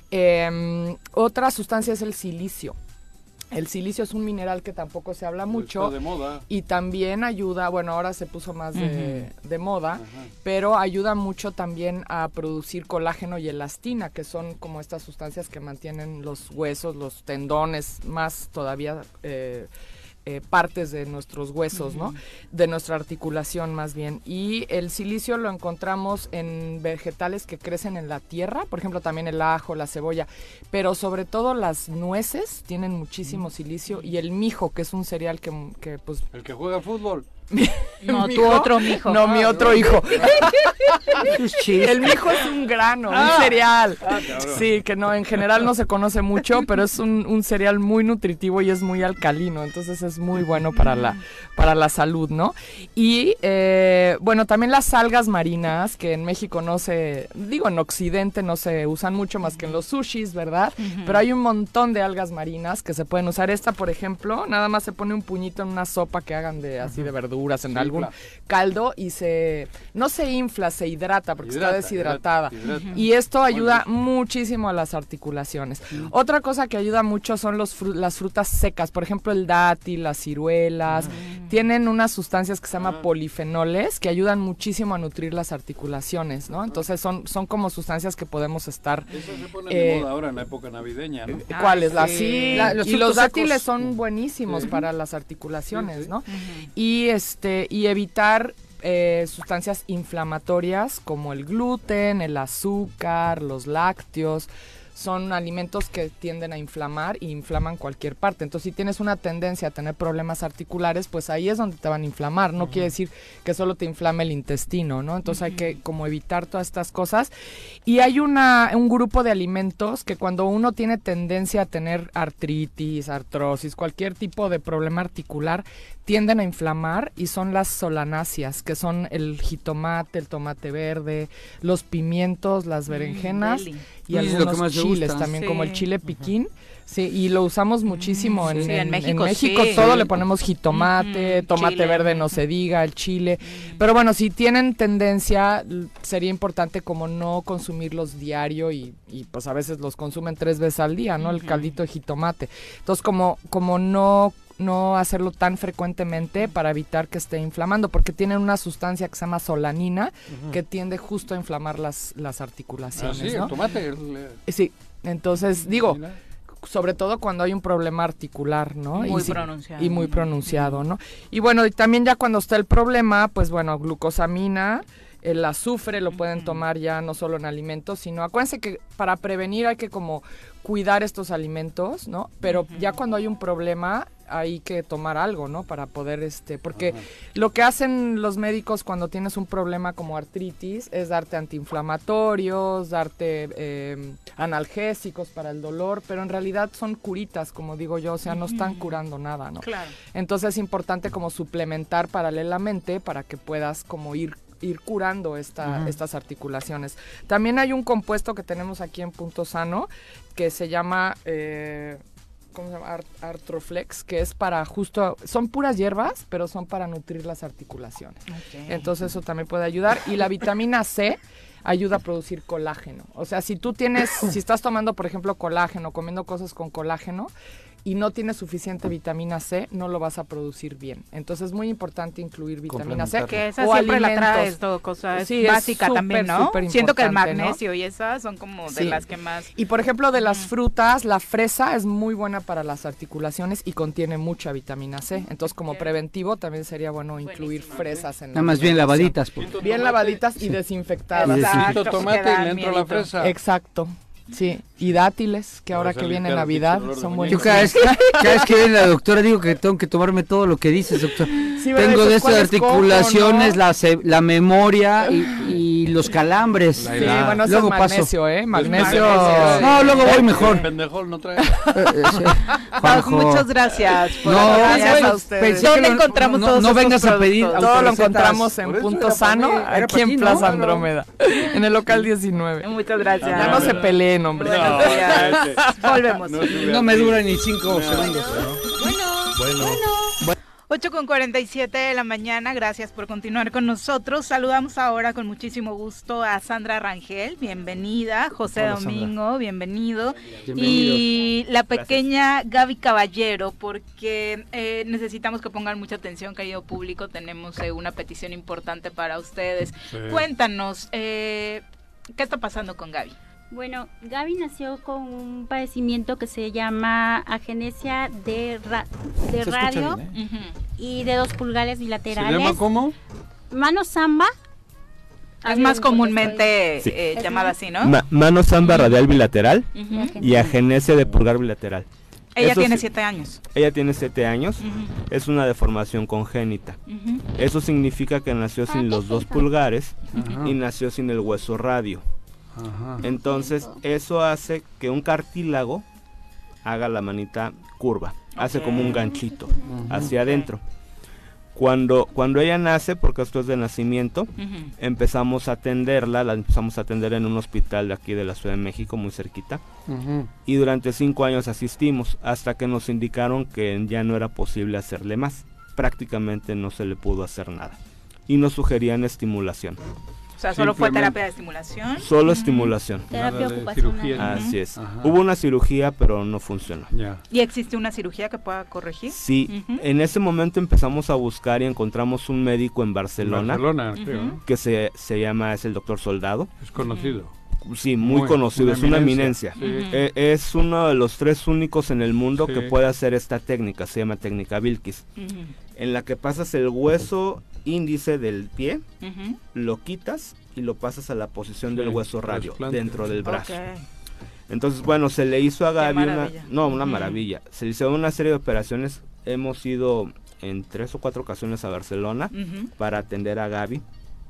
Eh, otra sustancia es el silicio. El silicio es un mineral que tampoco se habla mucho. Está de moda. Y también ayuda, bueno, ahora se puso más de, uh-huh. de moda, uh-huh. pero ayuda mucho también a producir colágeno y elastina, que son como estas sustancias que mantienen los huesos, los tendones, más todavía eh, eh, partes de nuestros huesos, uh-huh. ¿no? De nuestra articulación más bien. Y el silicio lo encontramos en vegetales que crecen en la tierra, por ejemplo también el ajo, la cebolla, pero sobre todo las nueces tienen muchísimo uh-huh. silicio, y el mijo, que es un cereal que, que pues... El que juega fútbol. No, tu otro mijo. No, ah, mi otro hijo. El mijo es un grano, ah, un cereal. Ah, sí, que no, en general no se conoce mucho, pero es un, un cereal muy nutritivo y es muy alcalino, entonces es muy bueno para la, para la salud, ¿no? Y, eh, bueno, también las algas marinas, que en México no se, digo, en Occidente no se usan mucho más que en los sushis, ¿verdad? Uh-huh. Pero hay un montón de algas marinas que se pueden usar. Esta, por ejemplo, nada más se pone un puñito en una sopa que hagan de así de verdura, en sí, algún claro. caldo, y se no se infla, se hidrata porque hidrata, está deshidratada. Hidrata, hidrata. Y esto ayuda muchísimo a las articulaciones. Uh-huh. Otra cosa que ayuda mucho son los fru- las frutas secas, por ejemplo el dátil, las ciruelas, uh-huh. tienen unas sustancias que se llaman polifenoles que ayudan muchísimo a nutrir las articulaciones, ¿no? Entonces son, son como sustancias que podemos estar... Eso se pone eh, de moda ahora en la época navideña, ¿no? ¿Cuáles? Ah, Las sí, la- los y los frutos dátiles secos. son buenísimos Sí. para las articulaciones, Sí, sí. ¿no? Ujú. Y este y evitar eh, sustancias inflamatorias como el gluten, el azúcar, los lácteos. Son alimentos que tienden a inflamar y inflaman cualquier parte. Entonces, si tienes una tendencia a tener problemas articulares, pues ahí es donde te van a inflamar. No quiere decir que solo te inflame el intestino, ¿no? Entonces hay que como evitar todas estas cosas. Y hay una un grupo de alimentos que cuando uno tiene tendencia a tener artritis, artrosis, cualquier tipo de problema articular, tienden a inflamar y son las solanáceas, que son el jitomate, el tomate verde, los pimientos, las berenjenas deli. y Uy, es lo algunos que más me chiles gusta. también, Sí. como el chile piquín. Sí, y lo usamos muchísimo en, Sí, en, en México, en México sí. todo Sí. le ponemos jitomate, Ujú, tomate chile. verde no se diga, el chile. Pero bueno, si tienen tendencia, l- sería importante como no consumirlos diario y, y pues a veces los consumen tres veces al día, ¿no? El caldito de jitomate. Entonces como, como no no hacerlo tan frecuentemente para evitar que esté inflamando, porque tienen una sustancia que se llama solanina, Ujú. que tiende justo a inflamar las, las articulaciones, Ah, sí, ¿no? el tomate. el- Sí, entonces digo, sobre todo cuando hay un problema articular, ¿no? Muy y si- pronunciado. Y muy pronunciado, ¿no? Y bueno, y también ya cuando está el problema, pues bueno, glucosamina, el azufre lo pueden tomar ya no solo en alimentos, sino acuérdense que para prevenir hay que como cuidar estos alimentos, ¿no? Pero ya cuando hay un problema hay que tomar algo, ¿no? Para poder, este, porque lo que hacen los médicos cuando tienes un problema como artritis es darte antiinflamatorios, darte eh, analgésicos para el dolor, pero en realidad son curitas, como digo yo, o sea, no están curando nada, ¿no? Claro. Entonces es importante como suplementar paralelamente para que puedas como ir ir curando esta, Ujú. estas articulaciones. También hay un compuesto que tenemos aquí en Punto Sano que se llama eh, ¿cómo se llama? Ar- Artroflex, que es para justo, son puras hierbas, pero son para nutrir las articulaciones. Entonces eso también puede ayudar. Y la vitamina C ayuda a producir colágeno. O sea, si tú tienes, si estás tomando, por ejemplo, colágeno, comiendo cosas con colágeno, y no tienes suficiente vitamina C, no lo vas a producir bien. Entonces es muy importante incluir vitamina C. Que esa o siempre la alimentos. trae esto, cosa Sí, es básica súper, también, ¿no? súper Siento que el importante, ¿no? magnesio y esas son como de Sí. las que más... Y por ejemplo, de las frutas, la fresa es muy buena para las articulaciones y contiene mucha vitamina C. Entonces, como preventivo, también sería bueno incluir fresas en la Nada más bien alimentación. lavaditas, pues. Bien lavaditas y desinfectadas. Exacto, tomate y le entra la fresa. Exacto. Sí, y dátiles, que ahora que salir viene cada Navidad pinche dolor de son muñeca. buenísimos. Yo cada vez, cada vez que viene la doctora digo que tengo que tomarme todo lo que dices, doctor. Sí, ¿verdad? Tengo Dices, de estas ¿cuál escojo, articulaciones, no? la, ce- la memoria y, y los calambres. Sí, bueno, eso luego es paso. magnesio, ¿eh? Magnesio. Magnesio. No, luego voy mejor. El pendejol no trae. Juanjo. Muchas gracias. Por No, gracias bueno, a ustedes. pensé que ¿Dónde lo- encontramos no- todos no estos vengas a pedir productos? Todo lo autorecetas. encontramos en Por eso Punto era para mí, Sano, era aquí para en ti, ¿no? Plaza Claro. Andrómeda, en el local diecinueve. Muchas gracias. Ya no se peleen, hombre. Buenos días. Volvemos. No me dura ni cinco segundos. Bueno. ocho con cuarenta y siete de la mañana, gracias por continuar con nosotros. Saludamos ahora con muchísimo gusto a Sandra Rangel, bienvenida. José Hola, Domingo, bienvenido. Bienvenidos. Y la pequeña Gaby Caballero, porque eh, necesitamos que pongan mucha atención, querido público. Tenemos eh, una petición importante para ustedes. Sí. Cuéntanos, eh, ¿qué está pasando con Gaby? Bueno, Gaby nació con un padecimiento que se llama agenesia de, ra- de Se escucha radio bien, y de dos pulgares ¿Se bilaterales. llama cómo? Mano samba. Es más comúnmente Sí. eh, llamada así, ¿no? Ma- mano samba radial bilateral Ujú. y agenesia de pulgar bilateral. Ella Eso tiene sí- siete años. Ella tiene siete años, es una deformación congénita. Ujú. Eso significa que nació sin los dos pulgares Ajá. y nació sin el hueso radio. Ajá. Entonces, eso hace que un cartílago haga la manita curva, hace como un ganchito hacia adentro. Cuando, cuando ella nace, porque esto es de nacimiento, Ujú. empezamos a atenderla, la empezamos a atender en un hospital de aquí de la Ciudad de México, muy cerquita. Ujú. Y durante cinco años asistimos, hasta que nos indicaron que ya no era posible hacerle más. Prácticamente no se le pudo hacer nada. Y nos sugerían estimulación. O sea, solo fue terapia de estimulación. Solo estimulación. Terapia ocupacional. Así es. Ajá. Hubo una cirugía, pero no funcionó. Ya. ¿Y existe una cirugía que pueda corregir? Sí, Uh-huh. en ese momento empezamos a buscar y encontramos un médico en Barcelona, Barcelona, creo, ¿no? que se, se llama, es el doctor Soldado. Es conocido. Sí, muy, Muy, conocido, una es una eminencia. eminencia. Sí. Eh, es uno de los tres únicos en el mundo Sí. que puede hacer esta técnica, se llama técnica Wilkes, Uh-huh. en la que pasas el hueso índice del pie, Uh-huh. lo quitas y lo pasas a la posición del Sí, hueso radio, trasplante. dentro del brazo. Ok. Entonces, bueno, se le hizo a Gaby una, maravilla. no, una Ujú. maravilla. Se le hizo una serie de operaciones. Hemos ido en tres o cuatro ocasiones a Barcelona Ujú. para atender a Gaby.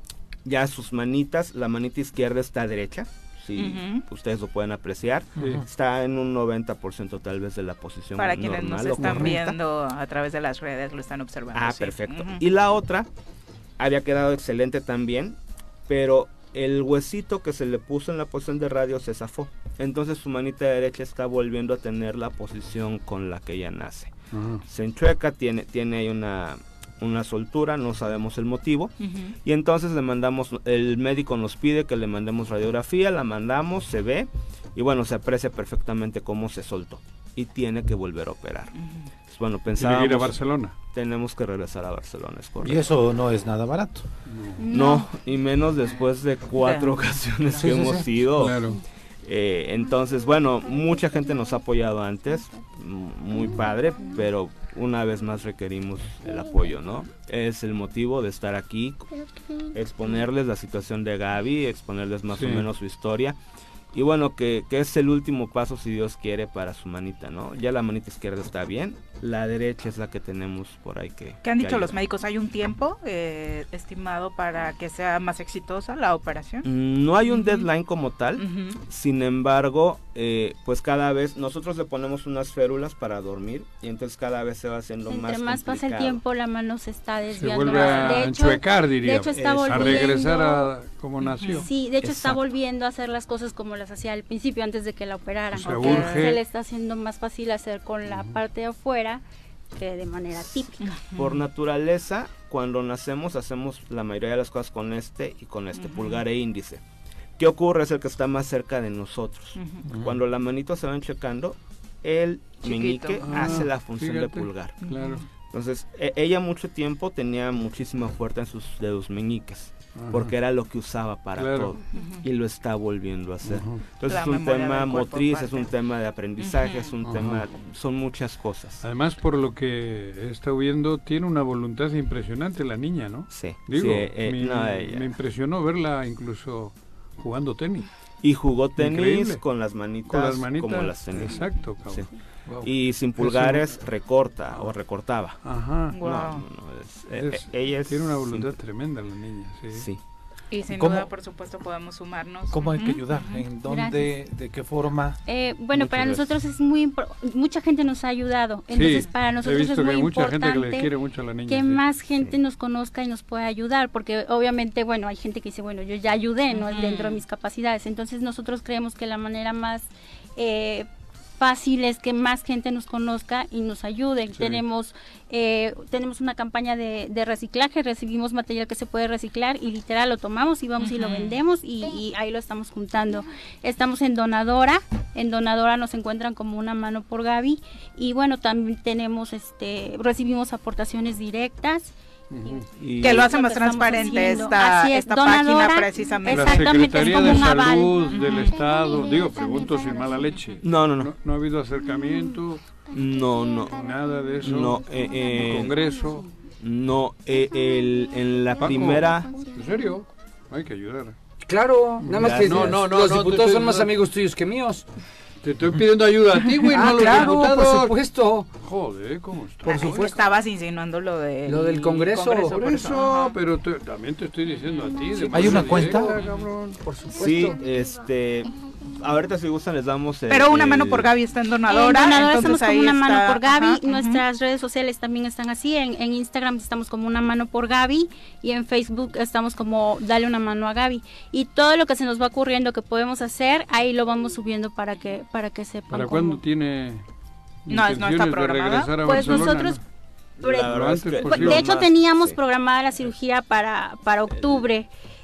Ya sus manitas, la manita izquierda está derecha, si Ujú. ustedes lo pueden apreciar. Sí. Está en un noventa por ciento tal vez de la posición Para normal quienes nos o están correcta. viendo a través de las redes, lo están observando. Ah, sí. perfecto. Ujú. Y la otra había quedado excelente también, pero el huesito que se le puso en la posición de radio se zafó. Entonces su manita derecha está volviendo a tener la posición con la que ella nace. Ajá. Se enchueca, tiene, tiene ahí una, una soltura, no sabemos el motivo. Ujú. Y entonces le mandamos, el médico nos pide que le mandemos radiografía, la mandamos, se ve y bueno, se aprecia perfectamente cómo se soltó y tiene que volver a operar. Entonces, bueno, Tiene pensábamos, que ir a Barcelona. tenemos que regresar a Barcelona, es correcto. Y eso no es nada barato. No, y menos después de cuatro ocasiones Sí, que sí, hemos sí. ido. Claro. Eh, entonces, bueno, mucha gente nos ha apoyado antes, m- muy padre, pero una vez más requerimos el apoyo, ¿no? Es el motivo de estar aquí, exponerles la situación de Gaby, exponerles más Sí. o menos su historia. Y bueno, que, que es el último paso, si Dios quiere, para su manita, ¿no? Ya la manita izquierda está bien, la derecha es la que tenemos por ahí que... ¿Qué han que dicho los ayuda. médicos? ¿Hay un tiempo eh, estimado para que sea más exitosa la operación? Mm, No hay un deadline como tal, Ujú. sin embargo, eh, pues cada vez nosotros le ponemos unas férulas para dormir y entonces cada vez se va haciendo Entre más más pasa el complicado. tiempo, la mano se está desviando. vuelve a de hecho, enchuecar, diría. De hecho, está Es- a A volviendo. regresar a como nació. Sí, de hecho está Exacto. volviendo a hacer las cosas como las hacía al principio, antes de que la operaran. O sea, Porque urge. se le está haciendo más fácil hacer con la parte de afuera que de manera típica. Por naturaleza, cuando nacemos hacemos la mayoría de las cosas con este y con este, Ujú. pulgar e índice. ¿Qué ocurre? Es el que está más cerca de nosotros. Ujú. Cuando la manito se va checando, el Chiquito. meñique Ah, hace la función fíjate. de pulgar. Claro. Entonces, e- ella mucho tiempo tenía muchísima fuerza en sus dedos meñiques, Ajá. porque era lo que usaba para Claro. todo, y lo está volviendo a hacer. Ajá. Entonces La es un memoria tema del cuerpo motriz, aparte. es un tema de aprendizaje, Ujú. es un Ajá. tema, son muchas cosas. Además, por lo que he estado viendo, tiene una voluntad impresionante la niña, ¿no? Sí, Digo, sí, eh, me, no, ella- me impresionó verla incluso jugando tenis. Y jugó tenis Increíble. con las manitas, Con las manitas. como las tenía. Exacto, cabrón. Sí. Wow. Y sin pulgares recorta o recortaba. Ajá. Wow. No, no, no, es- eh, Es- eh, ella es tiene una voluntad sin- tremenda la niña, sí. Sí. Y sin ¿Cómo? duda, por supuesto, podemos sumarnos. ¿Cómo hay que Ujú. ayudar? ¿En dónde? ¿De qué forma? Eh, bueno, Muchas para gracias. nosotros es muy impor- mucha gente nos ha ayudado, entonces Sí, para he nosotros visto es que muy hay mucha gente que le importante quiere mucho a la niña. que sí. más gente nos conozca y nos pueda ayudar, porque obviamente, bueno, hay gente que dice, bueno, yo ya ayudé, ¿no? Ujú. Dentro de mis capacidades, entonces nosotros creemos que la manera más eh, fácil es que más gente nos conozca y nos ayude. Sí. Tenemos eh, tenemos una campaña de, de reciclaje, recibimos material que se puede reciclar y literal lo tomamos y vamos y lo Ujú. vendemos y, y ahí lo estamos juntando. Estamos en Donadora, en Donadora nos encuentran como una mano por Gaby y bueno, también tenemos, este, recibimos aportaciones directas. Ujú. Y Que lo hace Lo más que estamos transparente haciendo. esta, Así es, esta donadora, página precisamente. La exactamente, es Secretaría como de un aval. Salud del Ujú. Estado, digo, pregunto sin mala leche. No, no, No, no. no ha habido acercamiento, No, no. nada de eso. No, eh, eh, Congreso. No, eh, el, en la Paco, primera... ¿En serio? Hay que ayudar. Claro, nada más que No, no, no, los no, diputados te- son más no. amigos tuyos que míos. Te estoy pidiendo ayuda a ti, güey, no a Ah, los claro, diputados. por supuesto. Joder, ¿cómo está? Por Ay, supuesto. Estabas insinuando lo de Lo del Congreso. Por eso, pero te- también te estoy diciendo a ti. de ¿Hay una manera cuenta? directa, cabrón. Por supuesto. Sí, este... Ahorita si gustan les damos el... Pero una el- mano por Gaby está en Donadora. En Donadora entonces estamos como ahí una mano está, por Gaby, ajá, nuestras redes sociales también están así, en, en Instagram estamos como una mano por Gaby y en Facebook estamos como dale una mano a Gaby y todo lo que se nos va ocurriendo que podemos hacer, ahí lo vamos subiendo para que para que sepan ¿Para cómo. cuándo tiene No, es- no está intenciones de programada. regresar a Pues Barcelona? nosotros La verdad es que Pues, Pues, lo de hecho más- teníamos sí. programada la cirugía para para octubre.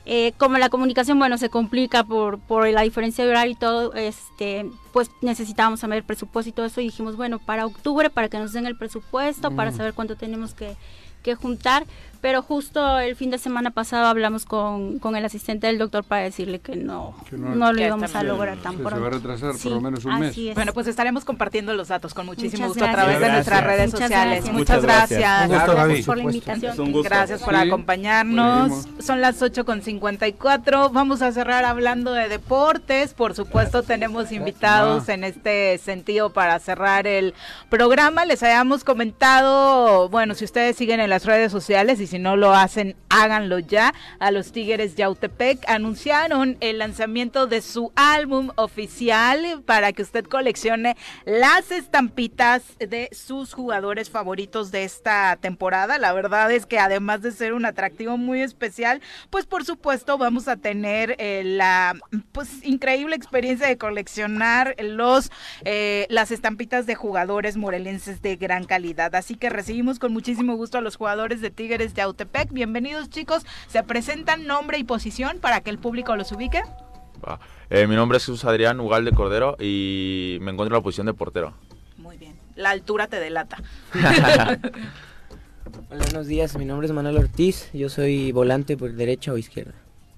Eh, como la comunicación, bueno, se complica por, por la diferencia de horario y todo, este, pues necesitábamos saber el presupuesto y todo eso, y dijimos, bueno, para octubre, para que nos den el presupuesto, mm. para saber cuánto tenemos que, que juntar, pero justo el fin de semana pasado hablamos con, con el asistente del doctor para decirle que no, que no, no lo íbamos a lograr tan sí, pronto. Se va a retrasar sí, por lo menos un mes. Es. Bueno, pues estaremos compartiendo los datos con muchísimo Muchas gusto gracias. a través de Gracias. nuestras redes Muchas sociales. gracias. Muchas gracias. gracias. Un gusto, Gracias Gaby. por la invitación. Es un gusto. Gracias por Sí, acompañarnos. buenísimo. Son las ocho con cincuenta y cuatro. Vamos a cerrar hablando de deportes. Por supuesto, tenemos invitados Ah. en este sentido para cerrar el programa. Les habíamos comentado, bueno, si ustedes siguen en las redes sociales y si no lo hacen, háganlo ya. A los Tigres Yautepec anunciaron el lanzamiento de su álbum oficial para que usted coleccione las estampitas de sus jugadores favoritos de esta temporada. La verdad es que además de ser un atractivo muy especial, pues por supuesto vamos a tener eh, la pues increíble experiencia de coleccionar los eh, las estampitas de jugadores morelenses de gran calidad. Así que recibimos con muchísimo gusto a los jugadores de Tigres Yautepec. Bienvenidos, chicos. Se presentan nombre y posición para que el público los ubique. Va. Eh, mi nombre es Jesús Adrián Ugalde Cordero y me encuentro en la posición de portero. Muy bien. La altura te delata. Hola, buenos días. Mi nombre es Manuel Ortiz. Yo soy volante por derecha o izquierda.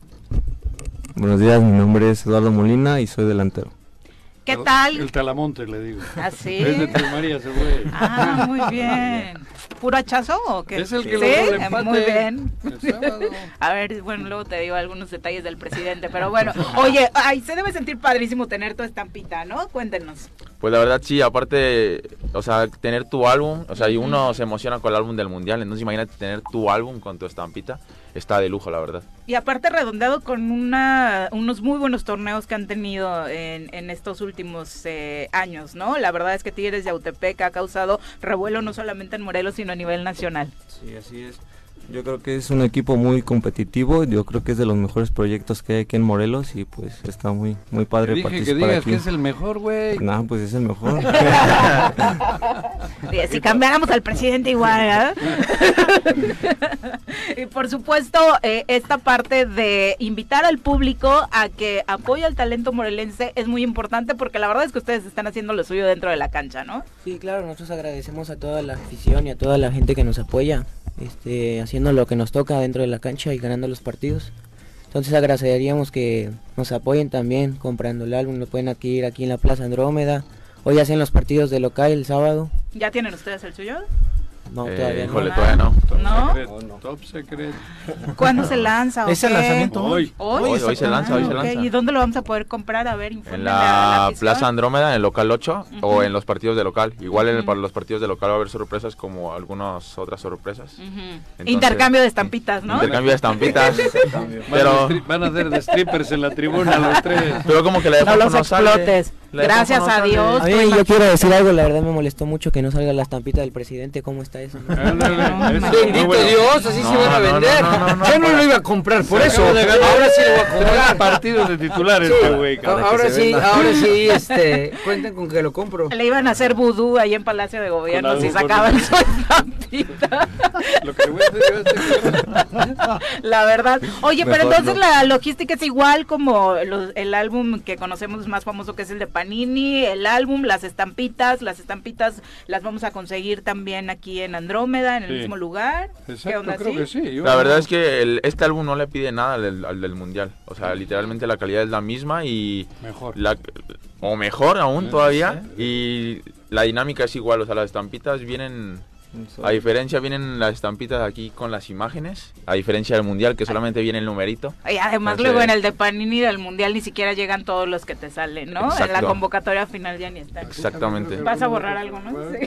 Buenos días, mi nombre es Eduardo Molina y soy delantero. ¿Qué tal? El Talamonte, le digo. ¿Ah, sí? Es de Tres Marías, el güey. Ah, muy bien. ¿Puro hachazo o qué? Es el que ¿Sí? logró el empate Muy bien. el sábado. A ver, bueno, luego te digo algunos detalles del presidente, pero bueno. Oye, ay, se debe sentir padrísimo tener tu estampita, ¿no? Cuéntenos. Pues la verdad sí, aparte, o sea, tener tu álbum, o sea, y uno se emociona con el álbum del mundial, entonces imagínate tener tu álbum con tu estampita, está de lujo, la verdad. Y aparte redondeado con una unos muy buenos torneos que han tenido en, en estos últimos eh, años, ¿no? La verdad es que Tigres de Yautepec ha causado revuelo no solamente en Morelos, sino a nivel nacional. Sí, así es. Yo creo que es un equipo muy competitivo, yo creo que es de los mejores proyectos que hay aquí en Morelos y pues está muy muy padre Te dije participar que digas aquí. que es el mejor, güey. No, pues es el mejor. Sí, si cambiáramos al presidente igual, ¿eh? Y por supuesto, eh, esta parte de invitar al público a que apoye al talento morelense es muy importante porque la verdad es que ustedes están haciendo lo suyo dentro de la cancha, ¿no? Sí, claro, nosotros agradecemos a toda la afición y a toda la gente que nos apoya, este, haciendo lo que nos toca dentro de la cancha y ganando los partidos. Entonces agradeceríamos que nos apoyen también comprando el álbum, lo pueden adquirir aquí en la Plaza Andrómeda, hoy hacen los partidos de local el sábado. ¿Ya tienen ustedes el suyo? No, Eh, todavía no. híjole, todavía no. ¿No? Secret, top secret. ¿Cuándo se lanza? ¿Es el ¿o qué? lanzamiento hoy? ¿Hoy? Hoy, hoy se lanza, hoy se Ah, ok. lanza. ¿Y dónde lo vamos a poder comprar? A ver, En infórmenme a la la afición. Plaza Andrómeda, en el local ocho, Ujú. o en los partidos de local. Igual en el, Ujú. para los partidos de local va a haber sorpresas como algunas otras sorpresas. Ujú. Entonces, Intercambio de estampitas, ¿no? Intercambio de estampitas. Van, pero, a stri- van a hacer de strippers en la tribuna los tres. pero como que la de No Fofo los no sale. explotes. La de Gracias Fofo no a sale. Dios. A mí yo quiero decir algo, la verdad me molestó mucho que no salga la estampita del presidente, ¿cómo está eso? Ándale, eso, Bendito no, bueno. Dios, así No, se van a no, no, vender. no, no, no, Yo no no. lo iba a comprar por Se eso. acaba de ganar Ahora sí lo voy a tres comprar. partidos de titulares, Sí, este güey, cabrón. ahora que se sí, venda. ahora sí, este, cuenten con que lo compro. Le iban a hacer vudú ahí en Palacio de Gobierno Con si algo- sacaban con- su estampita. Lo que le voy a decir yo es que- La verdad. Oye, pero Mejor entonces no. la logística es igual como los- el álbum que conocemos más famoso que es el de Panini, el álbum, las estampitas, las estampitas las vamos a conseguir también aquí en Andrómeda, en el Sí. mismo lugar. ¿Qué onda, Exacto, creo sí? que sí. yo La no- verdad es que el- este álbum no le pide nada al, del- al del mundial. O sea, literalmente la calidad es la misma y... Mejor. La, o mejor aún Sí, todavía. sí. Y la dinámica es igual. O sea, las estampitas vienen... A diferencia vienen las estampitas aquí con las imágenes. A diferencia del mundial que solamente viene el numerito. Y además Entonces, luego en el de Panini del Mundial ni siquiera llegan todos los que te salen, ¿no? En la Exacto. convocatoria final ya ni están. Exactamente. Vas a borrar algo, ¿no? Sí.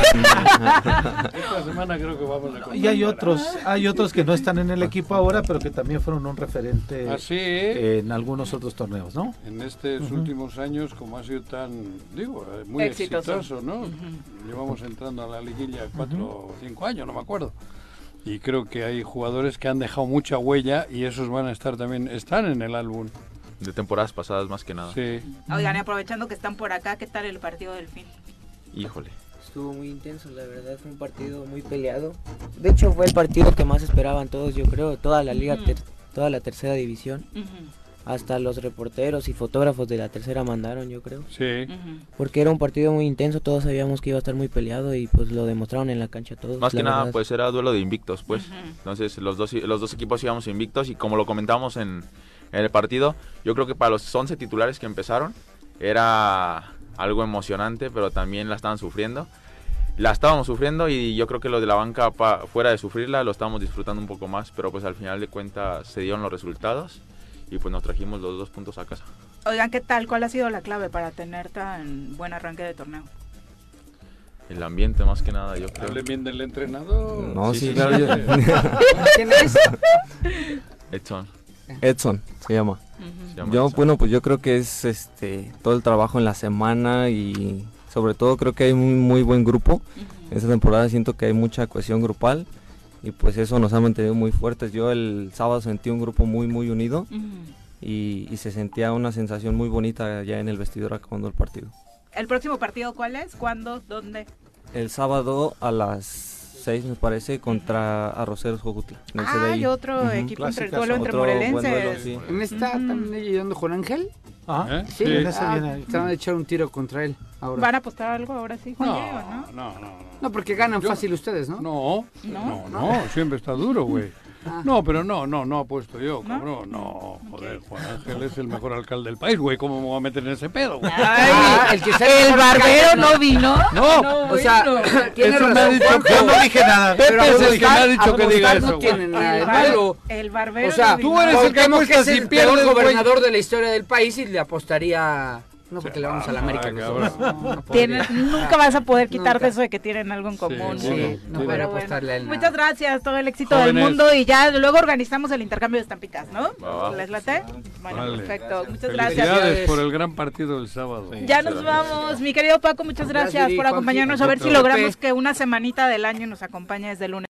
Esta semana creo que vamos a Y hay otros, hay otros que no están en el equipo ahora, pero que también fueron un referente Ah, sí. en algunos otros torneos, ¿no? En estos Ujú. últimos años, como ha sido tan, digo, eh, muy Exitoso. exitoso, ¿no? Llevamos entrando a la liguilla cuatro o cinco años, no me acuerdo. Y creo que hay jugadores que han dejado mucha huella y esos van a estar también, están en el álbum. De temporadas pasadas más que nada. Sí. Oigan, y aprovechando que están por acá, ¿qué tal el partido del fin? Híjole. Estuvo muy intenso, la verdad, fue un partido muy peleado. De hecho, fue el partido que más esperaban todos, yo creo, toda la liga, Ujú. ter- toda la tercera división. Ujú. Hasta los reporteros y fotógrafos de la tercera mandaron, yo creo. Sí. Ujú. Porque era un partido muy intenso, todos sabíamos que iba a estar muy peleado y pues lo demostraron en la cancha todos. Más la que nada, verdad. pues era duelo de invictos, pues. Ujú. Entonces, los dos, los dos equipos íbamos invictos y como lo comentamos en, en el partido, yo creo que para los once titulares que empezaron era algo emocionante, pero también la estaban sufriendo. La estábamos sufriendo y yo creo que lo de la banca, pa, fuera de sufrirla, lo estábamos disfrutando un poco más, pero pues al final de cuentas se dieron los resultados y pues nos trajimos los dos puntos a casa. Oigan, ¿qué tal? ¿Cuál ha sido la clave para tener tan buen arranque de torneo? El ambiente más que nada, yo creo. Hablen bien del entrenador. No, sí, sí, claro. sí. yo- ¿Quién es? Edson. Edson se llama. Se llama Yo, Edson. bueno, pues yo creo que es este todo el trabajo en la semana y sobre todo creo que hay un muy buen grupo. Esta temporada siento que hay mucha cohesión grupal y pues eso nos ha mantenido muy fuertes. Yo el sábado sentí un grupo muy muy unido y, y se sentía una sensación muy bonita ya en el vestidor acabando el partido. ¿El próximo partido cuál es? ¿Cuándo? ¿Dónde? El sábado a las seis me parece contra Arroceros Jojutla. en el Ah, C D I. hay otro Ujú. equipo entre Clásicas, duelo entre otro buen morelenses. duelo, sí. ¿En esta también ayudando Juan Ángel? Ah, sí. sí. Ah, Viene ahí. te van a echar un tiro contra él ahora. ¿Van a apostar algo ahora sí, Juan No, Diego, no? no, no, no. No, porque ganan Yo- fácil ustedes, ¿no? No, ¿No? no, no, siempre está duro, güey. Ah. No, pero no, no, no apuesto yo, cabrón. No, joder, Juan Ángel es el mejor alcalde del país, güey. ¿Cómo me voy a meter en ese pedo, güey? Ah, el que sea el mejor barbero alcalde, no vino. No, O sea, tiene eso me ha razón, dicho Juanjo. que Yo no dije nada. Pepe Pero es el que me ha apostar- dicho que diga apostar eso, no güey. tiene nada de El, malo. el barbero O sea, no tú vino. eres el que Cuauhtémoc apuesta es si el peor pierdes, güey. gobernador de la historia del país y le apostaría... No, porque le vamos a la América. Ah, nosotros. cabrón. No, no podría. Tienes- nunca vas a poder quitarte Nunca. eso de que tienen algo en común. Sí, Sí, sí. no Sí. podría Pero apostarle a él nada. Muchas gracias, todo el éxito Jóvenes. del mundo y ya luego organizamos el intercambio de estampitas, ¿no? Va, va. ¿Les late? Bueno, Vale. perfecto. Muchas gracias. Felicidades por el gran partido del sábado. Ya nos vamos, mi querido Paco, muchas Gracias, gracias Viri, por Juanji, acompañarnos. A ver si Pepe. logramos que una semanita del año nos acompañe desde el lunes.